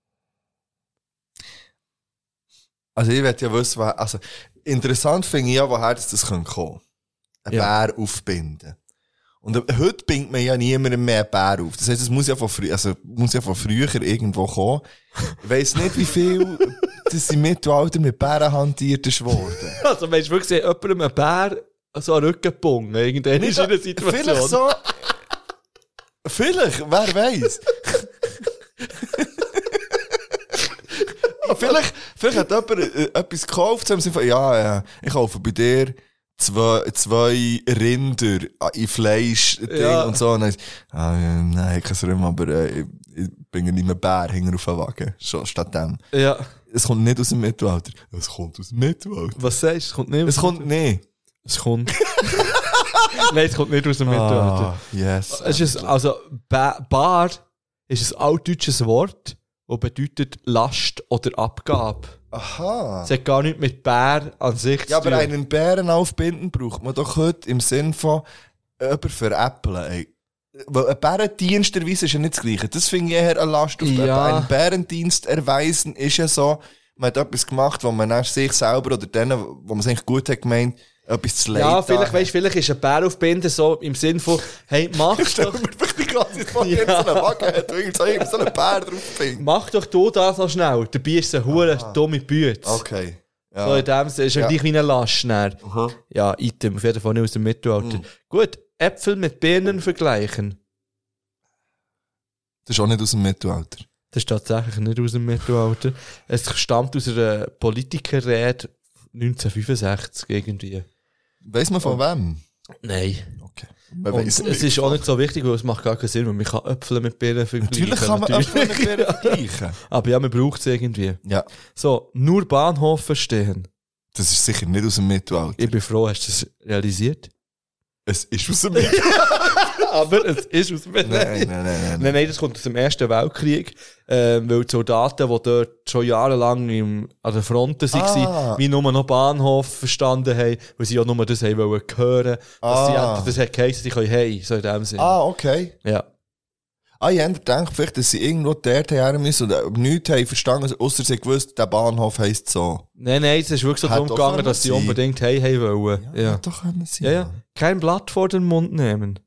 Also ich möchte ja wissen, also interessant finde ich ja, woher das kommen kann. Ein Bär aufbinden. Und heute bindet man ja niemandem mehr einen Bär auf. Das heisst, es muss ja von früher irgendwo kommen. Ich weiss nicht, wie viel das im Mittelalter mit Bären hantiert ist worden. Also meinst du wirklich, jemandem einen Bär so einen Rücken gebungen? Irgendwann ist in einer Situation. Vielleicht so. Vielleicht, wer weiss. Vielleicht hat jemand etwas gekauft, im Sinne von, ja, ich kaufe bei dir zwei Rinder in Fleisch und so. Und dann, nein, ich kann es nicht mehr, aber ich bringe nicht mehr Bär hinter auf den Wagen. Schon statt dem. Ja. Es kommt nicht aus dem Mittelalter. Es kommt aus dem Mittelalter. Was sagst du? Es kommt nicht? Es kommt nicht. Es kommt. Nein, es kommt nicht aus dem Mittelalter. Yes. Es ist also, Bar ist ein altdeutsches Wort, das bedeutet Last oder Abgabe. Aha. Es hat gar nichts mit Bär an sich zu tun. Ja, aber einen Bären aufbinden braucht man doch heute im Sinn von jemanden veräppeln, ey. Weil ein Bärendienst erweisen ist ja nicht das Gleiche. Das finde ich eher eine Last auf einen Bärendienst erweisen ist ja so, man hat etwas gemacht, wo man sich selber oder denen, wo man es eigentlich gut hat gemeint, etwas zu leiden. Ja, vielleicht ist ein Bär aufbinden so im Sinn von, hey, mach doch. Die ganze Zeit jetzt so einen Wagen hat, wo so einen Bär drauf bindet. Mach doch du das noch schnell. Dabei ist es eine hure dumme Bütze. Okay. Ja. So in dem Sinne ist ja gleich wie eine Last. Ja, Item, auf jeden Fall nicht aus dem Mittelalter. Gut, Äpfel mit Birnen vergleichen. Das ist auch nicht aus dem Mittelalter. Das ist tatsächlich nicht aus dem Mittelalter. Es stammt aus einer Politikerrede 1965 irgendwie. Weiss man von wem? Nein. Okay. Es ist auch nicht so wichtig, weil es macht gar keinen Sinn, weil man kann Äpfel mit Birnen vergleichen. Natürlich kann man Äpfel mit Birnen vergleichen. Aber ja, man braucht es irgendwie. Ja. So, nur Bahnhof verstehen. Das ist sicher nicht aus dem Mittelalter. Ich bin froh, hast du das realisiert? Es ist aus dem Mittelalter. Aber es ist aus dem Mittelalter. Nein, das kommt aus dem Ersten Weltkrieg, weil die Soldaten, die dort schon jahrelang an der Front waren, wie nur noch Bahnhof verstanden haben, weil sie auch nur das haben wollen hören. Das hat geheißen, sie können hey, so in dem Sinne. Okay. Ja. Ich hätte gedacht, vielleicht, dass sie irgendwo dort her müssen und nichts haben verstanden, ausser sie gewusst, der Bahnhof heisst so. Nein, es ist wirklich so darum gegangen, dass sie unbedingt hey wollen. Ja. Doch können sie. Ja. Kein Blatt vor den Mund nehmen.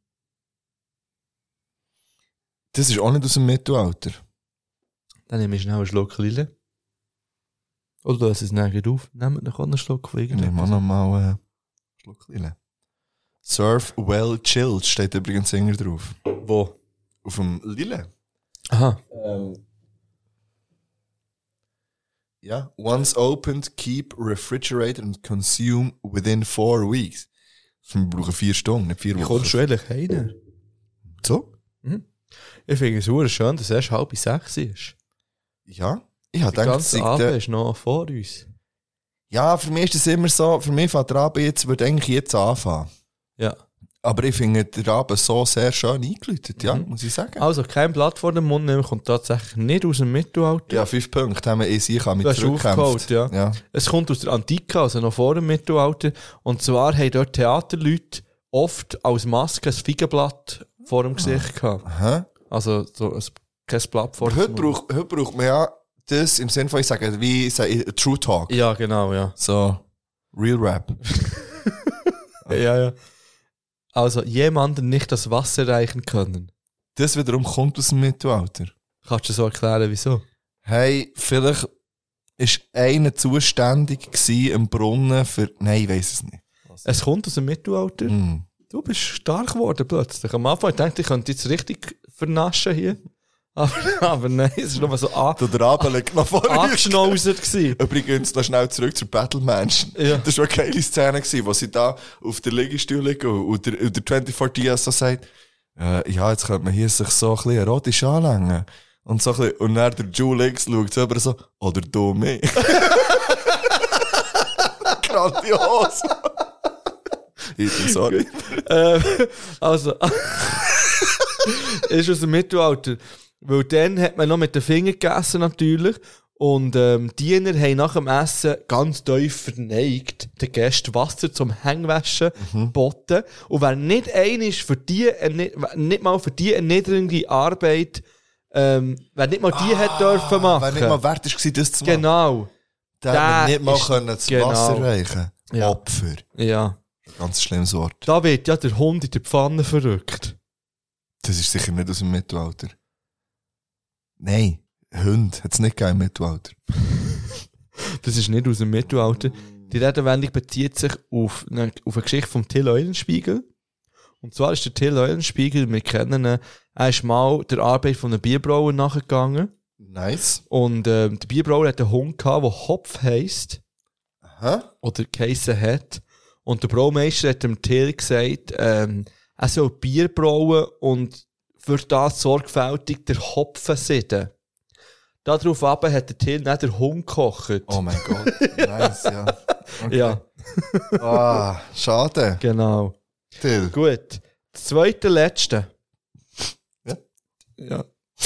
Das ist auch nicht aus dem Mittelalter. Dann nehme ich schnell einen Schluck Lille. Oder lass es nachher auf. Nehmt noch einen Schluck von irgendwas. Nehmen wir nochmal einen Schluck Lille. Surf well chilled steht übrigens Sänger drauf. Wo? Auf dem Lille. Aha. Ja. Once opened, keep refrigerated and consume within 4 weeks. Wir brauchen 4 Stunden, nicht 4 Wochen. Wie kommst du ehrlich rein? So? Mhm. Ich finde es super schön, dass es erst 5:30 ist. Ja. Ich habe gedacht, der ganze Abend ist noch vor uns. Ja, für mich ist es immer so, für mich fängt der Abend jetzt, würde eigentlich jetzt anfangen. Ja. Aber ich finde den Abend so sehr schön eingeläutet, ja, muss ich sagen. Also, kein Blatt vor den Mund nehmen, kommt tatsächlich nicht aus dem Mittelalter. Ja, 5 Punkte haben wir ich kann mit zurückgekämpft. Ja. Es kommt aus der Antike, also noch vor dem Mittelalter. Und zwar haben dort Theaterleute oft als Maske ein Feigenblatt vor dem Gesicht gehabt. Aha. Also, so kein Blatt vor dem Mund. Heute braucht man ja das im Sinne von, ich sage, wie True Talk. Ja, genau, ja. So, Real Rap. Ja. Also, jemanden nicht das Wasser reichen können. Das wiederum kommt aus dem Mittelalter. Kannst du so erklären, wieso? Hey, vielleicht ist einer zuständig gewesen im Brunnen für... Nein, ich weiss es nicht. Es kommt aus dem Mittelalter. Du bist stark geworden plötzlich. Am Anfang dachte ich, könnte jetzt richtig vernaschen hier. Aber nein, es ist nur so Der Abel liegt noch vor uns. angeschnauzert gewesen. Übrigens, noch schnell zurück zur Battlemenschen. Ja. Das war eine geile Szene gewesen, wo sie da auf der Liegestuhl liegen und der 24 Diaz so sagt, ja, jetzt könnte man hier sich so ein bisschen erotisch anlängen. Und so ein bisschen, und dann der Julix schaut selber so, oder du mich. Grandios. Sorry. Also, ist aus dem Mittelalter. Weil dann hat man noch mit den Fingern gegessen, natürlich. Und Diener haben nach dem Essen ganz tief verneigt den Gästen Wasser zum Hängwaschen geboten. Und wer nicht nicht mal für die erniedrigende Arbeit, wer nicht mal die hat dürfen machen. Wer nicht mal wert war, das zu machen. Genau. Der hat nicht mal ist- können das genau. Wasser reichen. Ja. Opfer. Ja. Ganz schlimmes Wort. Da wird ja der Hund in der Pfanne verrückt. Das ist sicher nicht aus dem Mittelalter. Nein, Hunde hat es nicht gegeben im Mittelalter. Das ist nicht aus dem Mittelalter. Die Redewendung bezieht sich auf eine Geschichte vom Till Eulenspiegel. Und zwar ist der Till Eulenspiegel, wir kennen ihn, er ist mal der Arbeit von einem Bierbrauer nachgegangen. Nice. Und der Bierbrauer hat einen Hund gehabt, der Hopf heisst. Aha. Oder geheissen hat. Und der Braumeister hat dem Till gesagt, er soll Bier brauen und für das sorgfältig der Hopfen sieden. Darauf aber hat der Till nicht den Hund gekocht. Oh mein Gott. Nice, ja. Okay. Ja, Ah, schade. genau. Till. Gut. Das zweite, letzte. Ja. Ja.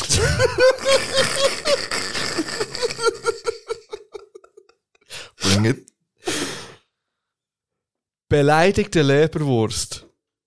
Bring it. Beleidigte Leberwurst.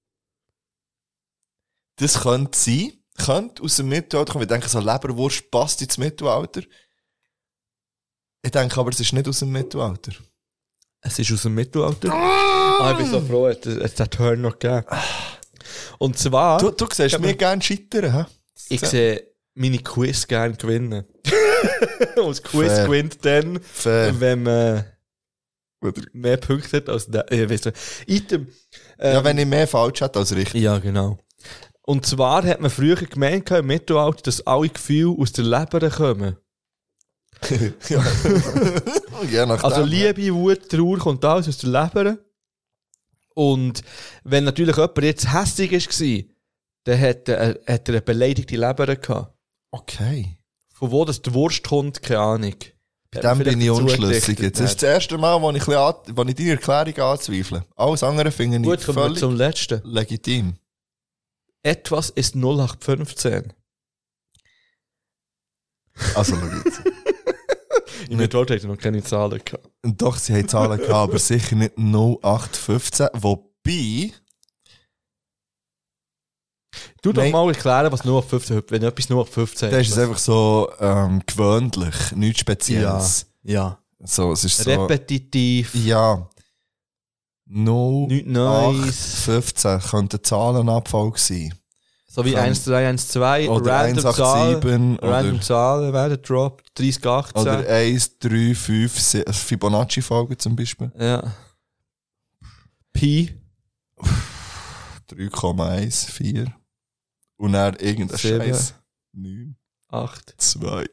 Das könnte sein. Könnte aus dem Mittelalter kommen. Ich denke, so Leberwurst passt ins Mittelalter. Ich denke aber, es ist nicht aus dem Mittelalter. Es ist aus dem Mittelalter. Ich bin so froh, es hat Turn noch gegeben. Und zwar, Du siehst mir gerne scheitern, hä? ich sehe meine Quiz gerne gewinnen. Und das Quiz Fair. gewinnt dann, Fair. wenn man Oder- mehr Punkte hat als der. Weißt du, Item. Ja, wenn ich mehr falsch hätte als richtig. Ja, genau. Und zwar hat man früher gemeint im Mittelalter, dass alle Gefühle aus der Leber kommen. Je nachdem. Also Liebe, Wut, Trauer kommt alles aus der Leber. Und wenn natürlich jemand jetzt hässlich war, dann hat er eine beleidigte Leber gehabt. Okay. Von wo das die Wurst kommt, keine Ahnung. Bei dem bin ich unschlüssig jetzt. Das ist das erste Mal, wo ich deine Erklärung anzweifle. Alles andere finde Gut, ich kommen wir völlig zum letzten. legitim. Etwas ist 0815. Also, schau jetzt. Im Mittelalter hatte noch keine Zahlen gehabt. Und doch, sie haben Zahlen gehabt, aber sicher nicht 0815. Wobei, Du doch Nein. mal erklären, was 0815 wenn etwas 0815 das ist es einfach so gewöhnlich, nichts Spezielles. Ja. So, es ist so... Repetitiv. Ja. Nichts Neues. 0815 könnte ein Zahlenabfall sein. So wie Kann- 1312, Oder random Zahlen. 187 Random oder, Zahlen werden gedroppt. 3018. oder 1, 3, 5, Fibonacci-Folge zum Beispiel. Ja. Pi. 3,14. Und dann irgendein 7. Scheiß. 9, 8. 2.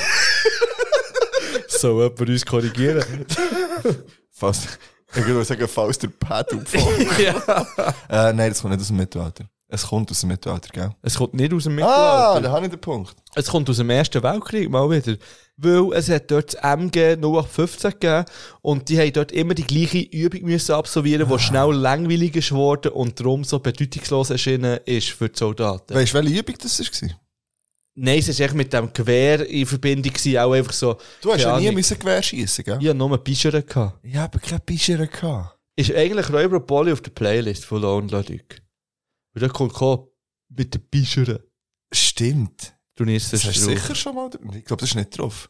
So, jemand uns korrigieren. Fast. Ich würde sagen, falls der Pad umfällt. Ja. Nein, das kommt nicht aus dem Mittelalter. Es kommt aus dem Mittelalter, gell? Es kommt nicht aus dem Ah, Mittelalter. da habe ich den Punkt. Es kommt aus dem Ersten Weltkrieg mal wieder. Weil es hat dort das MG 0815 gegeben und die haben dort immer die gleiche Übung müssen absolvieren, die schnell langweilig ist geworden und darum so bedeutungslos erschienen ist für die Soldaten. Weißt du, welche Übung das war? Nein, es war echt mit dem Gewehr in Verbindung gewesen, auch einfach so. Du hast keine ja nie Ahnung. müssen Gewehr schiessen, gell? Ich hatte nur Bischere gehabt. Ich habe keine Bischere gehabt. Ist eigentlich Räuber Polly auf der Playlist von Lone Ludic. Und da kommt mit den Bischere. Stimmt. Du nimmst Das das hast du drauf. sicher schon mal... Ich glaube, das ist nicht drauf.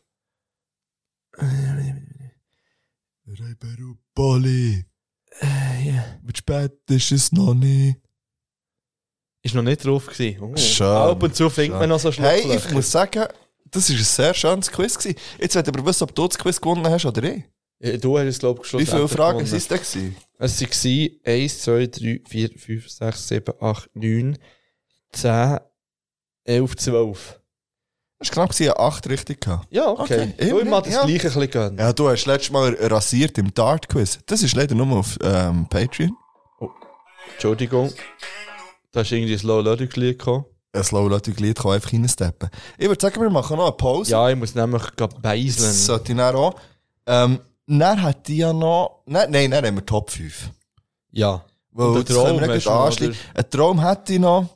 Räuber Polly. Ja. Mit spät ist es noch nicht. Ist noch nicht drauf gewesen. Oh. Schön. Ab und zu findet man noch so Hey, Schlupflöcher. ich muss sagen, Das war ein sehr schönes Quiz gewesen. Jetzt wollte ich aber wissen, ob du das Quiz gewonnen hast oder ich. Du hast es, glaube ich, geschlossen. Wie viele Fragen waren es denn gewesen? Es waren 1, 2, 3, 4, 5, 6, 7, 8, 9, 10, 11, 12. Das war knapp, ich hatte 8 richtig gehabt. Ja, okay. Ich will mal das Gleiche ein bisschen gönnen. Ja, du hast letztes Mal rasiert im Dart-Quiz. Das ist leider nur auf Patreon. Entschuldigung. Da ist irgendwie ein Slow-Loading-Lied gekommen. Ein Slow-Loading-Lied kann einfach reinsteppen. Ich würde sagen, wir machen noch eine Pause. Ja, ich muss nämlich beiseln. Das sollte ich dann auch. Dann hat die ja noch... Nein, dann haben wir Top 5. Ja. Weil Und das können wir gleich anschließen. Einen Traum hätte ich noch.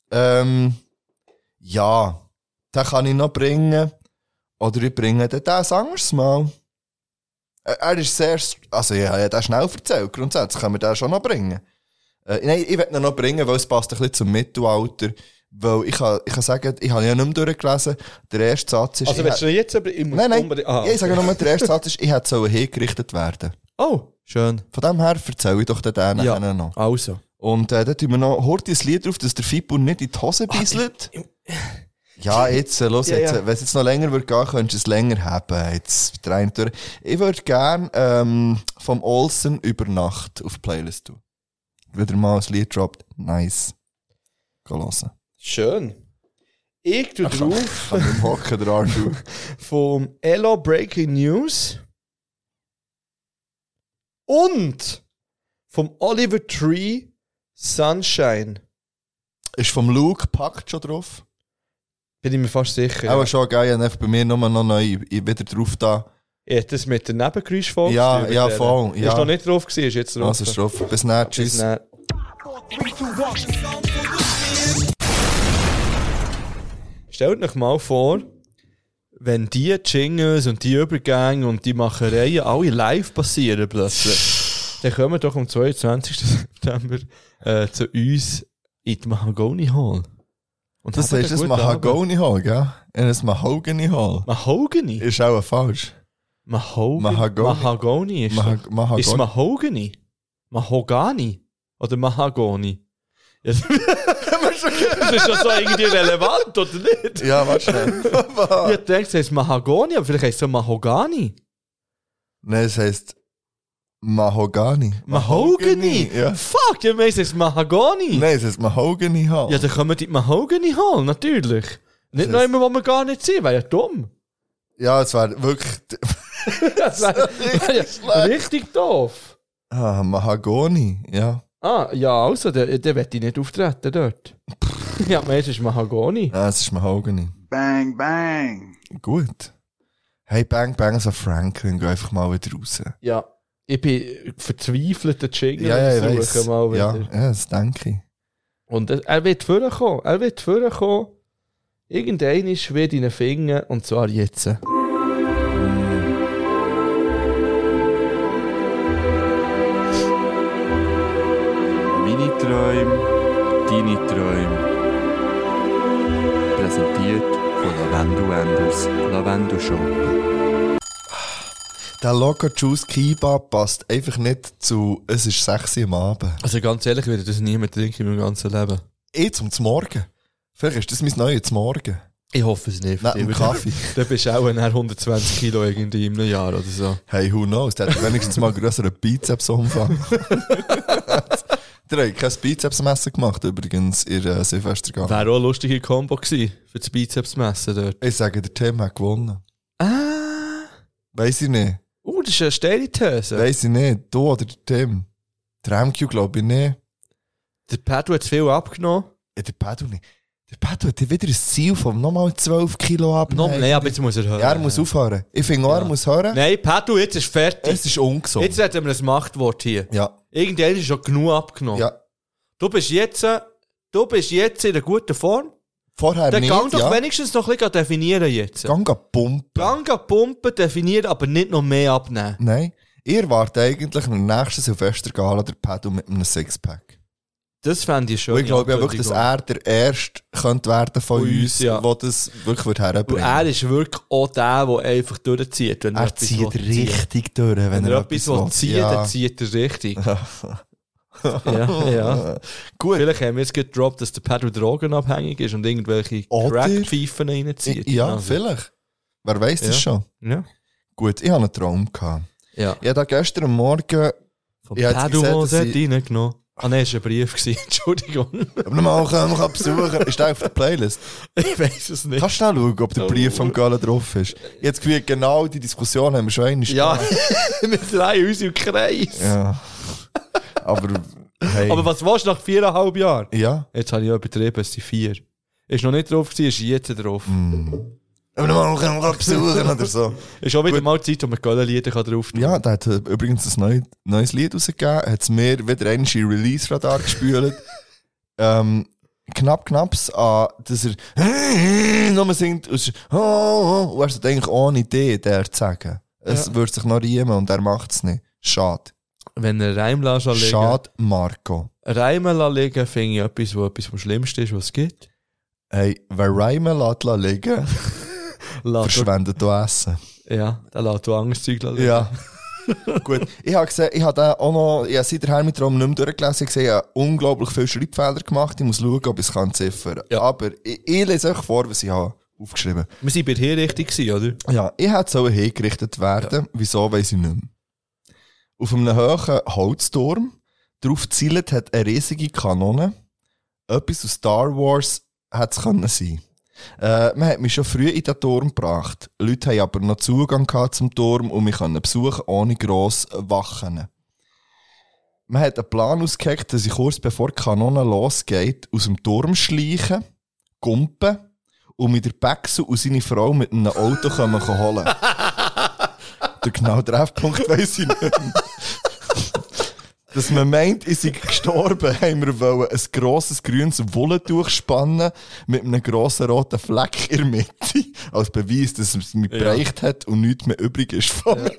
Ja, den kann ich noch bringen. Oder ich bringe den sagen wir es mal. Er ist sehr... Also ja, ich habe den schnell erzählt. Grundsätzlich können wir den schon noch bringen. Nein, ich will ihn noch bringen, weil es passt ein bisschen zum Mittelalter. Weil ich kann sagen, ich habe ja nicht mehr durchgelesen. Der erste Satz ist... Also willst du jetzt aber... Nein. Ich sage nur, der erste Satz ist, ich hätte hingerichtet werden. Oh, schön. Von dem her erzähle ich doch den nachher noch. Also. Und da tun wir noch Horti ein Lied drauf, dass der Fippo nicht in die Hose bisselt. Ja, jetzt, los, Ja, jetzt, ja. wenn es jetzt noch länger wird gehen, könntest du es länger haben. Jetzt rein durch. Ich würde gerne vom Olsen über Nacht auf die Playlist tun. Wieder mal ein Lied droppt. Nice. Geh hören. Schön. Ich tue drauf Kann mit dem Hocken dran tun. vom Elo Breaking News und vom Oliver Tree Sunshine. Ist vom Luke packt schon drauf? Bin ich mir fast sicher. Aber schon geil, ich habe einfach bei mir nur noch neu wieder drauf da. Ja, das mit der Nebengeräuschfolge. Ja, voll. Ja. Ist noch nicht drauf gewesen, ist jetzt drauf. Also ist drauf. Bis dann, tschüss. Bis dann. Stellt euch mal vor, wenn die Jingles und die Übergänge und die Machereien alle live passieren plötzlich, dann kommen wir doch am 22. September zu uns in die Mahagoni Hall. Und Das haben heißt, einen das guten Abend. Mahagoni Hall, gell? Das Mahogany Hall. Mahogany? Ist auch falsch. Mahagoni ist Mahagoni. Ist Mahogany? Mahogani? Oder Mahagoni? Ja, das ist ja so irgendwie relevant, oder nicht? Ja, warte schnell. Ich denke, es heisst Mahagoni, aber vielleicht heisst es so Mahogani. Nein, es heisst Mahogany. Mahogany? Ja. Fuck, ich meine, es heisst Mahagoni. Nein, es heisst Mahogany Hall. Ja, dann können wir die Mahogany Hall, natürlich. Nicht noch immer, wo wir gar nicht sind, wäre ja dumm. Ja, es wäre wirklich... Das wäre ja richtig doof. Mahagoni, ja. Ah, ja, also, der wird ich nicht auftreten dort. Ja, es ist Mahagoni. Ja, es ist Mahogany. Bang, bang. Gut. Hey, Bang Bang, so Franklin, geh einfach mal wieder raus. Ja, ich bin verzweifelt, den Jingle Ja, ich suchen weiss. mal wieder. Ja, das denke ich. Und er wird vorkommen. Er wird vorkommen. Irgendein wird ihn finden, und zwar jetzt. Meine Träume, deine Träume. Präsentiert von Lavendel Enders Lavendel Shop. Der Loco Juice Kebab passt einfach nicht zu, es ist 6 Uhr am Abend. Also ganz ehrlich, würde das niemand trinken in meinem ganzen Leben. Zum Morgen. Vielleicht ist das mein neues Morgen. Ich hoffe es nicht. Neben dem Kaffee. Da bist du auch nachher 120 Kilo irgendwie in einem Jahr oder so. Hey, who knows? Der hat wenigstens mal einen grösseren Bizepsumfang. Der hat kein Bizepsmessen gemacht, übrigens, in Silvestergang. Wäre auch eine lustige Kombo gewesen, für das Bizepsmessen dort. Ich sage, der Tim hat gewonnen. Ah. Weiss ich nicht. Das ist eine steile These. Weiss ich nicht. Du oder der Tim? Der MQ glaube ich nicht. Der Pedro hat zu viel abgenommen. Ja, der Pedro nicht. Der Pedro hat wieder ein Ziel von nochmal 12 Kilo abnehmen. Nein, aber jetzt muss er hören. Ja, er muss aufhören. Ich finde auch, er muss hören. Nein, Pedro, jetzt ist fertig. Es ist ungesund. Jetzt hätten wir ein Machtwort hier. Ja. Irgendwann ist schon genug abgenommen. Ja. Du bist jetzt in einer guten Form. Vorher Dann nicht, gang doch ja. wenigstens noch ein bisschen definieren jetzt. Gang pumpen. Gang pumpen, definieren, aber nicht noch mehr abnehmen. Nein. Ich erwarte eigentlich in der nächsten Silvestergala der Pedro mit einem Sixpack. Das fände ich schön. Und ich glaube ja wirklich, dass er der Erste könnte werden von Von uns, uns, ja. der das wirklich Und herbringen. er ist wirklich auch der einfach durchzieht. Wenn Er etwas zieht will ziehen. richtig durch, Wenn er etwas will ziehen, ja. dann zieht er richtig. Ja. Gut. Vielleicht haben wir jetzt gedroppt, dass der Pedro drogenabhängig ist und irgendwelche Oder- Crack-Pfeifen reinzieht. Ja, Also, vielleicht. Wer weiss das schon? Ja. Gut, ich hatte einen Traum gehabt. Ja. Ich habe gestern am Morgen... Von Ich hätte Pedro gesehen, was dass hat sie- reingenommen. Ah nein, es war ein Brief. Entschuldigung. Aber mal können wir besuchen. Ist der auf der Playlist? Ich weiß es nicht. Kannst du schnell schauen, ob der Brief vom Gala drauf ist? Jetzt Gefühl, genau die Diskussion haben wir schon einmal Ja, gehabt. wir drehen uns im Kreis. Ja. Aber, hey. Aber was willst du nach 4,5 Jahren? Ja. Jetzt habe ich ja übertrieben, es sind 4. Ist noch nicht drauf gewesen, ist jetzt drauf. Aber mal können wir besuchen oder so. Ist auch wieder mal Zeit, wo man Gala-Lieder drauf tun. Ja, der hat übrigens ein neues Lied rausgegeben, hat es mir wieder einmal in Release-Radar gespült. Knapp, dass er nur singt und er hat eigentlich ohne Idee, der zu sagen. Es würde sich noch riemen und er macht es nicht. Schade. Wenn er Reim lässt liegen. Schade, Marco. Reimen lassen liegen finde ich etwas vom Schlimmsten ist, was es gibt. Hey, wer Reimen liegen, verschwendet auch Essen. Ja, der lässt auch anderes Zeug liegen. Ja. Gut. Ich habe gesehen, ich habe den auch noch, ich habe seither mit Traum nicht mehr durchgelesen, ich habe unglaublich viele Schreibfehler gemacht. Ich muss schauen, ob ich es ziffern kann. Ja. Aber ich lese euch vor, was ich habe aufgeschrieben. Wir waren bei dir richtig gewesen, oder? Ja, ich hätte so hingerichtet werden. Wieso, weiss ich nicht mehr. Auf einem hohen Holzturm, drauf gezielt hat eine riesige Kanone. Etwas aus Star Wars hätte es können sein. Man hat mich schon früh in den Turm gebracht. Leute haben aber noch Zugang gehabt zum Turm und mich können besuchen ohne gross Wachen. Man hat einen Plan ausgeheckt, dass ich kurz bevor die Kanone losgeht, aus dem Turm schleichen, gumpen und mit der Päxel und seine Frau mit einem Auto holen. Der genaue Treffpunkt weiss ich nicht mehr. Dass man meint, ich sei gestorben, haben wir wollen ein grosses grünes Wollentuch spannen mit einem grossen roten Fleck in der Mitte. Als Beweis, dass es mich bereicht hat und nichts mehr übrig ist von mir.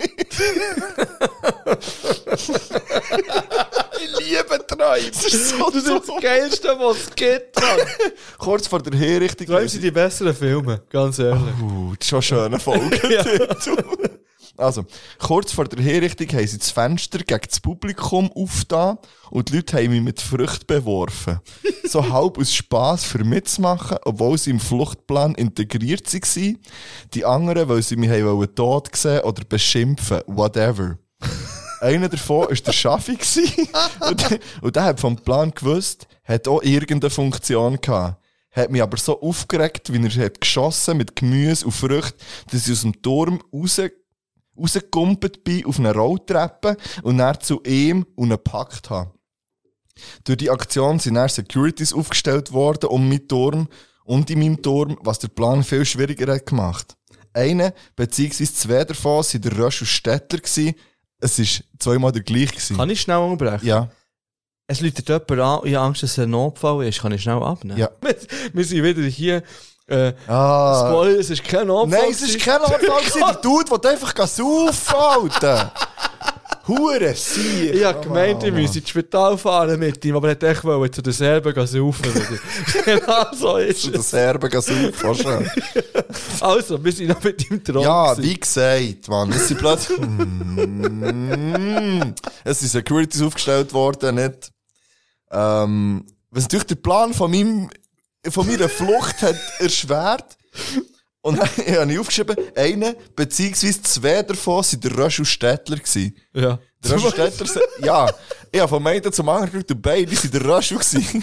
Ich liebe Träume. Das ist so Das ist das Geilste, was es gibt. Mann. Kurz vor der Hinrichtung. Träume sind die besseren Filme, ganz ehrlich. Das ist schon eine schöne Folge. Also, kurz vor der Hinrichtung haben sie das Fenster gegen das Publikum aufgetan und die Leute haben mich mit Früchten beworfen. So halb aus Spass für mitzumachen, obwohl sie im Fluchtplan integriert waren. Die anderen, weil sie mich haben tot sehen oder beschimpfen, whatever. Einer davon war der Schaffi und der hat vom Plan gewusst, hat auch irgendeine Funktion gehabt. Hat mich aber so aufgeregt, wie er hat geschossen mit Gemüse und Früchten, dass ich aus dem Turm rausgekumpelt bin auf eine Rolltreppe und dann zu ihm und ihn gepackt habe. Durch die Aktion sind dann Securities aufgestellt worden um meinen Turm und in meinem Turm, was der Plan viel schwieriger hat gemacht. Einer, beziehungsweise zwei davon, waren der Rösch und Stettler gewesen. Es war zweimal der gleiche gewesen. Kann ich schnell unterbrechen? Ja. Es läutet jemand an, ich habe Angst, dass es ein Notfall ist. Kann ich schnell abnehmen? Ja. Wir sind wieder hier. Spoiler, es ist kein Notfall. Nein, es ist kein Notfall gewesen. Der Dude, der einfach saufen, Alter. Hure Sieg. Ich habe gemeint, ich müsse ins Spital fahren mit ihm, aber er wollte echt zu den Serben saufen. Genau so ist Zu den es. Serben saufen, schon. Also, wir sind noch mit ihm dran. Ja, wie gesagt, Mann, es sind plötzlich... es sind Securities aufgestellt worden, nicht... was natürlich der Plan von meiner Flucht hat erschwert. Und dann habe ich aufgeschrieben, einer, beziehungsweise zwei davon waren der Rösch und Stettler gewesen. Ja. Der Rösch und Stettler, ja. Ich habe von einem zum anderen geschaut, beide waren der Rösch gewesen.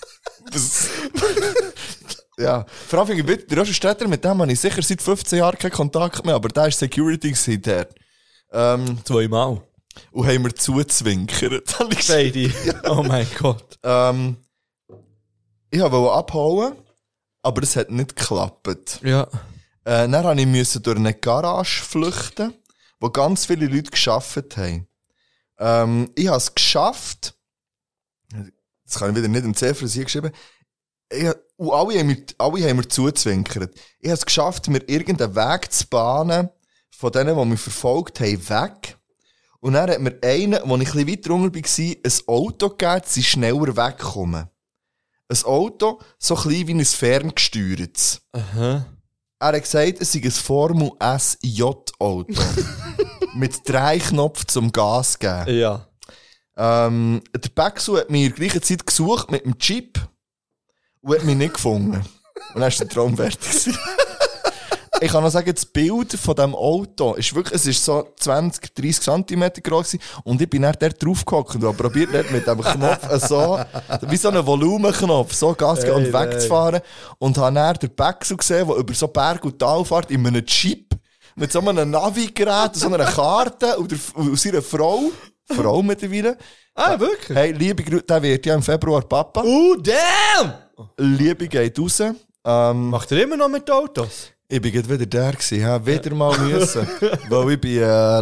Ja. Vor allem finde ich, der Rösch und Stettler, mit dem habe ich sicher seit 15 Jahren keinen Kontakt mehr, aber der ist Security gewesen, der. Zweimal. Und haben wir zuzwinkert. Beide. Oh mein Gott. Ich wollte abhauen, aber es hat nicht geklappt. Ja. Dann musste ich durch eine Garage flüchten, wo ganz viele Leute gearbeitet haben. Ich habe es geschafft, das kann ich wieder nicht im Ziffer geschrieben, und alle haben mir zuzwinkert. Ich habe es geschafft, mir irgendeinen Weg zu bahnen, von denen, die mich verfolgt haben, weg. Und dann hat mir einer, als ich ein bisschen weiter runter war, ein Auto gegeben, dass ich schneller wegkomme. Ein Auto, so klein wie ein ferngesteuertes. Aha. Er hat gesagt, es sei ein Formel SJ-Auto. Mit 3 Knopfen zum Gas geben. Ja. Der Baxu hat mich in der gleichen Zeit gesucht mit dem Jeep und hat mich nicht gefunden. Und dann war der Traum fertig gewesen. Ich kann noch sagen, das Bild von diesem Auto ist wirklich, es ist so 20, 30 cm groß gewesen, und ich bin dann dort drauf gehockt und habe probiert, dort mit dem Knopf so, wie so einen Volumenknopf, so Gas geben und wegzufahren. Und habe dann den Baxu gesehen, der über so Berg und Tal fährt, in einem Jeep, mit so einem Navigerät, so einer Karte und seiner Frau mittlerweile. Ah, wirklich? Hey, Liebe Grüße, der wird ja im Februar Papa. Damn! Liebe geht raus. Macht er immer noch mit Autos? Ich bin gerade wieder der gewesen, ja, wieder mal müssen. Weil ich bin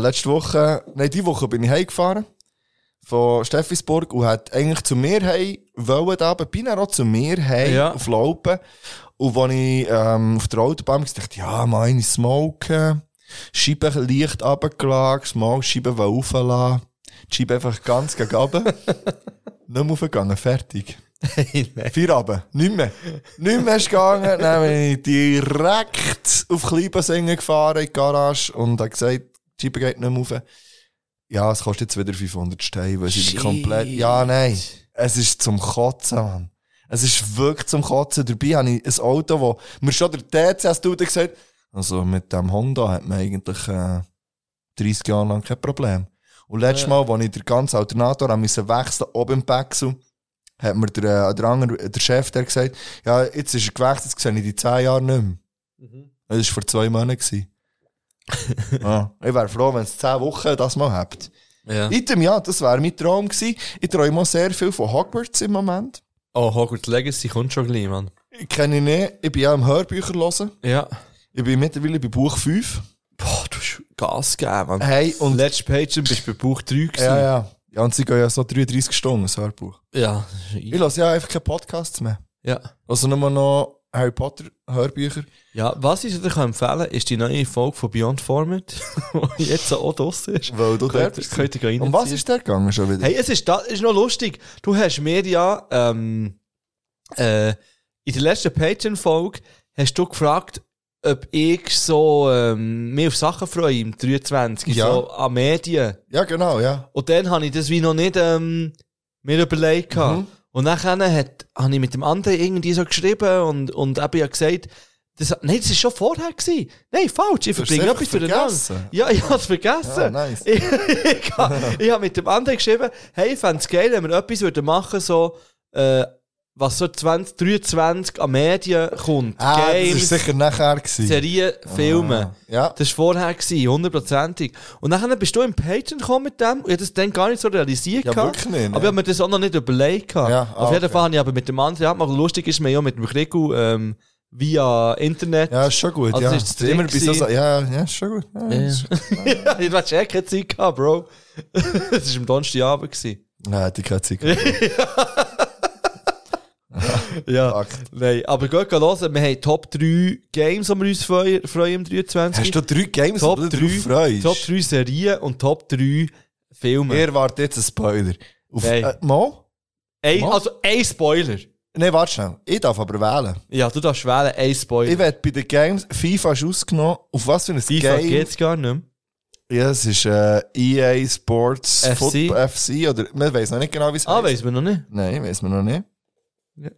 die Woche bin ich heimgefahren von Steffisburg und hat eigentlich zu mir heim wollen da, bin auch zu mir heim auf Laupen. Und als ich auf der Autobahn war, dachte ich, ja, meine Smoken, Scheibe leicht runtergelegt, Scheibe rauflassen, die Scheibe einfach ganz gegen runter. Nicht mehr aufgegangen, fertig. Feierabend, nicht mehr. Nicht mehr ist gegangen, dann bin ich direkt auf Kleinbasingen gefahren in die Garage und habe gesagt, die Scheibe geht nicht mehr rauf. Ja, es kostet jetzt wieder 500 Steine, weil sie komplett... Ja, nein, es ist zum Kotzen, Mann. Es ist wirklich zum Kotzen. Dabei habe ich ein Auto, wo mir schon der TCS-Dude gesagt, also mit dem Honda hat man eigentlich 30 Jahre lang kein Problem. Und letztes Mal, als ich den ganzen Alternator wechseln musste, oben im Baxu, hat mir der Chef der gesagt, ja, jetzt ist er gewechselt, jetzt sehe ich die 10 Jahre nicht mehr. Das war vor 2 Monaten. Ja, ich wäre froh, wenn es 10 Wochen das mal habt. Ja. Das wäre mein Traum gewesen. Ich träume auch sehr viel von Hogwarts im Moment. Oh, Hogwarts Legacy kommt schon gleich, Mann. Ich kenne ihn nicht. Ich bin auch im Hörbücher hören. Ja. Ich bin mittlerweile bei Buch 5. Boah, du hast Gas gegeben, Mann. Hey, und letzte Page bist du bei Buch 3 gewesen. Ja. Ja, und sie gehen ja so 33 Stunden, das Hörbuch. Ja. Ich höre ja einfach keine Podcasts mehr. Ja. Also nur noch Harry Potter Hörbücher. Ja, was ich dir empfehlen kann, ist die neue Folge von Beyond Format, die jetzt auch draussen ist. Weil du dort bist. Um was ist der gegangen schon wieder? Hey, es ist noch lustig. Du hast mir ja in der letzten Patreon-Folge hast du gefragt, ob ich so mehr auf Sachen freue im 23, so an Medien. Ja, genau, ja. Und dann habe ich das wie noch nicht mir überlegt. Und dann habe ich mit dem anderen irgendwie so geschrieben und eben ja gesagt, das ist schon vorher gewesen. Nein, falsch, ich verbringe etwas durcheinander. Ja, ich habe es vergessen. Ja, nice. ich habe mit dem anderen geschrieben, hey, ich fände es geil, wenn wir etwas machen würden, so, was so 2023 an Medien kommt. Games, das war sicher nachher gewesen. Serien, Filme. Ja. Das war vorher gewesen, 100%. Und dann bist du im Patreon gekommen mit dem, und ich habe das dann gar nicht so realisiert. Ja, wirklich nicht. Aber ich habe mir das auch noch nicht überlegt. Ja, auf jeden Fall habe ich aber mit dem anderen abgemacht. Lustig ist mir ja mit dem Krigu via Internet. Ja, ist schon gut. Also ja. ist das immer bis so, ja, ist schon gut. Ja, ich hatte ja keine Zeit gehabt, Bro. Das war am Donnerstagabend gewesen. Ja, die keine Zeit gehabt. Ja, nein, aber geht hören, wir haben Top 3 Games, die wir uns freuen im 23. Hast du 3 Games, Top die du drauf freust? Top 3 Serien und Top 3 Filme. Ihr wartet jetzt einen Spoiler. Also ein Spoiler. Nein, warte schnell. Ich darf aber wählen. Ja, du darfst wählen, ein Spoiler. Ich werde bei den Games, FIFA ist ausgenommen, auf was für ein FIFA Game? geht's gar nicht mehr. Ja, es ist EA Sports FC? Football FC, oder man weiss noch nicht genau, wie es heißt. Weiss man noch nicht? Nein, weiss man noch nicht. Ja.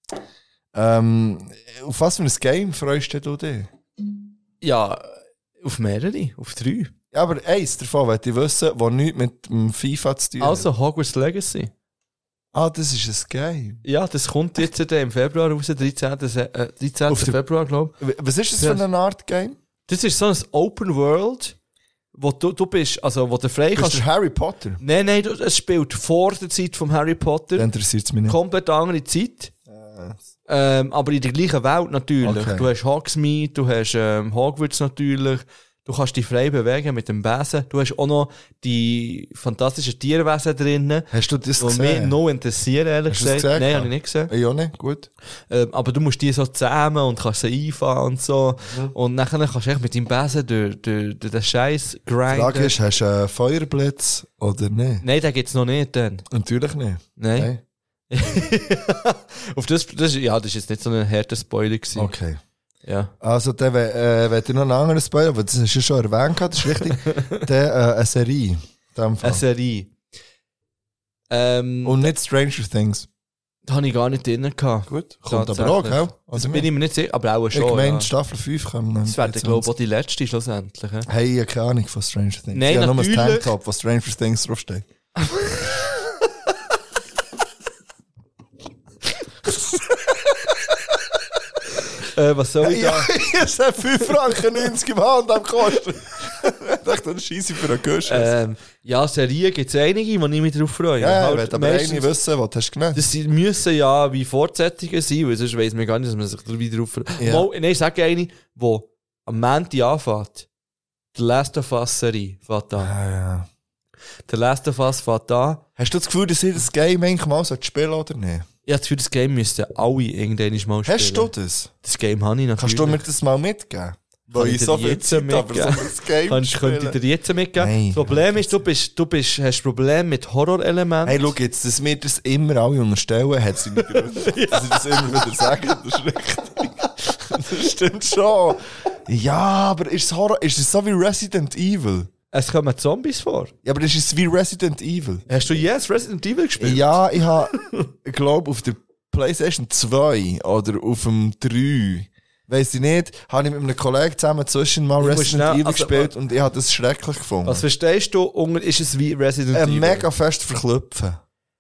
Auf was für ein Game freust du dich? Ja, auf mehrere, auf 3. Ja, aber eins davon möchte ich wissen, was nichts mit dem FIFA zu tun hat. Also Hogwarts Legacy. Ah, das ist ein Game. Ja, das kommt jetzt im Februar raus, 13. Februar, glaube ich. Was ist das für eine Art Game? Das ist so ein Open World, wo du bist, also wo du frei kannst. Bist du Harry Potter? Nein, es spielt vor der Zeit von Harry Potter. Das interessiert mich nicht. Komplett andere Zeit. Aber in der gleichen Welt natürlich. Okay. Du hast Hogsmeade, du hast Hogwarts natürlich. Du kannst dich frei bewegen mit dem Besen. Du hast auch noch die fantastischen Tierwesen drin. Hast du das die gesehen? mich noch interessieren, ehrlich gesagt. Gesehen? Nein, habe ich nicht gesehen. Ja, nicht, gut. Aber du musst die so zusammen und kannst sie einfahren und so. Mhm. Und dann kannst du echt mit deinem Besen durch den Scheiß grinden. Die Frage ist, hast du einen Feuerblitz oder nicht? Nein, den gibt's noch nicht dann. Natürlich nicht. Nein. Auf das ist jetzt nicht so ein harter Spoiler gewesen. Okay. Ja. Also, dann wenn ich noch einen anderen Spoiler, aber das hast du schon erwähnt, das ist richtig. Eine Serie. Eine Serie. Und nicht Stranger Things. Da habe ich gar nicht drin gehabt. Gut, kommt aber auch, gell? Das bin ich mir nicht sicher, aber auch schon. Ich meine, ja. Staffel 5 kommen. Das wäre, glaube ich, auch die letzte schlussendlich. Ja? Hey, ich habe keine Ahnung von Stranger Things. Nein, ich habe nur ein natürlich. Tanktop, wo Stranger Things draufsteht. Was soll ich da? Ja, es hat 5 Franken 90 im Hand am Kosten. Ich dachte, das scheisse für einen Gusch. Ja, Serien gibt es einige, die ich mich darauf freue. Ja, Halt ich will aber meistens- eine wissen, was hast du genommen? Das müssen ja wie Fortsetzungen sein, weil sonst weiss man gar nicht, dass man sich da wieder drauf freut. Ja. Mal, nein, ich sage eine, die am Montag anfängt. The Last of Us Serie fängt an. Ja. The Last of Us fängt an. Hast du das Gefühl, dass ihr das Game eigentlich mal spielen oder nicht? Ich habe das Gefühl, das Game müssten alle irgendwann mal spielen. Hast du das? Das Game habe ich natürlich. Kannst du mir das mal mitgeben? Weil ich ich dir so viel jetzt Zeit habe, so mitgeben? ein Game Könnte ich dir jetzt mitgeben? Nein. Das Problem ist, hast Probleme mit Horrorelementen. Hey, schau jetzt, dass wir das immer alle unterstellen, hat seine Gründe. Dass ich das immer wieder sage, das ist richtig. Das stimmt schon. Ja, aber ist es Horror, ist es so wie Resident Evil? Es kommen Zombies vor. Ja, aber ist es wie Resident Evil? Hast du jetzt Resident Evil gespielt? Ja, ich habe, ich glaube, auf der PlayStation 2 oder auf dem 3, weiss ich nicht, habe ich mit einem Kollegen zusammen zwischen mal Ich muss Resident schnell- Evil also, gespielt und ich habe das schrecklich gefunden. Was verstehst du unter, ist es wie Resident Evil? Mega fest verklüpfen.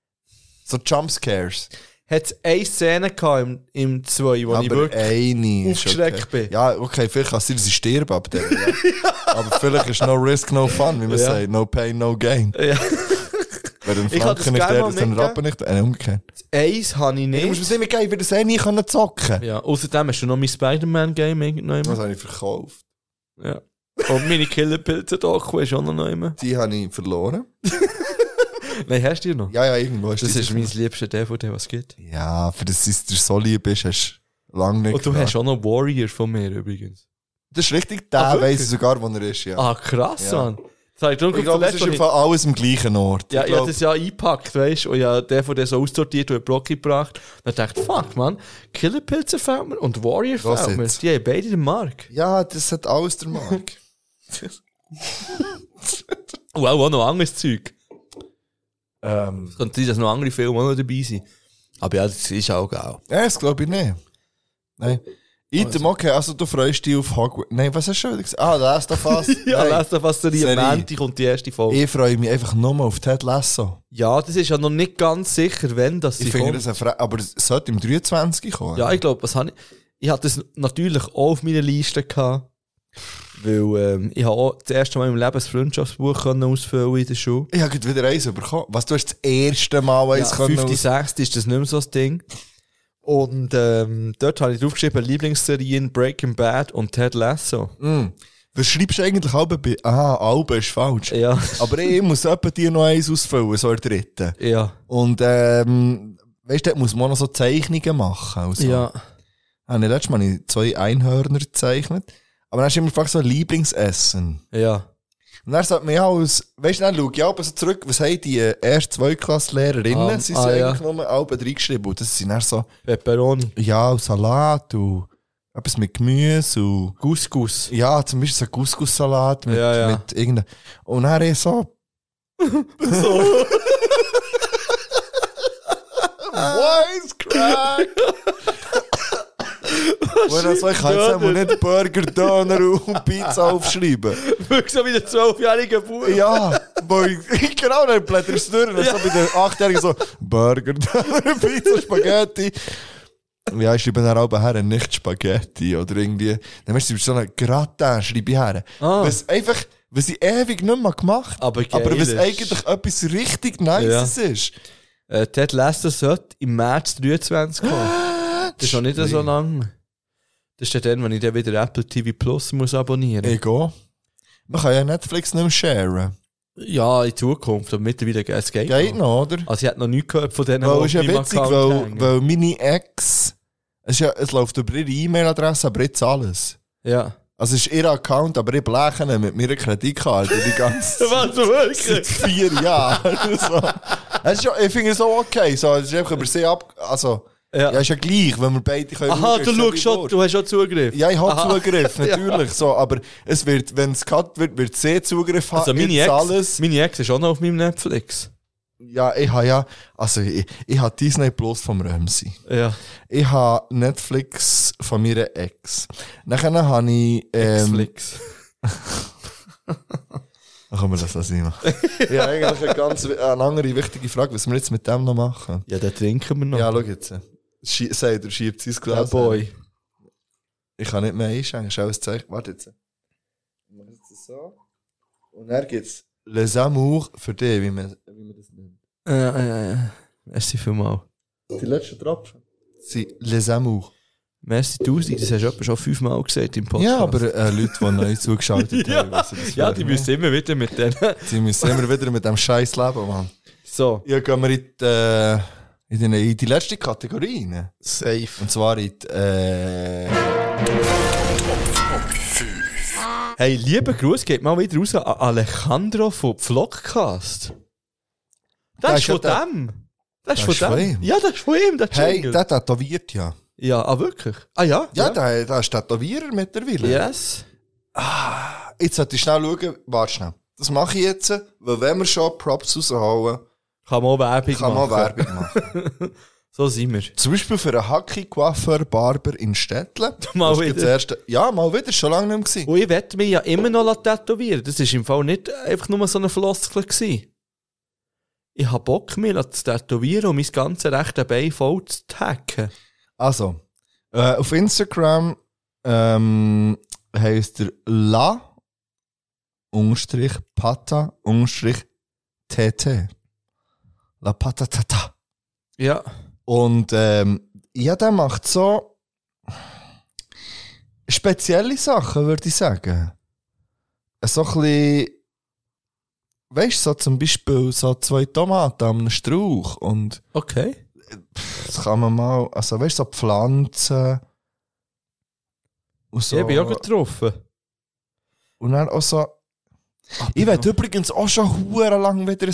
So Jumpscares. Hat es eine Szene gehabt im 2, wo ich Aber wirklich eine ist aufgeschreckt okay. bin? Ja, okay, vielleicht kann es sein, dass ich sterbe ab der. Ja. Aber vielleicht ist no risk, no fun, wie man Ja. sagt. No pain, no gain. Ja. Wenn ein Ich kann das Franken nicht gerne mal der, dann mitgeben. Rappen nicht. Umgekehrt. Eins habe ich Ich muss nicht. mir immer geben, ich würde das eh nie können zocken. Ja, außerdem hast du noch mein Spider-Man-Game Was irgendwann. habe ich verkauft? Ja. Und meine Killerpilze-Doku ist auch noch immer. Die habe ich verloren. Nein, hast du die noch? Ja, irgendwo ist Das die ist drin. mein liebster DVD, was es gibt. Ja, für das es dir so lieb ist, hast du lange nicht Und du gemacht. hast auch noch Warrior von mir übrigens. Das ist richtig, der wirklich? weiss ich sogar, wo er ist, ja. Ah, krass, Ja. Mann. Das habe ich darum Ich glaube, es zuletzt, ist im Fall alles am gleichen Ort. ja, ich ich habe glaub, das ja eingepackt, weißt du, und ja, der von der so aussortiert und in den Block gebracht. Und dann dachte ich, fuck, man, Killerpilze fällt mir und Warrior Was fällt mir. jetzt? Die haben beide den Mark. ja, das hat alles der Mark. Und auch noch anderes Zeug. Ähm, Es könnte sein, dass noch andere Filme auch noch dabei sind. Aber ja, das ist auch geil. ja, das glaube ich nicht. Nein. Item, okay, also du freust dich auf Hogwarts. Nein, was hast du schon gesagt? Ah, Last of Us. Ja, Nein. lass doch was Serie. Serie. Am Montag kommt die erste Folge. Ich freue mich einfach nur auf Ted Lasso. Ja, das ist ja noch nicht ganz sicher, wenn das sie Ich finde kommt. das aber es sollte im 23 kommen. Ja, ich glaube, was habe ich... Ich hatte das natürlich auch auf meiner Liste gehabt. Weil ich habe auch das erste Mal in meinem Leben ein Freundschaftsbuch können ausfüllen in der Schule. Ich habe gerade wieder eins bekommen. Was, du hast das erste Mal eins Ja, können 5., 6. ist das nicht mehr so das Ding. Und dort habe ich draufgeschrieben, Lieblingsserien Breaking Bad und Ted Lasso. Was schreibst du eigentlich Alben bei? Ah, Alben ist falsch. Ja. Aber ich muss etwa dir noch eins ausfüllen, so in der dritten. Ja. Und weißt du, dort muss man noch so Zeichnungen machen. Also. Ja. Habe ich letztes Mal 2 Einhörner gezeichnet. Aber dann hast du immer gefragt, so Lieblingsessen. Ja. Und dann sagt man ja aus, weißt du, dann schau ich auch so zurück, was haben die erst 2-Klass-Lehrerinnen, sie sind ja. eigentlich nur Alben reingeschrieben. Und das sind dann so, Pepperoni. ja, Salat und etwas mit Gemüse und, Couscous. ja, zum Beispiel so Couscous-Salat mit, Ja, ja. mit irgendeinem, und dann ich so, Voice Crack! Und dann so, ich kann jetzt einmal nicht Burger, Döner und Pizza aufschreiben. Wirklich so wie der 12-jährige Bub. Ja, weil ich genau, dann blätter ich es durch und dann so bei den 8-Jährigen so, Burger, Döner, Pizza, Spaghetti. Ja, ich schreibe dann auch her, nicht Spaghetti oder irgendwie. Dann hast du so einen Gratin, schreibe ich her. Was einfach, was ich ewig nicht mehr gemacht Aber geil was ist. eigentlich etwas richtig Nices ist. Ted Lasso sollte im März 23 kommen. Das ist noch nicht so lang. Das ist ja dann, wenn ich dann wieder Apple TV Plus muss abonnieren. Ich gehe. Man kann ja Netflix nicht mehr sharen. Ja, in Zukunft, aber mittlerweile es geht Geht noch. noch, oder? Also ich hätte noch nichts gehört von denen, Weil es ist ja auf meinem witzig, Account hängen. weil meine Ex, es läuft über ihre E-Mail-Adresse, aber jetzt alles. Ja. Also es ist ihr Account, aber ich bleche ihn mit meiner Kreditkarte die ganze Zeit. Was, wirklich? Seit 4 Jahren. So. Es ist ja, ich finde es so okay. So, es ist einfach über sie ab. Also, Ja. ja, ist ja gleich, wenn wir beide können. Aha, schauen, du ist ja schaust wie schon, wurscht. du hast schon Zugriff. Ja, ich habe Aha. Zugriff, natürlich. So, aber es wird, wenn es gehabt wird, wird sie Zugriff haben. Also jetzt alles. meine Ex ist auch noch auf meinem Netflix. Ja, ich habe Disney Plus vom Ramsey. Ja. Ich habe Netflix von meiner Ex. Nachher habe ich, Netflix. Dann können wir das also nicht machen. Ja, eigentlich eine andere wichtige Frage, was wir jetzt mit dem noch machen. Ja, den trinken wir noch. Ja, schau jetzt. Sagt er, schiebt sein Ja, Glas. boy. Ich kann nicht mehr einschenken, schau ein Zeichen. Warte jetzt. Ich mache jetzt so. Und dann gibt's Les Amours für dich, wie man das nennt. Ja. Merci vielmals. Die letzten Tropfen sind Les Amours. Merci 1000, das hast du etwa schon 5-mal gesagt im Podcast. Ja, aber Leute, die neu zugeschaltet haben, wissen das ja, die vielleicht müssen immer wieder mit denen. Die müssen immer wieder mit dem Scheiß leben, Mann. So. Ja, gehen wir in die letzte Kategorie rein. Safe. Und zwar in die, Hey, lieber Gruß geht mal wieder raus an Alejandro von Vlogcast. Das ist von dem. Das ist von dem. Ja, das ist von ihm, der Hey, Jingle. der tätowiert ja. Ja, wirklich? Ah ja? Ja, der ist Tätowierer mittlerweile. Yes. Jetzt sollte ich schnell schauen, warte schnell. Das mache ich jetzt, weil wenn wir schon Props raushauen, Kann man auch Werbung kann man machen. Werbung machen. So sind wir. Zum Beispiel für einen Hacki-Coiffeur Barber in Städtle. Mal Das ist wieder. das erste, ja, mal wieder, schon lange nicht mehr gewesen. Und ich werde mich ja immer noch tätowieren. Das war im Fall nicht einfach nur so eine Floskel gewesen. Ich habe Bock, mich zu tätowieren und mein ganzes rechte Bein voll zu hacken. Also, auf Instagram heisst er la_pata_tt. La patatata. Ja. Und ja, der macht so spezielle Sachen, würde ich sagen. So ein bisschen, weißt du, so zum Beispiel so 2 Tomaten am Strauch und Okay. das kann man mal, also weißt du, so Pflanzen und so. Ich bin auch getroffen. Und dann auch so. Ich werde übrigens auch schon hure lang wieder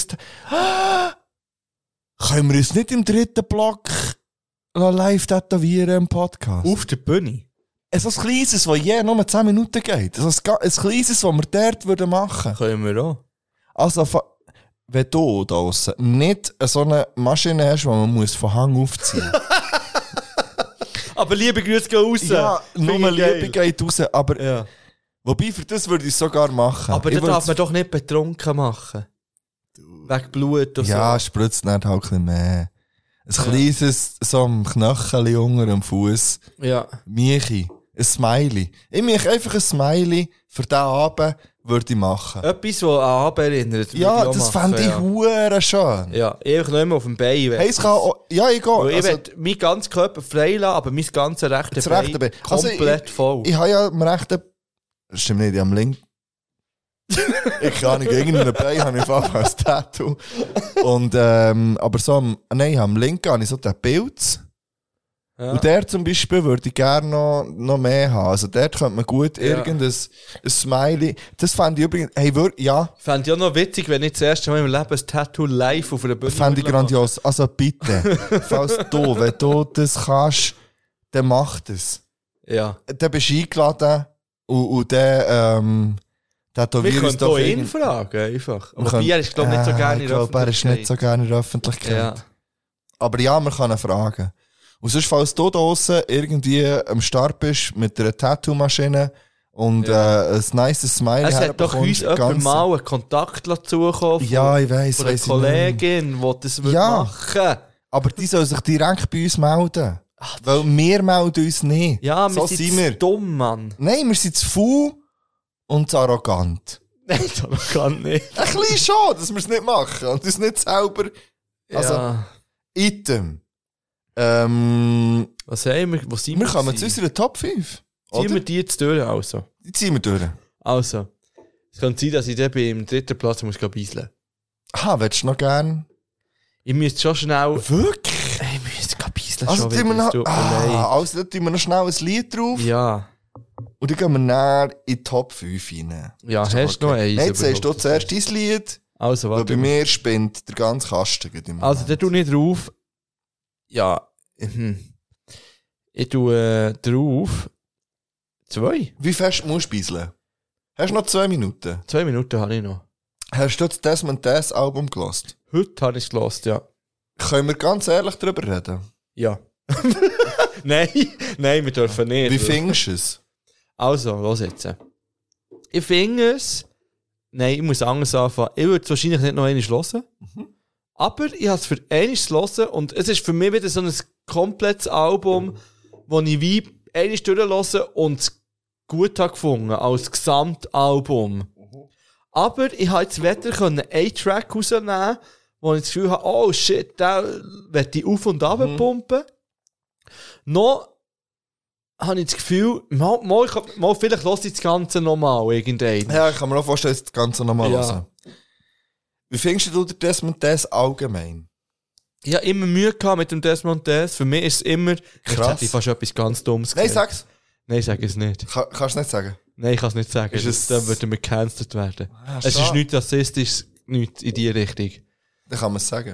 können wir uns nicht im 3. Block live tätowieren im Podcast? Auf der Bühne. So ein kleines, das nur 10 Minuten geht. Also ein kleines, das wir dort machen würden. Können wir auch. Also, wenn du da draussen nicht so eine Maschine hast, die man muss von Hang aufziehen muss. Aber liebe Grüße gehen raus. Ja, nur Finde ich geil. Liebe geht raus. Aber, Ja. wobei, für das würde ich es sogar machen. Aber ich das darf man doch nicht betrunken machen. Wegen Blut und ja, so. spritzt nicht halt ein bisschen mehr. Ein kleines, so am Knöchel unter dem Fuß. Ja. Miechi. Ein Smiley. Ich mich einfach ein Smiley für diesen Abend würde ich machen. Etwas, das an Abend erinnert. Ja, würde ich auch das machen, fände ich ja. hure schön. Ja, einfach nicht mehr auf dem Bein. Hey, es kann auch, ja, ich gehe. Weil ich Also, will meinen ganzen Körper frei lassen, aber mein ganzes rechte das rechte Bein Bein. Also, komplett voll. ich habe ja am rechten, stimmt nicht, am linken. Ich kann nicht, irgendeinem Bein habe ich fast als Tattoo. Und, aber so am linken habe ich so den Pilz. Ja. Und der zum Beispiel würde ich gerne noch mehr haben. Also dort könnte man gut Ja. irgendein ein Smiley. Das fände ich übrigens, hey, ja, Fände ich auch noch witzig, wenn ich das erste Mal in meinem Leben ein Tattoo live auf einer Bühne fände ich würde machen. grandios. Also bitte, falls wenn du das kannst, dann mach das. Ja. Dann bist du eingeladen und dann Wir tätowieren uns können doch hier ihn irgend- fragen, einfach. Wir Aber können- Bier ist, glaube ich, nicht so gerne in Ich der glaube, er ist nicht so gerne in der Öffentlichkeit. Ja. Aber ja, man kann ihn fragen. Und sonst, falls du da draussen irgendwie am Start bist mit einer Tattoo-Maschine und ein nice Smiley Es hat doch uns herbekommst, jemand mal einen Kontakt zukommen Ja, ich weiss, von einer weiss ich nicht. Kollegin, die das Ja. machen. Aber die soll sich direkt bei uns melden. Weil wir melden uns nicht. Ja, wir so sind sind wir. dumm, Mann. Nein, wir sind zu faul und zu arrogant. Nein, das kann nicht. Ein bisschen schon, dass wir es nicht machen und uns nicht selber... Also, Ja. Item. Was haben wir? Wo sind Wir wir? kommen zu unserer Top 5. Ziehen Oder? wir die jetzt durch, also. Die ziehen wir durch. Also. Es kann sein, dass ich dann beim 3. Platz muss beiseln. Willst du noch gern? Ich müsste schon schnell... Wirklich? Ich müsste beiseln Also, schon tun wir wieder, es noch, tut mir leid. also dann tun wir noch schnell ein Lied drauf Ja. und dann gehen wir näher in die Top 5 rein. Ja, Ist doch hast du noch eins? Nein, jetzt sagst du überhaupt? zuerst dein Lied, Also, weil warte. bei mir spinnt der ganze Kasten. gerade im Moment. Also, der tu nicht drauf. Ja. Ich tue drauf 2. Wie fest musst du beiseln? Hast du noch 2 Minuten? 2 Minuten habe ich noch. Hast du das Desmond Des Album gelost? Heute habe ich es gehört, ja. Können wir ganz ehrlich darüber reden? Ja. Nein, wir dürfen nicht. Wie findest du es? Also, los jetzt. Ich finde es... Nein, ich muss anders anfangen. Ich würde es wahrscheinlich nicht noch einmal hören. Aber ich habe es für einmal hören und es ist für mich wieder so ein komplettes Album, das ich wie einmal durchhöre und es gut habe gefunden, als Gesamtalbum. Aber ich habe jetzt wieder einen Track rausnehmen, wo ich das Gefühl habe, oh shit, da werde ich auf und ab pumpen. Noch habe ich das Gefühl, mal vielleicht höre ich das Ganze nochmal irgendwann. Ja, ich kann mir auch vorstellen, das Ganze nochmal Ja. hören. Wie findest du Desmond Des allgemein? Ich habe immer Mühe gehabt mit dem Desmond Des. Für mich ist es immer... Jetzt hätte ich fast etwas ganz Dummes Nein, gesagt. sag's. Nein, ich sage es nicht. Kannst du es nicht sagen? Nein, ich kann es nicht sagen. Ist es- Dann würden wir gecancelt werden. Es ist schade. nichts rassistisch, nichts in die Richtung. Dann kann man es sagen.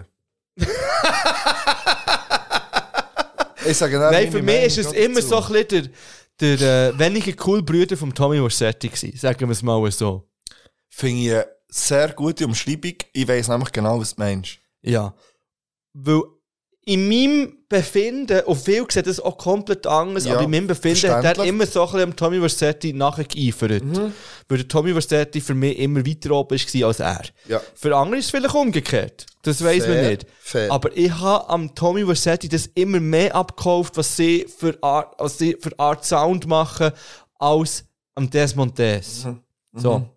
Ich sage Nein, für mich ist es immer so ein bisschen der weniger cool Brüder vom Tommy Vercetti gewesen. Sagen wir es mal so. Finde ich eine sehr gute Umschreibung. Ich weiss nämlich genau, was du meinst. Ja. Weil in meinem Befinden, und viele sehen das auch komplett anders, Ja, aber in meinem Befinden hat er verständlich. immer so ein bisschen am Tommy Vercetti nachgeeifert. Weil der Tommy Vercetti für mich immer weiter oben war als er. Ja. Für andere ist es vielleicht umgekehrt. Das weiss man Fair, nicht. fair. Aber ich habe am Tommy Vercetti das immer mehr abgekauft, was sie für Art Sound machen, als am Desmond Des. So.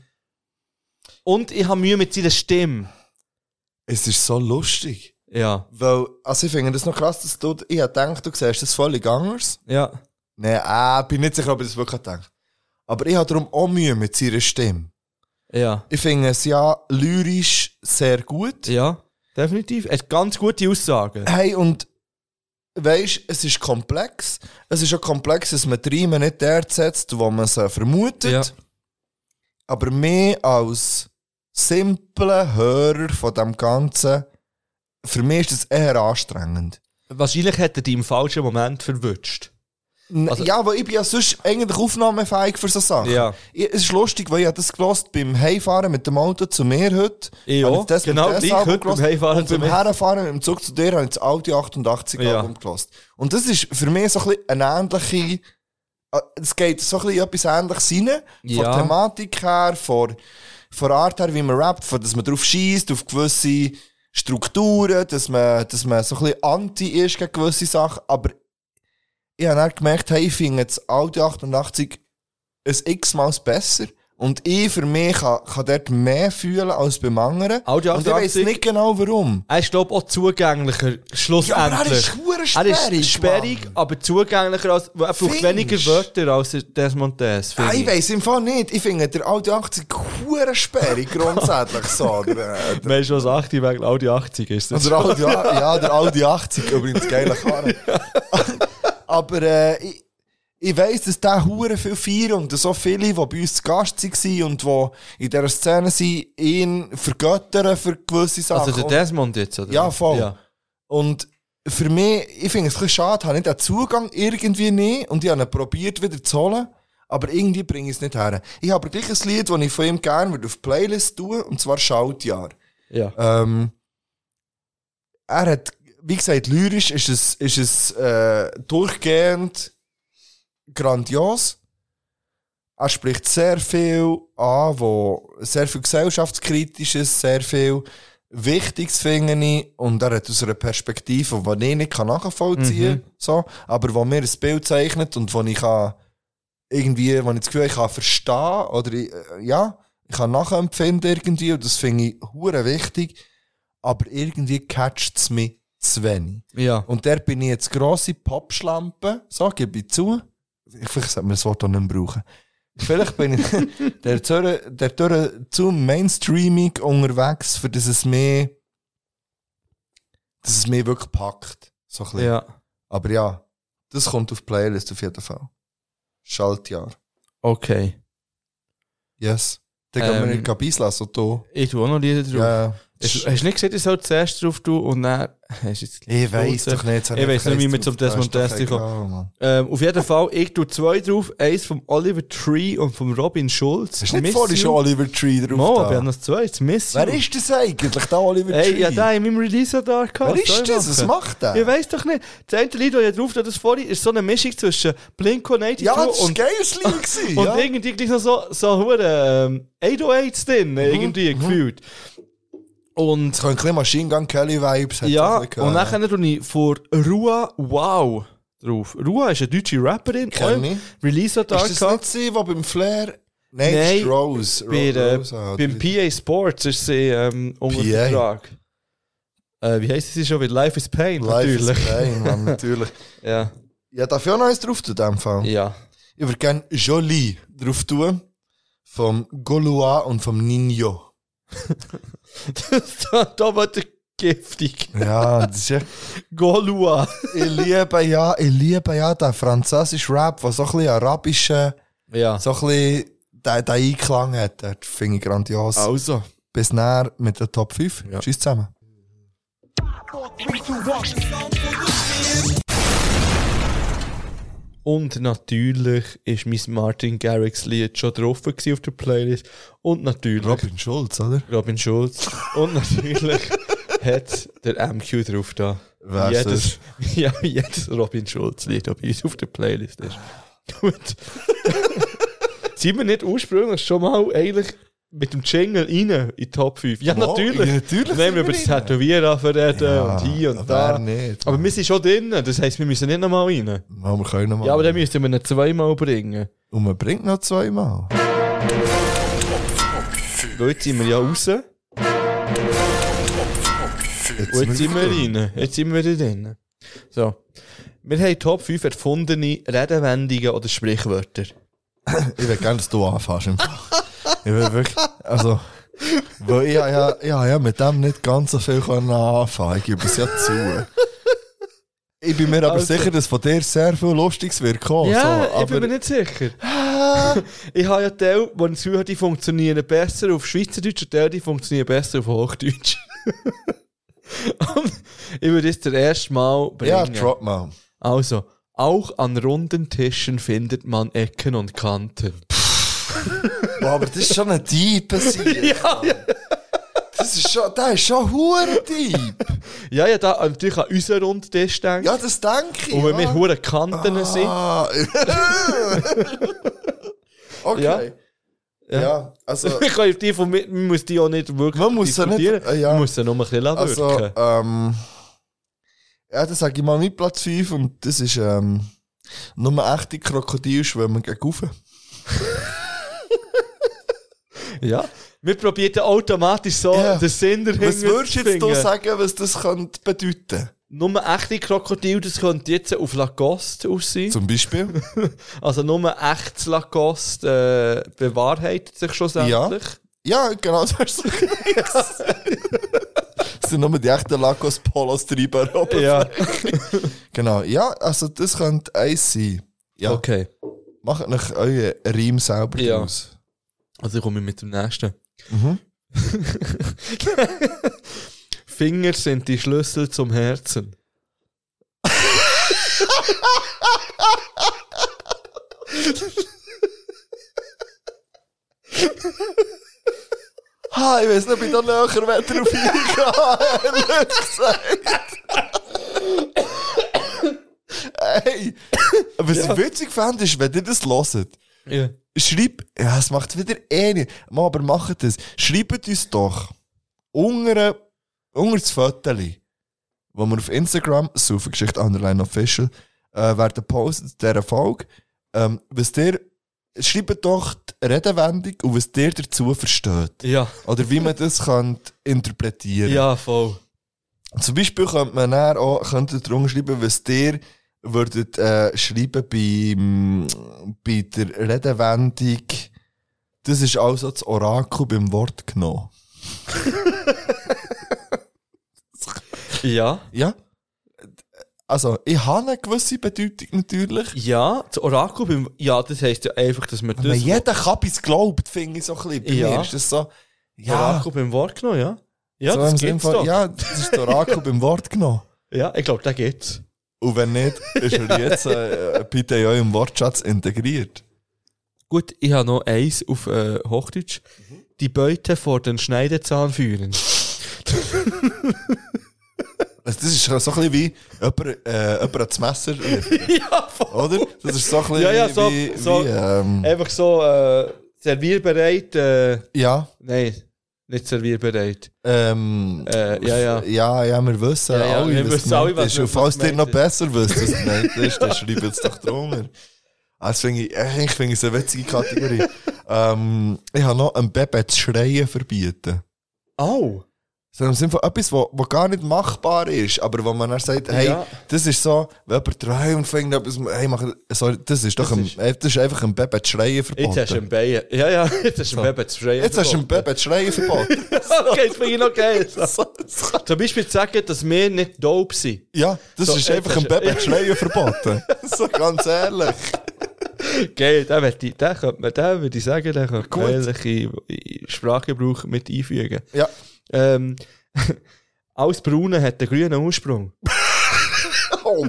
Und ich habe Mühe mit seiner Stimme. Es ist so lustig. Ja. Weil, also ich finde das noch krass, dass du, ich habe gedacht, du siehst das völlig anders. Ja. Nein, bin nicht sicher, ob ich das wirklich gedacht. Aber ich habe darum auch Mühe mit seiner Stimme. Ja. Ich finde es ja lyrisch sehr gut. Ja. Definitiv. Er hat ganz gute Aussagen. Hey, und weisst, es ist komplex. Es ist auch komplex, dass man die Riemen nicht dort setzt, wo man sie vermutet. Ja. Aber mehr als simpler Hörer von dem Ganzen, für mich ist das eher anstrengend. Wahrscheinlich hat er dich im falschen Moment verwünscht. Also- Ja, weil ich bin ja sonst eigentlich aufnahmefähig für so Sachen. Ja. Es ist lustig, weil ich habe das gehört beim Heimfahren mit dem Auto zu mir heute. Ja, Habe ich das genau mit gleich Album heute beim gehört. Heimfahren und zu beim mir. Herfahren mit dem Zug zu dir habe ich das Audi 88 Ja. Album gehört. Und das ist für mich so ein bisschen eine ähnliche, es geht so ein bisschen etwas Ähnliches rein. Ja. Von Thematik her, von Art her, wie man rappt, von, dass man drauf schießt, auf gewisse Strukturen, dass man so ein bisschen anti ist gegen gewisse Sachen. Aber ich habe dann gemerkt, hey, ich finde das Audi 88 ein x-mal besser. Und ich für mich kann dort mehr fühlen als beim anderen. Audi Und ich weiss 88 nicht genau warum. Er ist, glaube ich, auch zugänglicher, schlussendlich. Ja, aber er ist verdammt Er sperrig, ist sperrig, Mann. aber zugänglicher als, er braucht Findest? weniger Wörter als der Desmond Des, finde Ich ich. weiss im Fall nicht. Ich finde der Audi 80 verdammt sperrig grundsätzlich so. Weißt du, was 80 wegen Audi 80 ist? Das Der Audi, ja, der Audi 80, übrigens geile Karre. Aber ich weiss, dass der hure viel feiern und so viele, die bei uns zu Gast waren und die in dieser Szene sind, ihn vergöttern für gewisse Sachen. Also der Desmond jetzt, oder? Ja, voll. Ja. Und für mich, ich finde es ein bisschen schade, ich habe nicht den Zugang irgendwie nicht und ich habe ihn probiert wieder zu holen, aber irgendwie bringe ich es nicht her. Ich habe aber gleich ein Lied, das ich von ihm gerne auf die Playlist tue, und zwar Schaltjahr. Ja. Er hat, wie gesagt, lyrisch ist es durchgehend grandios. Er spricht sehr viel an, sehr viel Gesellschaftskritisches, sehr viel Wichtiges finde ich, und er hat aus einer Perspektive, die ich nicht nachvollziehen kann, so, aber wo mir ein Bild zeichnet und wo ich kann irgendwie, wo ich das Gefühl habe, ich kann verstehen oder ich kann nachempfinden irgendwie, und das finde ich hure wichtig, aber irgendwie catcht es mich zu wenig. Ja. Und der bin ich jetzt grosse Popschlampe, so, gebe ich zu. Vielleicht sollte man das Wort auch nicht mehr brauchen. Vielleicht bin ich der zu mainstreamig unterwegs, für dass es mich wirklich packt. So ein bisschen. Ja. Aber ja, das kommt auf die Playlist auf jeden Fall. Schaltjahr. Okay. Yes. Dann gehen wir in die Kabis lassen, du. Ich tue auch noch Lieder drauf. Ja. Hast du nicht gesehen, ich soll zuerst drauf tun und dann hast du jetzt Ich weiss doch nicht. Ich weiss nicht, wie wir zum Desmond Destiny kommen. Auf jeden Fall, ich tue 2 drauf. Eins vom Oliver Tree und vom Robin Schulz. Hast du nicht vorhin schon Oliver Tree drauf? Mo, wir haben noch 2. Jetzt Miss Wer ist das eigentlich, der Oliver Tree? Ey, ja, der in meinem Release da gehabt. Wer ist das? Was macht der? Ich weiss doch nicht. Das eine Lied, das ich drauf tue, das vorhin, ist so eine Mischung zwischen Blink-182 Ja, das war ein und geiles Lied gewesen, und ja. irgendwie gleich noch so hure 808s drin, irgendwie gefühlt. Und Es können ein bisschen Machine Gun Kelly Vibes. hat ja, es ein bisschen und gehabt. dann tue ich vor Rua Wow drauf. Rua ist eine deutsche Rapperin. Kenn ich. Release da Ist das nicht sie, die beim Flair... Nein, das ist Rose. Beim PA Sports ist sie unter PA. Vertrag. Wie heisst sie schon wieder? Life is Pain, Life natürlich. is Pain, Mann, natürlich. Ja. Ja, darf ich auch noch eins drauf tun, in dem Fall? Ja. Ich würde gerne Jolie drauf tun. Vom Gaulois und vom Nino. da wird er giftig. Ja, das ist ja... Gaulois. Ich liebe ja den französischen Rap, der so ein bisschen arabischen, Ja. so ein bisschen den Einklang hat. Das finde ich grandios. Also. Bis näher mit der Top 5. Ja. Tschüss zusammen. Und natürlich ist mein Martin Garrix Lied schon drauf gewesen auf der Playlist. Und natürlich Robin Schulz, oder? Robin Schulz. Und natürlich hat der MQ drauf da. Wer Jedes, ja, jedes Robin Schulz Lied, ob es auf der Playlist ist. Gut. Sind wir nicht ursprünglich schon mal eigentlich mit dem Jingle rein in die Top 5? Ja, Oh, natürlich. ja, natürlich Wenn wir über das Tätowieren reden Ja, und hier und wer da. nicht? Aber wir sind schon drin, das heisst, wir müssen nicht nochmal rein. Ja, wir können noch mal. Ja, aber dann müssen wir ihn 2-mal bringen. Und man bringt noch 2-mal. Weil jetzt sind wir ja raus. Und jetzt sind wir rein. Jetzt sind wir wieder drin. So. Wir haben Top 5 erfundene Redewendungen oder Sprichwörter. Ich will gerne, dass du anfängst. Im Fall. Ich will wirklich, also, weil ich ja mit dem nicht ganz so viel anfangen. Ich gebe es ja zu. Ich bin mir aber Also. sicher, dass von dir sehr viel Lustiges wird kommen. Ja, so, ich bin mir nicht sicher. Ich habe ja Teile, wo ich das Gefühl habe, die funktionieren besser auf Schweizerdeutsch und Teile, die funktionieren besser auf Hochdeutsch. Und ich würde jetzt das erste Mal bringen. Ja, drop mal. Also, auch an runden Tischen findet man Ecken und Kanten. Boah, aber das ist schon ein Dieb. Ja. Das ist schon, der ist schon hure Dieb. Ja, da natürlich an unseren runden Tisch denken. Ja, das denke ich. Und wenn wir ja. hure Kanten sind. Ah. Okay. Ja, also... Ich kann die von mir, man muss die auch nicht wirklich Man muss sie nicht- diskutieren. ja. Man muss sie nur ein bisschen Also, wirken. ja, das sage ich mal mit Platz 5 und das ist, nur echte Krokodil schwimmen gegen Ufe. Ja. Wir probieren automatisch so Ja. den Sinn dahinter Was würdest du zu jetzt da finden. sagen, was das könnte bedeuten? Nur echte Krokodil, das könnte jetzt auf Lacoste aussehen. Zum Beispiel? Also nur echtes Lacoste bewahrheitet sich schon sämtlich. Ja, genau so hast du es gesagt. Es sind nur die echten Lacoste-Polos drüber oben. Ja. Genau, ja, also das könnte eins sein. Ja, Okay. macht euch euren Reim selber Ja. draus. Also ich komme mit dem nächsten. Mhm. Finger sind die Schlüssel zum Herzen. Ha, ich weiß nicht, ob ich da näher drauf eingehen, ehrlich gesagt. Ey, was ich witzig fand, ist, wenn ihr das hört, Ja. schreibt, ja, es macht wieder nicht. Mal, aber macht das. Schreibt uns doch unter das Fotochen, wo wir auf Instagram, Saufengeschichte _official, werden posten zu dieser Folge, schreibt doch die Redewendung und was ihr dazu versteht. Ja. Oder wie man das interpretieren kann. Ja, voll. Zum Beispiel könnte man dann auch drunter schreiben, was ihr würdet schreiben bei der Redewendung. Das ist also das Orakel beim Wort genommen. Ja. Ja. Also, ich habe eine gewisse Bedeutung natürlich. Ja, das Orakel beim... Ja, das heisst ja einfach, dass man Wenn das... jeder Kabis glaubt, finde ich so ein bisschen. Bei Ja. mir ist das so, Das ja, Orakel beim Wort genommen, ja. Ja, so das im Sinne gibt's von, doch. ja, das ist der Orakel beim Wort genommen. Ja, ich glaube, den gibt's. Und wenn nicht, ist er jetzt bitte in eurem Wortschatz integriert. Gut, ich habe noch eins auf Hochdeutsch. Die Beute vor den Schneidezahn führen. Das ist so ein bisschen wie jemand das Messer Ja, voll. oder? Das ist so ein bisschen Ja, so, wie einfach so servierbereit. ja, Nein, nicht servierbereit. ja, wir wissen Ja, alle, wir was wissen gemeint alle, was ist. Und was falls ihr gemeint noch ist. besser wisst, was gemeint ist, dann schreibt es doch drunter. Das finde ich es eine witzige Kategorie. Ich habe noch ein Baby zu schreien verbieten. Oh. So im Sinne von etwas, wo gar nicht machbar ist, aber wo man dann sagt, hey, Ja. das ist so, wenn jemand träumt und fängt etwas, hey, sorry, das ist einfach ein Baby zu schreien verboten. Jetzt hast du ein Bein. Ja, jetzt hast du ein Baby zu schreien. Jetzt hast du ein Baby zu schreien verboten. Okay, das finde ich noch geil. Zum Beispiel zu sagen, dass wir nicht dope sind. Ja, das So, ist jetzt einfach ein hast du- Baby zu schreien verboten. So ganz ehrlich. Geil, den würde ich sagen, den könnte man ehrlich in Sprachgebrauch mit einfügen. Ja. Alles Braune hat einen grünen Ursprung. Oh.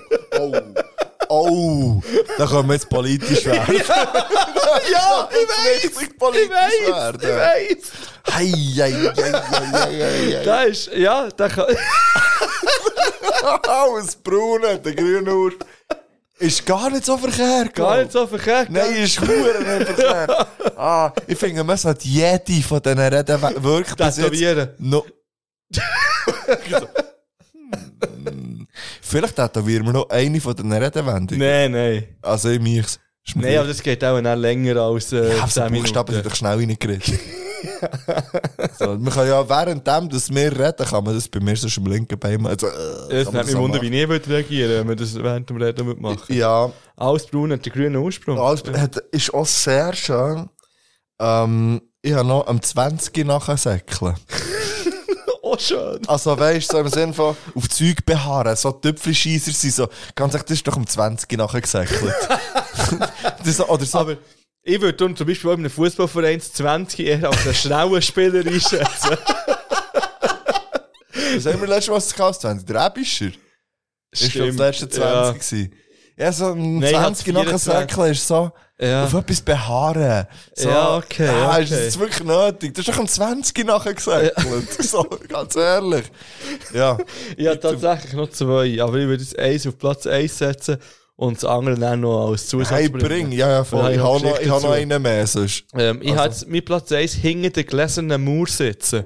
Da können wir jetzt politisch werden. Ja, ich weiss. Hei. Da ist, ja, der kann... Alles braune, der grüne Uhr. Ist gar nicht so verkehrt. Gar nicht so verkehrt. Nein, ist verdammt nicht verkehrt. Ich finde, man sollte jede von diesen Reden wirklich bis jetzt Tätowieren. no. Vielleicht tätowieren wir noch eine von diesen Redewendungen. Nein. Also ich mich's. Nein, aber das geht auch nicht länger als Ja, so 10 Buchstaben sind Minuten. doch schnell reingeredet. So, man kann ja währenddem, dass wir reden, kann man das bei mir so im linken Bein machen. Also, Es kann man nimmt mich so Wunder, machen. wie ich würde reagieren, wenn wir das während dem Reden machen. Ja, Alles braun hat den grünen Ursprung. alles ist auch sehr schön. Ich habe noch am 20 nachsäckeln. Oh, schön. Also weißt du, so im Sinne von auf Zeug beharren, so Tüpfelscheisser sind so, ganz ehrlich, das ist doch am 20 nachher gesäckelt. Oder so. Aber ich würde dann zum Beispiel auch in einem Fußballverein 20 eher als einen schnellen Spieler einschätzen. Was haben wir letztes Mal gekauft? 20? Der Ebischer? Ist glaube das letzte 20 gewesen. Ja, so am Nein, 20 nachher säckeln ist so, Ja. auf etwas beharren. So, Ja, okay, Ah, ist okay. das wirklich nötig? Das ist doch am 20 nachher gesäckelt. So, ganz ehrlich. Ja. Ja, tatsächlich noch 2. Aber ich würde jetzt eins auf Platz 1 setzen und das andere dann noch als Zusatz Hey, bring. Ja, voll. Dann Ich habe habe ich noch, noch ich habe noch Geschichte einen mehr, sonst. Ich habe jetzt mit Platz 1 hinter den gläsernen Mauer sitzen.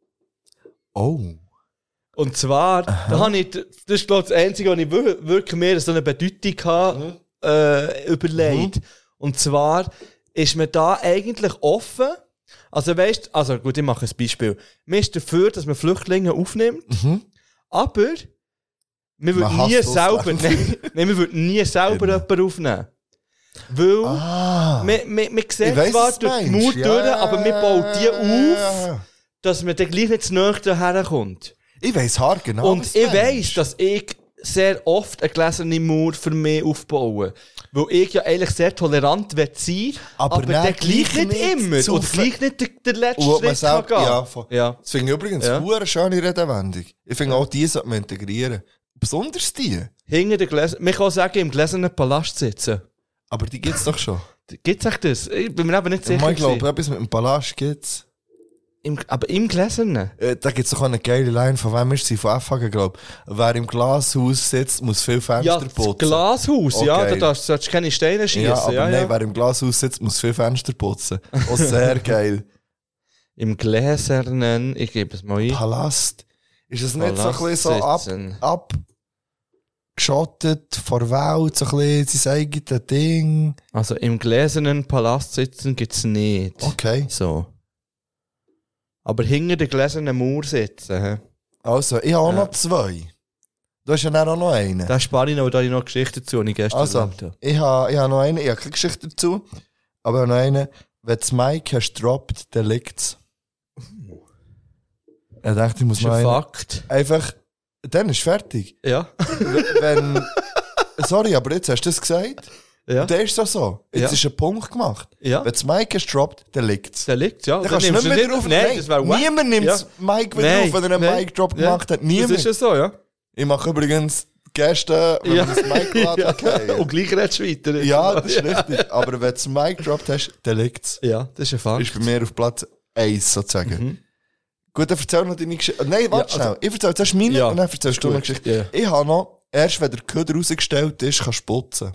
Oh. Und zwar, da habe ich, das ist glaube ich das Einzige, was ich wirklich mehr so eine Bedeutung habe, überlegt. Und zwar ist man da eigentlich offen. Also weißt, also gut, ich mache ein Beispiel. Man ist dafür, dass man Flüchtlinge aufnimmt, aber man würde Man nie hasst selber, Ausländer. nein, man würde nie selber jemanden aufnehmen. Weil man Ich sieht weiss, zwar was du durch die meinst. Mauer durch, aber man baut die auf, dass man dann gleich nicht zu nahe daherkommt. Ich weiss haargenau. Und ich weiss, dass ich sehr oft eine gläserne Mauer für mich aufbaue. Weil ich ja eigentlich sehr tolerant sein, aber dann dann gleich nicht immer. zu Oder gleich nicht der letzte Und man Schritt kann selber, gehen. ja, voll. Ja. Das finde ich übrigens Ja. eine schöne Redewendung. Ich finde auch die sollte man integrieren. Besonders die. Hinter der Gläser, man kann sagen, im gläsernen Palast sitzen. Aber die gibt es doch schon. Gibt's echt das? Ich bin mir aber nicht sicher. Ich glaube, gewesen. etwas mit dem Palast gibt's. Aber im gläsernen? Da gibt's doch auch eine geile Line, von wem ist sie? Von FHG, glaube ich. Wer im Glashaus sitzt, muss viel Fenster Ja, das putzen. Glashaus, ja, Okay. da solltest du keine Steine schießen. Ja, aber ja, nein, ja. wer im Glashaus sitzt, muss viel Fenster putzen. Auch sehr geil. Im gläsernen, ich gebe es mal ein. Palast. Ist es nicht so ein Palast bisschen so sitzen. abgeschottet vor der Welt, so ein bisschen sein eigenes Ding? Also im gläsernen Palast sitzen gibt's nicht. Okay. So. Aber hinter der gläsernen Mauer sitzen, hä? Also, ich habe auch noch 2. Du hast ja dann auch noch einen. Da spare ich noch, da habe ich noch Geschichten dazu, die ich gestern Also, erlebt habe. ich habe noch einen, ich habe keine Geschichte dazu, aber ich habe noch einen, wenn das Mike hast droppt, dann liegt's. Ich dachte, ich muss Das ist noch ein einen. Fakt. Einfach, dann ist fertig. Ja. Wenn, sorry, aber jetzt hast du das gesagt. Ja. Und der ist so. Jetzt Ja. ist ein Punkt gemacht. Ja. Wenn das Mic ist droppt, dann liegt's. Der liegt, ja. Dann kannst du nicht mehr drauf. Nein, das wäre wack. Niemand nimmt Ja. das Mic wieder auf, wenn er einen Mic-Drop gemacht hat. Niemand. Das ist ja so, ja. Ich mache übrigens Gäste, wenn man das Mic lädt, okay. Und gleich redest du weiter. Ja, das ist richtig. Aber wenn du das Mic droppt hast, dann liegt's. Ja, das ist ein Fakt. Ist bei mir auf Platz 1 sozusagen. Gut, dann erzähl noch deine Geschichte. Nein, warte Ja, also- schnell. Ich erzähl zuerst meine Ja, und dann erzählst du gut. eine Geschichte. Ja. Ich habe noch, erst wenn der Köder rausgestellt ist, kannst du putzen.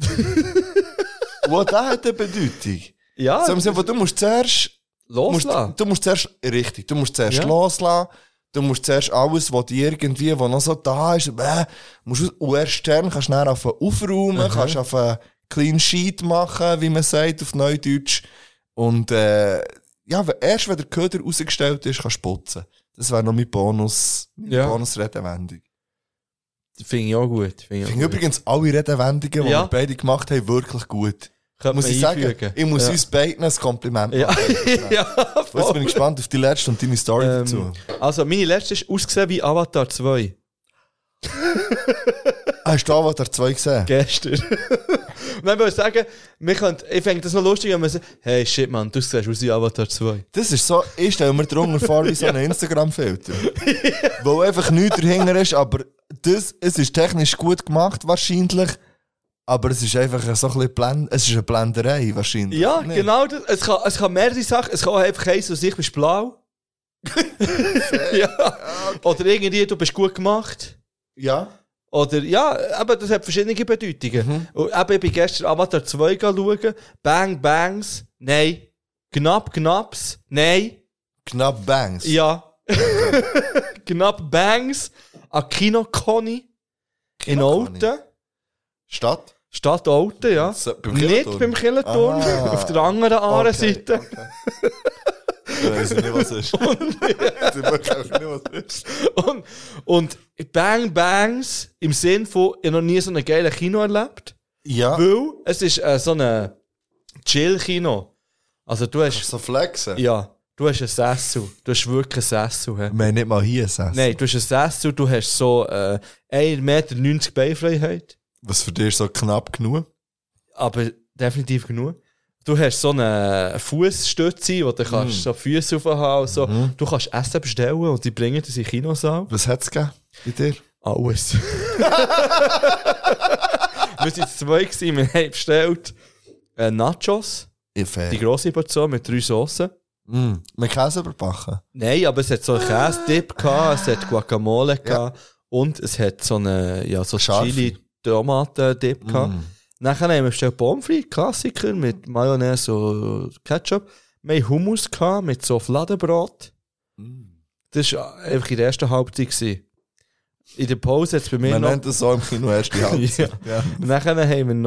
Und das hat eine Bedeutung. Ja, So im Sinne von, du musst zuerst loslassen. Du musst zuerst, richtig, du musst zuerst Ja. loslassen, du musst zuerst alles, was dir irgendwie, was noch so da ist, musst du, und erst dann kannst du dann aufräumen, kannst auf einen Clean Sheet machen, wie man sagt auf Neudeutsch. Und, ja, erst wenn der Köder rausgestellt ist, kannst du putzen. Das wäre noch meine Ja. Bonus-Redewendung. Finde ich auch gut. Ich finde übrigens alle Redewendungen, die Ja. wir beide gemacht haben, wirklich gut. Könnte Muss man ich sagen, einfügen. ich muss Ja. uns beiden ein Kompliment machen. Ja, ja, Jetzt bin voll. ich gespannt auf die letzte und deine Story dazu. Also, meine letzte ist ausgesehen wie Avatar 2. Hast du Avatar 2 gesehen? Gestern. Und dann würde ich sagen, ich finde das noch lustig, wenn man sagt, hey, shit, man, du siehst aus wie Avatar 2. Das ist so, ich stelle mir drunter vor wie so ein Instagram-Filter. Wo einfach nichts dahinter ist, aber es ist technisch gut gemacht wahrscheinlich, aber es ist einfach so ein bisschen es ist eine Blenderei wahrscheinlich. Ja, Nicht? genau. Das. Es kann mehrere Sachen. Es kann auch einfach heißen, du bist blau. Ja. Oder irgendwie, du bist gut gemacht. Ja. Oder, ja, aber das hat verschiedene Bedeutungen. Und eben, ich bin gestern Avatar 2 schauen. Bang Bangs, nein. Knapp Knaps, nein. Knapp Bangs. Ja. Knapp Bangs, an Kino Conny. In Kino-Conny. Olten. Stadt? Olten, ja. So, beim Nicht Kirchenturm? beim Killenturm, Ah. auf der anderen Ahrenseite. Okay. Ich weiss nicht, was es ist. Ich weiß auch nicht, was es ist. Und Bang Bangs im Sinn von, ich habe noch nie so ein geiles Kino erlebt. Ja. Weil es ist so ein Chill-Kino. Also du hast, So flexen. ja, du hast einen Sessel. Du hast wirklich einen Sessel. He? Wir haben nicht mal hier gesessen. Nein, du hast einen Sessel, du hast so 1,90 Meter Beinfreiheit. Was für dich ist so knapp genug? Aber definitiv genug. Du hast so eine Fußstütze, wo du kannst so Füße aufhaben und so. Du kannst Essen bestellen und die bringen das in den Kinosaal. Was hat es gegeben bei dir? Alles. Wir waren 2 gewesen, wir haben bestellt Nachos, die grosse Portion mit 3 Soßen. Mit Käse überbacken? Nein, aber es hat so einen Käse-Dip gehabt, es hat Guacamole gehabt und es hat so einen so Scharfe. Chili-Tomaten-Dip gehabt. Nachher haben wir bestellt Pommes frites, Klassiker, mit Mayonnaise und Ketchup. Wir haben Hummus gehabt, mit so Fladenbrot. Das war einfach in der ersten Halbzeit gewesen. In der Pause hat es bei mir Man noch... nennt das so im Kino erst die Halbzeit. Ja. Und nachher haben wir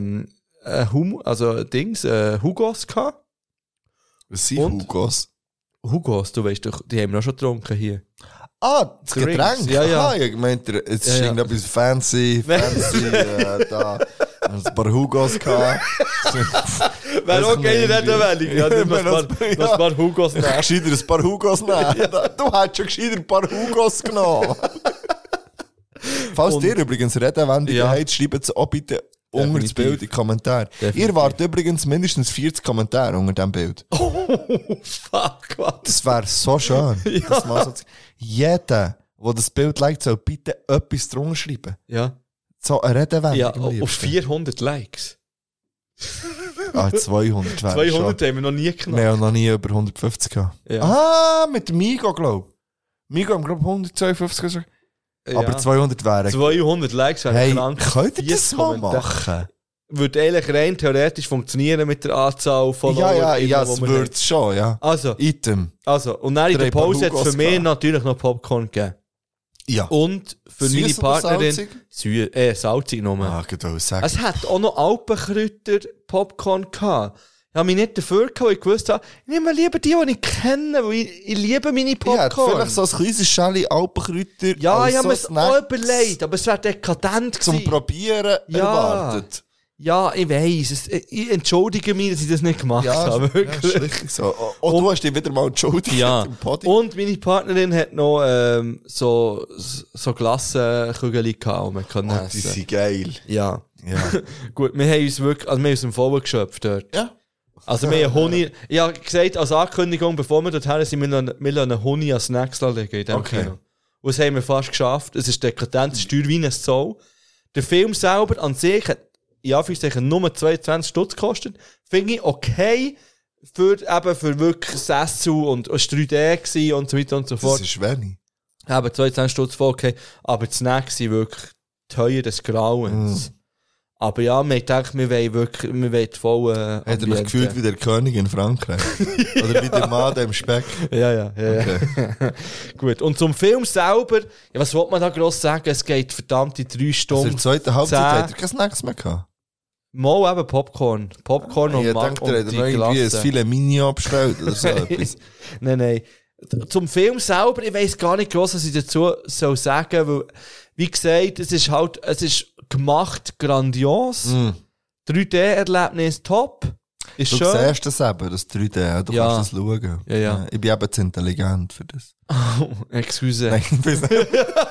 noch Hugos gehabt. Was sind Und? Hugos? Hugos, du weißt doch, die haben wir auch schon getrunken hier. Ah, das Drinks. Getränk? Ja, ja. Ah, ich meinte, es ist Ja, ja. irgendetwas fancy, da. Ein paar Hugos gehabt. Wäre auch geil, nicht Redewendung. Ja, du musst ein paar Hugos nehmen. Gescheiter ein paar Hugos nehmen. Du hättest schon gescheiter ein paar Hugos genommen. Falls Und- ihr übrigens Redewendungen Ja. habt, schreibt es auch bitte unter das Definitiv. Bild in die Kommentare. Definitiv. Ihr wartet übrigens mindestens 40 Kommentare unter diesem Bild. Fuck, was? Das wäre so schön. Das mal so zu... Jeder, der das Bild liked, soll bitte etwas drunter schreiben. Ja. So eine Redewendung. Ja, am auf liebsten. 400 Likes. 200 wäre 200 haben wir noch nie Wir genommen. haben noch nie über 150 gehabt. Ja. Ah, mit dem Migo, glaube ich. Migo haben, glaube ich, 152 gesagt. Aber Ja. 200 wären... 200 Likes wären Hey, krank. könnt ihr das 40 mal Kommentare. machen? Würde eigentlich rein theoretisch funktionieren mit der Anzahl von Ja, es würde es schon, ja. Also, Item. und dann in der Drei Paar Pause hat es Hugos für mich gehabt. natürlich noch Popcorn gegeben. Ja. Und für Süß meine oder Partnerin... salzig? Salzig nur. Ah, ich wollte sagen. Es hat auch noch Alpenkräuter-Popcorn gehabt. Ich habe mich nicht dafür gehabt, weil ich gewusst habe, ich nehme lieber die ich kenne, weil ich liebe meine Ich hätte Popcorn. vielleicht so ein kleines Schälchen Alpenkräuter Ja, als ich habe so mir es Snack auch überlegt, aber es wäre dekadent zum gewesen. Probieren Ja. erwartet. Ja, ich weiss. Ich entschuldige mich, dass ich das nicht gemacht habe. Ja, Wirklich. ist richtig so. Oh, du hast dich wieder mal entschuldigt Ja. im Podi. Und meine Partnerin hat noch so Glassenkügel gehabt, die man kann Oh, die essen. sind geil. Ja. Ja. Gut, wir haben uns wirklich, also wir haben uns im Vollen geschöpft dort. Ja. Also wir haben Honig, ich habe gesagt, als Ankündigung, bevor wir dorthin sind, wir lassen einen Honig als Snacks liegen in dem Okay. Kino. Und das haben wir fast geschafft. Es ist dekadent, es ist teuer wie ein Zoll. Der Film selber an sich hat, in Anführungszeichen, nur 22 Stutz gekostet. Finde ich okay, für wirklich Sessel und es war 3D gewesen und so weiter und so Das fort. ist wenig. Eben 22 Stutz voll okay, aber die Snacks sind wirklich teuer des Grauens. Aber ja, wir denken, wir wollen voll Hat er mich gefühlt wie der König in Frankreich? Oder wie der Mann im Speck? Ja. Okay. Gut, und zum Film selber, ja, was wollte man da gross sagen? Es geht verdammte 3 Also Stunden. in der zweiten Halbzeit 10. hat er kein Snacks mehr gehabt. Mal eben Popcorn. Popcorn und Ich Mac denke, er hat und die noch irgendwie ein Glasse. viele Mini bestellt oder so etwas. Nein. Zum Film selber, ich weiss gar nicht gross, was ich dazu soll sagen, weil, wie gesagt, es ist gemacht grandios. 3D-Erlebnis top. Ist Du schön. siehst das eben, das 3D, du Ja. kannst das schauen. Ja. Ich bin eben zu intelligent für das. Excuse. Nein, ich weiß nicht.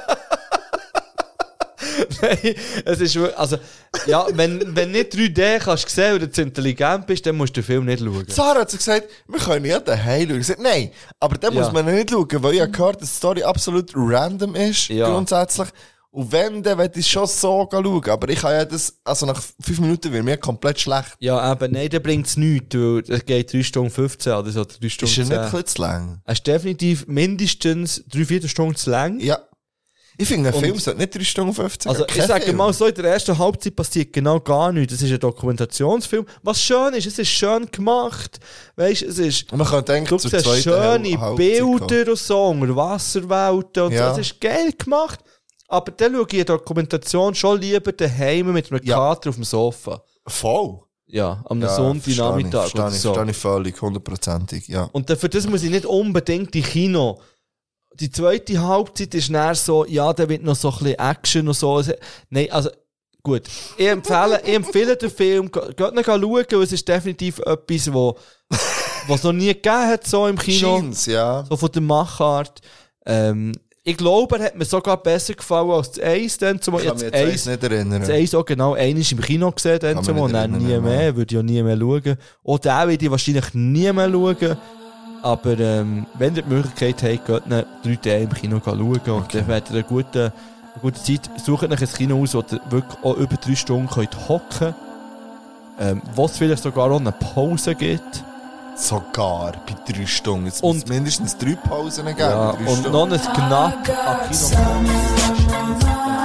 Nein, es ist wirklich, also, ja, wenn nicht 3D kannst sehen oder zu intelligent bist, dann musst du den Film nicht schauen. Sarah hat so gesagt, wir können ja daheim schauen. Ich gesagt, nein, aber dann Ja. muss man nicht schauen, weil ich habe gehört, dass die Story absolut random ist, Ja. grundsätzlich. Und wenn, dann will ich schon so schauen. Aber ich kann ja das, also nach 5 Minuten wird mir komplett schlecht. Ja, eben, nein, dann bringt's nichts, weil es geht 3 Stunden 15 oder so, 3 Stunden Ist ja 10. nicht ein bisschen zu lang. Es ist definitiv mindestens 3/4 Stunden zu lang. Ja. Ich finde, ein Und- Film sollte nicht 3 Stunden 15 Also, gehen. ich sage Film. mal so, in der ersten Halbzeit passiert genau gar nichts. Es ist ein Dokumentationsfilm. Was schön ist, es ist schön gemacht. Weißt, es ist, Und man könnte denken, du zur siehst zweiten schöne Halbzeit Bilder und so, unter Wasserwelten und Ja. so. Es ist geil gemacht. Aber dann schaue ich eine Dokumentation schon lieber daheim mit einem Ja. Kater auf dem Sofa. Voll. Ja, am Ja, Sonntagnachmittag oder so. Verstehe ich völlig, 100%ig, ja. Und für das muss ich nicht unbedingt in Kino. Die zweite Halbzeit ist näher so, ja, da wird noch so ein bisschen Action und so. Nein, also, gut. Ich empfehle den Film, geht nicht schauen, weil es ist definitiv etwas, was noch nie gegeben hat, so im Kino. Scheint's, ja. So von der Machart. Ich glaube, er hat mir sogar besser gefallen als das Eis. Dann zum Ich kann mich jetzt eins nicht erinnern. das Eis auch genau einmal im Kino gesehen, dann Kann zum mich und nicht dann nie erinnern, mehr, würde ich ja nie mehr schauen. Auch den würde ich wahrscheinlich nie mehr schauen. Aber wenn ihr die Möglichkeit habt, geht nicht 3D im Kino schauen. Und dann werdet ihr eine gute Zeit. Sucht euch ein Kino aus, wo ihr wirklich auch über 3 Stunden könnt hocken könnt. Wo es vielleicht sogar auch eine Pause gibt. Sogar bei 3 Stunden. Es Und- muss mindestens 3 Pausen geben. Ja, bei 3 und Stunden. noch ein Knack am Kino.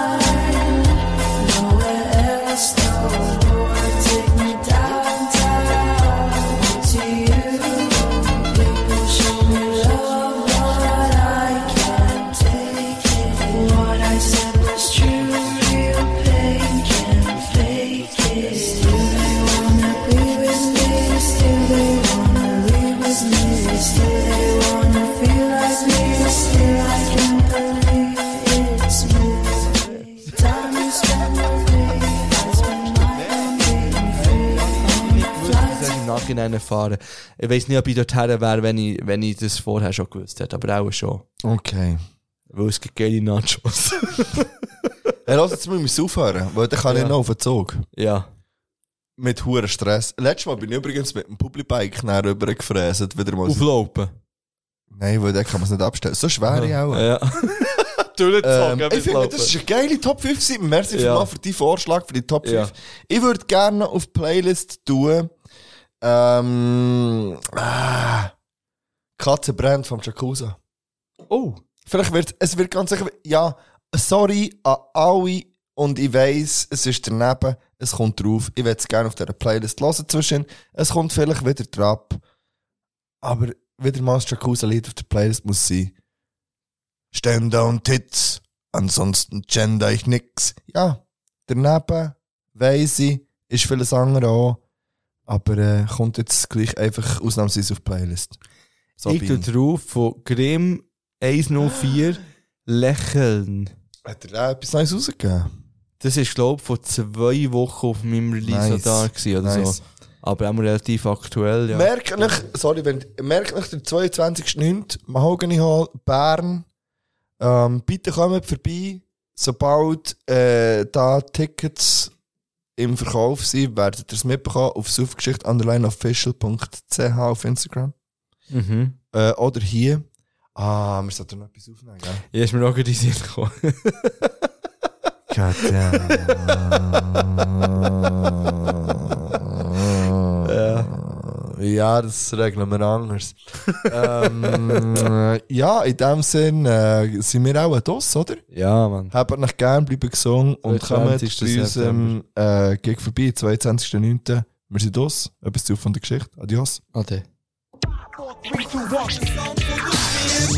Das im Nachhinein erfahren. Ich weiss nicht, ob ich dorthin wäre, wenn ich das vorher schon gewusst hätte, aber auch schon. Okay. Weil es gibt geile Nachos. Hey, lass jetzt mal aufhören, weil dann kann Ja. ich noch auf den Zug. Ja. Mit hohem Stress. Letztes Mal bin ich übrigens mit dem Publibike näher rübergefräset. Wieder mal. Auflaufen. Nein, weil dann kann man es nicht abstellen. So schwer ich auch. Ja. Durchgezogen, Ich finde, das ist eine geile Top 5 gewesen. Merci Ja. für deinen Vorschlag für die Top 5. Ja. Ich würde gerne auf die Playlist tun. Katzenbrand vom Jacuzza. Oh. Vielleicht es wird ganz sicher, ja, sorry an alle und ich weiss, es ist daneben, es kommt drauf. Ich würde es gerne auf dieser Playlist hören zwischen. Es kommt vielleicht wieder drauf. Aber wieder mal das Jacuzza-Lied auf der Playlist muss sein. Ständer und Tits, ansonsten gender ich nix. Ja, daneben, weiss ich, ist vieles andere auch. Aber kommt jetzt gleich einfach ausnahmsweise auf die Playlist. Ich tue drauf von Grimm 104 Lächeln. Hat er da etwas Neues rausgegeben? Das ist, glaube ich, vor 2 Wochen auf meinem Release Nice. da gewesen oder Nice. so. Aber auch relativ aktuell, ja. Merkt nicht, merkt nicht, der 22.09. Mahogany Hall, Bern. Bitte kommt vorbei, sobald da Tickets im Verkauf sind, werdet ihr es mitbekommen auf saufgeschichte_official.ch auf Instagram. Oder hier. Wir sollten noch etwas aufnehmen, gell? Ja, ist mir auch gerade in den Sinn gekommen. Ja, das regeln wir anders. Ja, in dem Sinn sind wir auch dos, oder? Ja, Mann. Habt euch gern, bleiben gesund und kommt 22. bei unserem Gig vorbei, 22.09. Wir sind dos. Etwas zu von der Geschichte. Adios. Ade.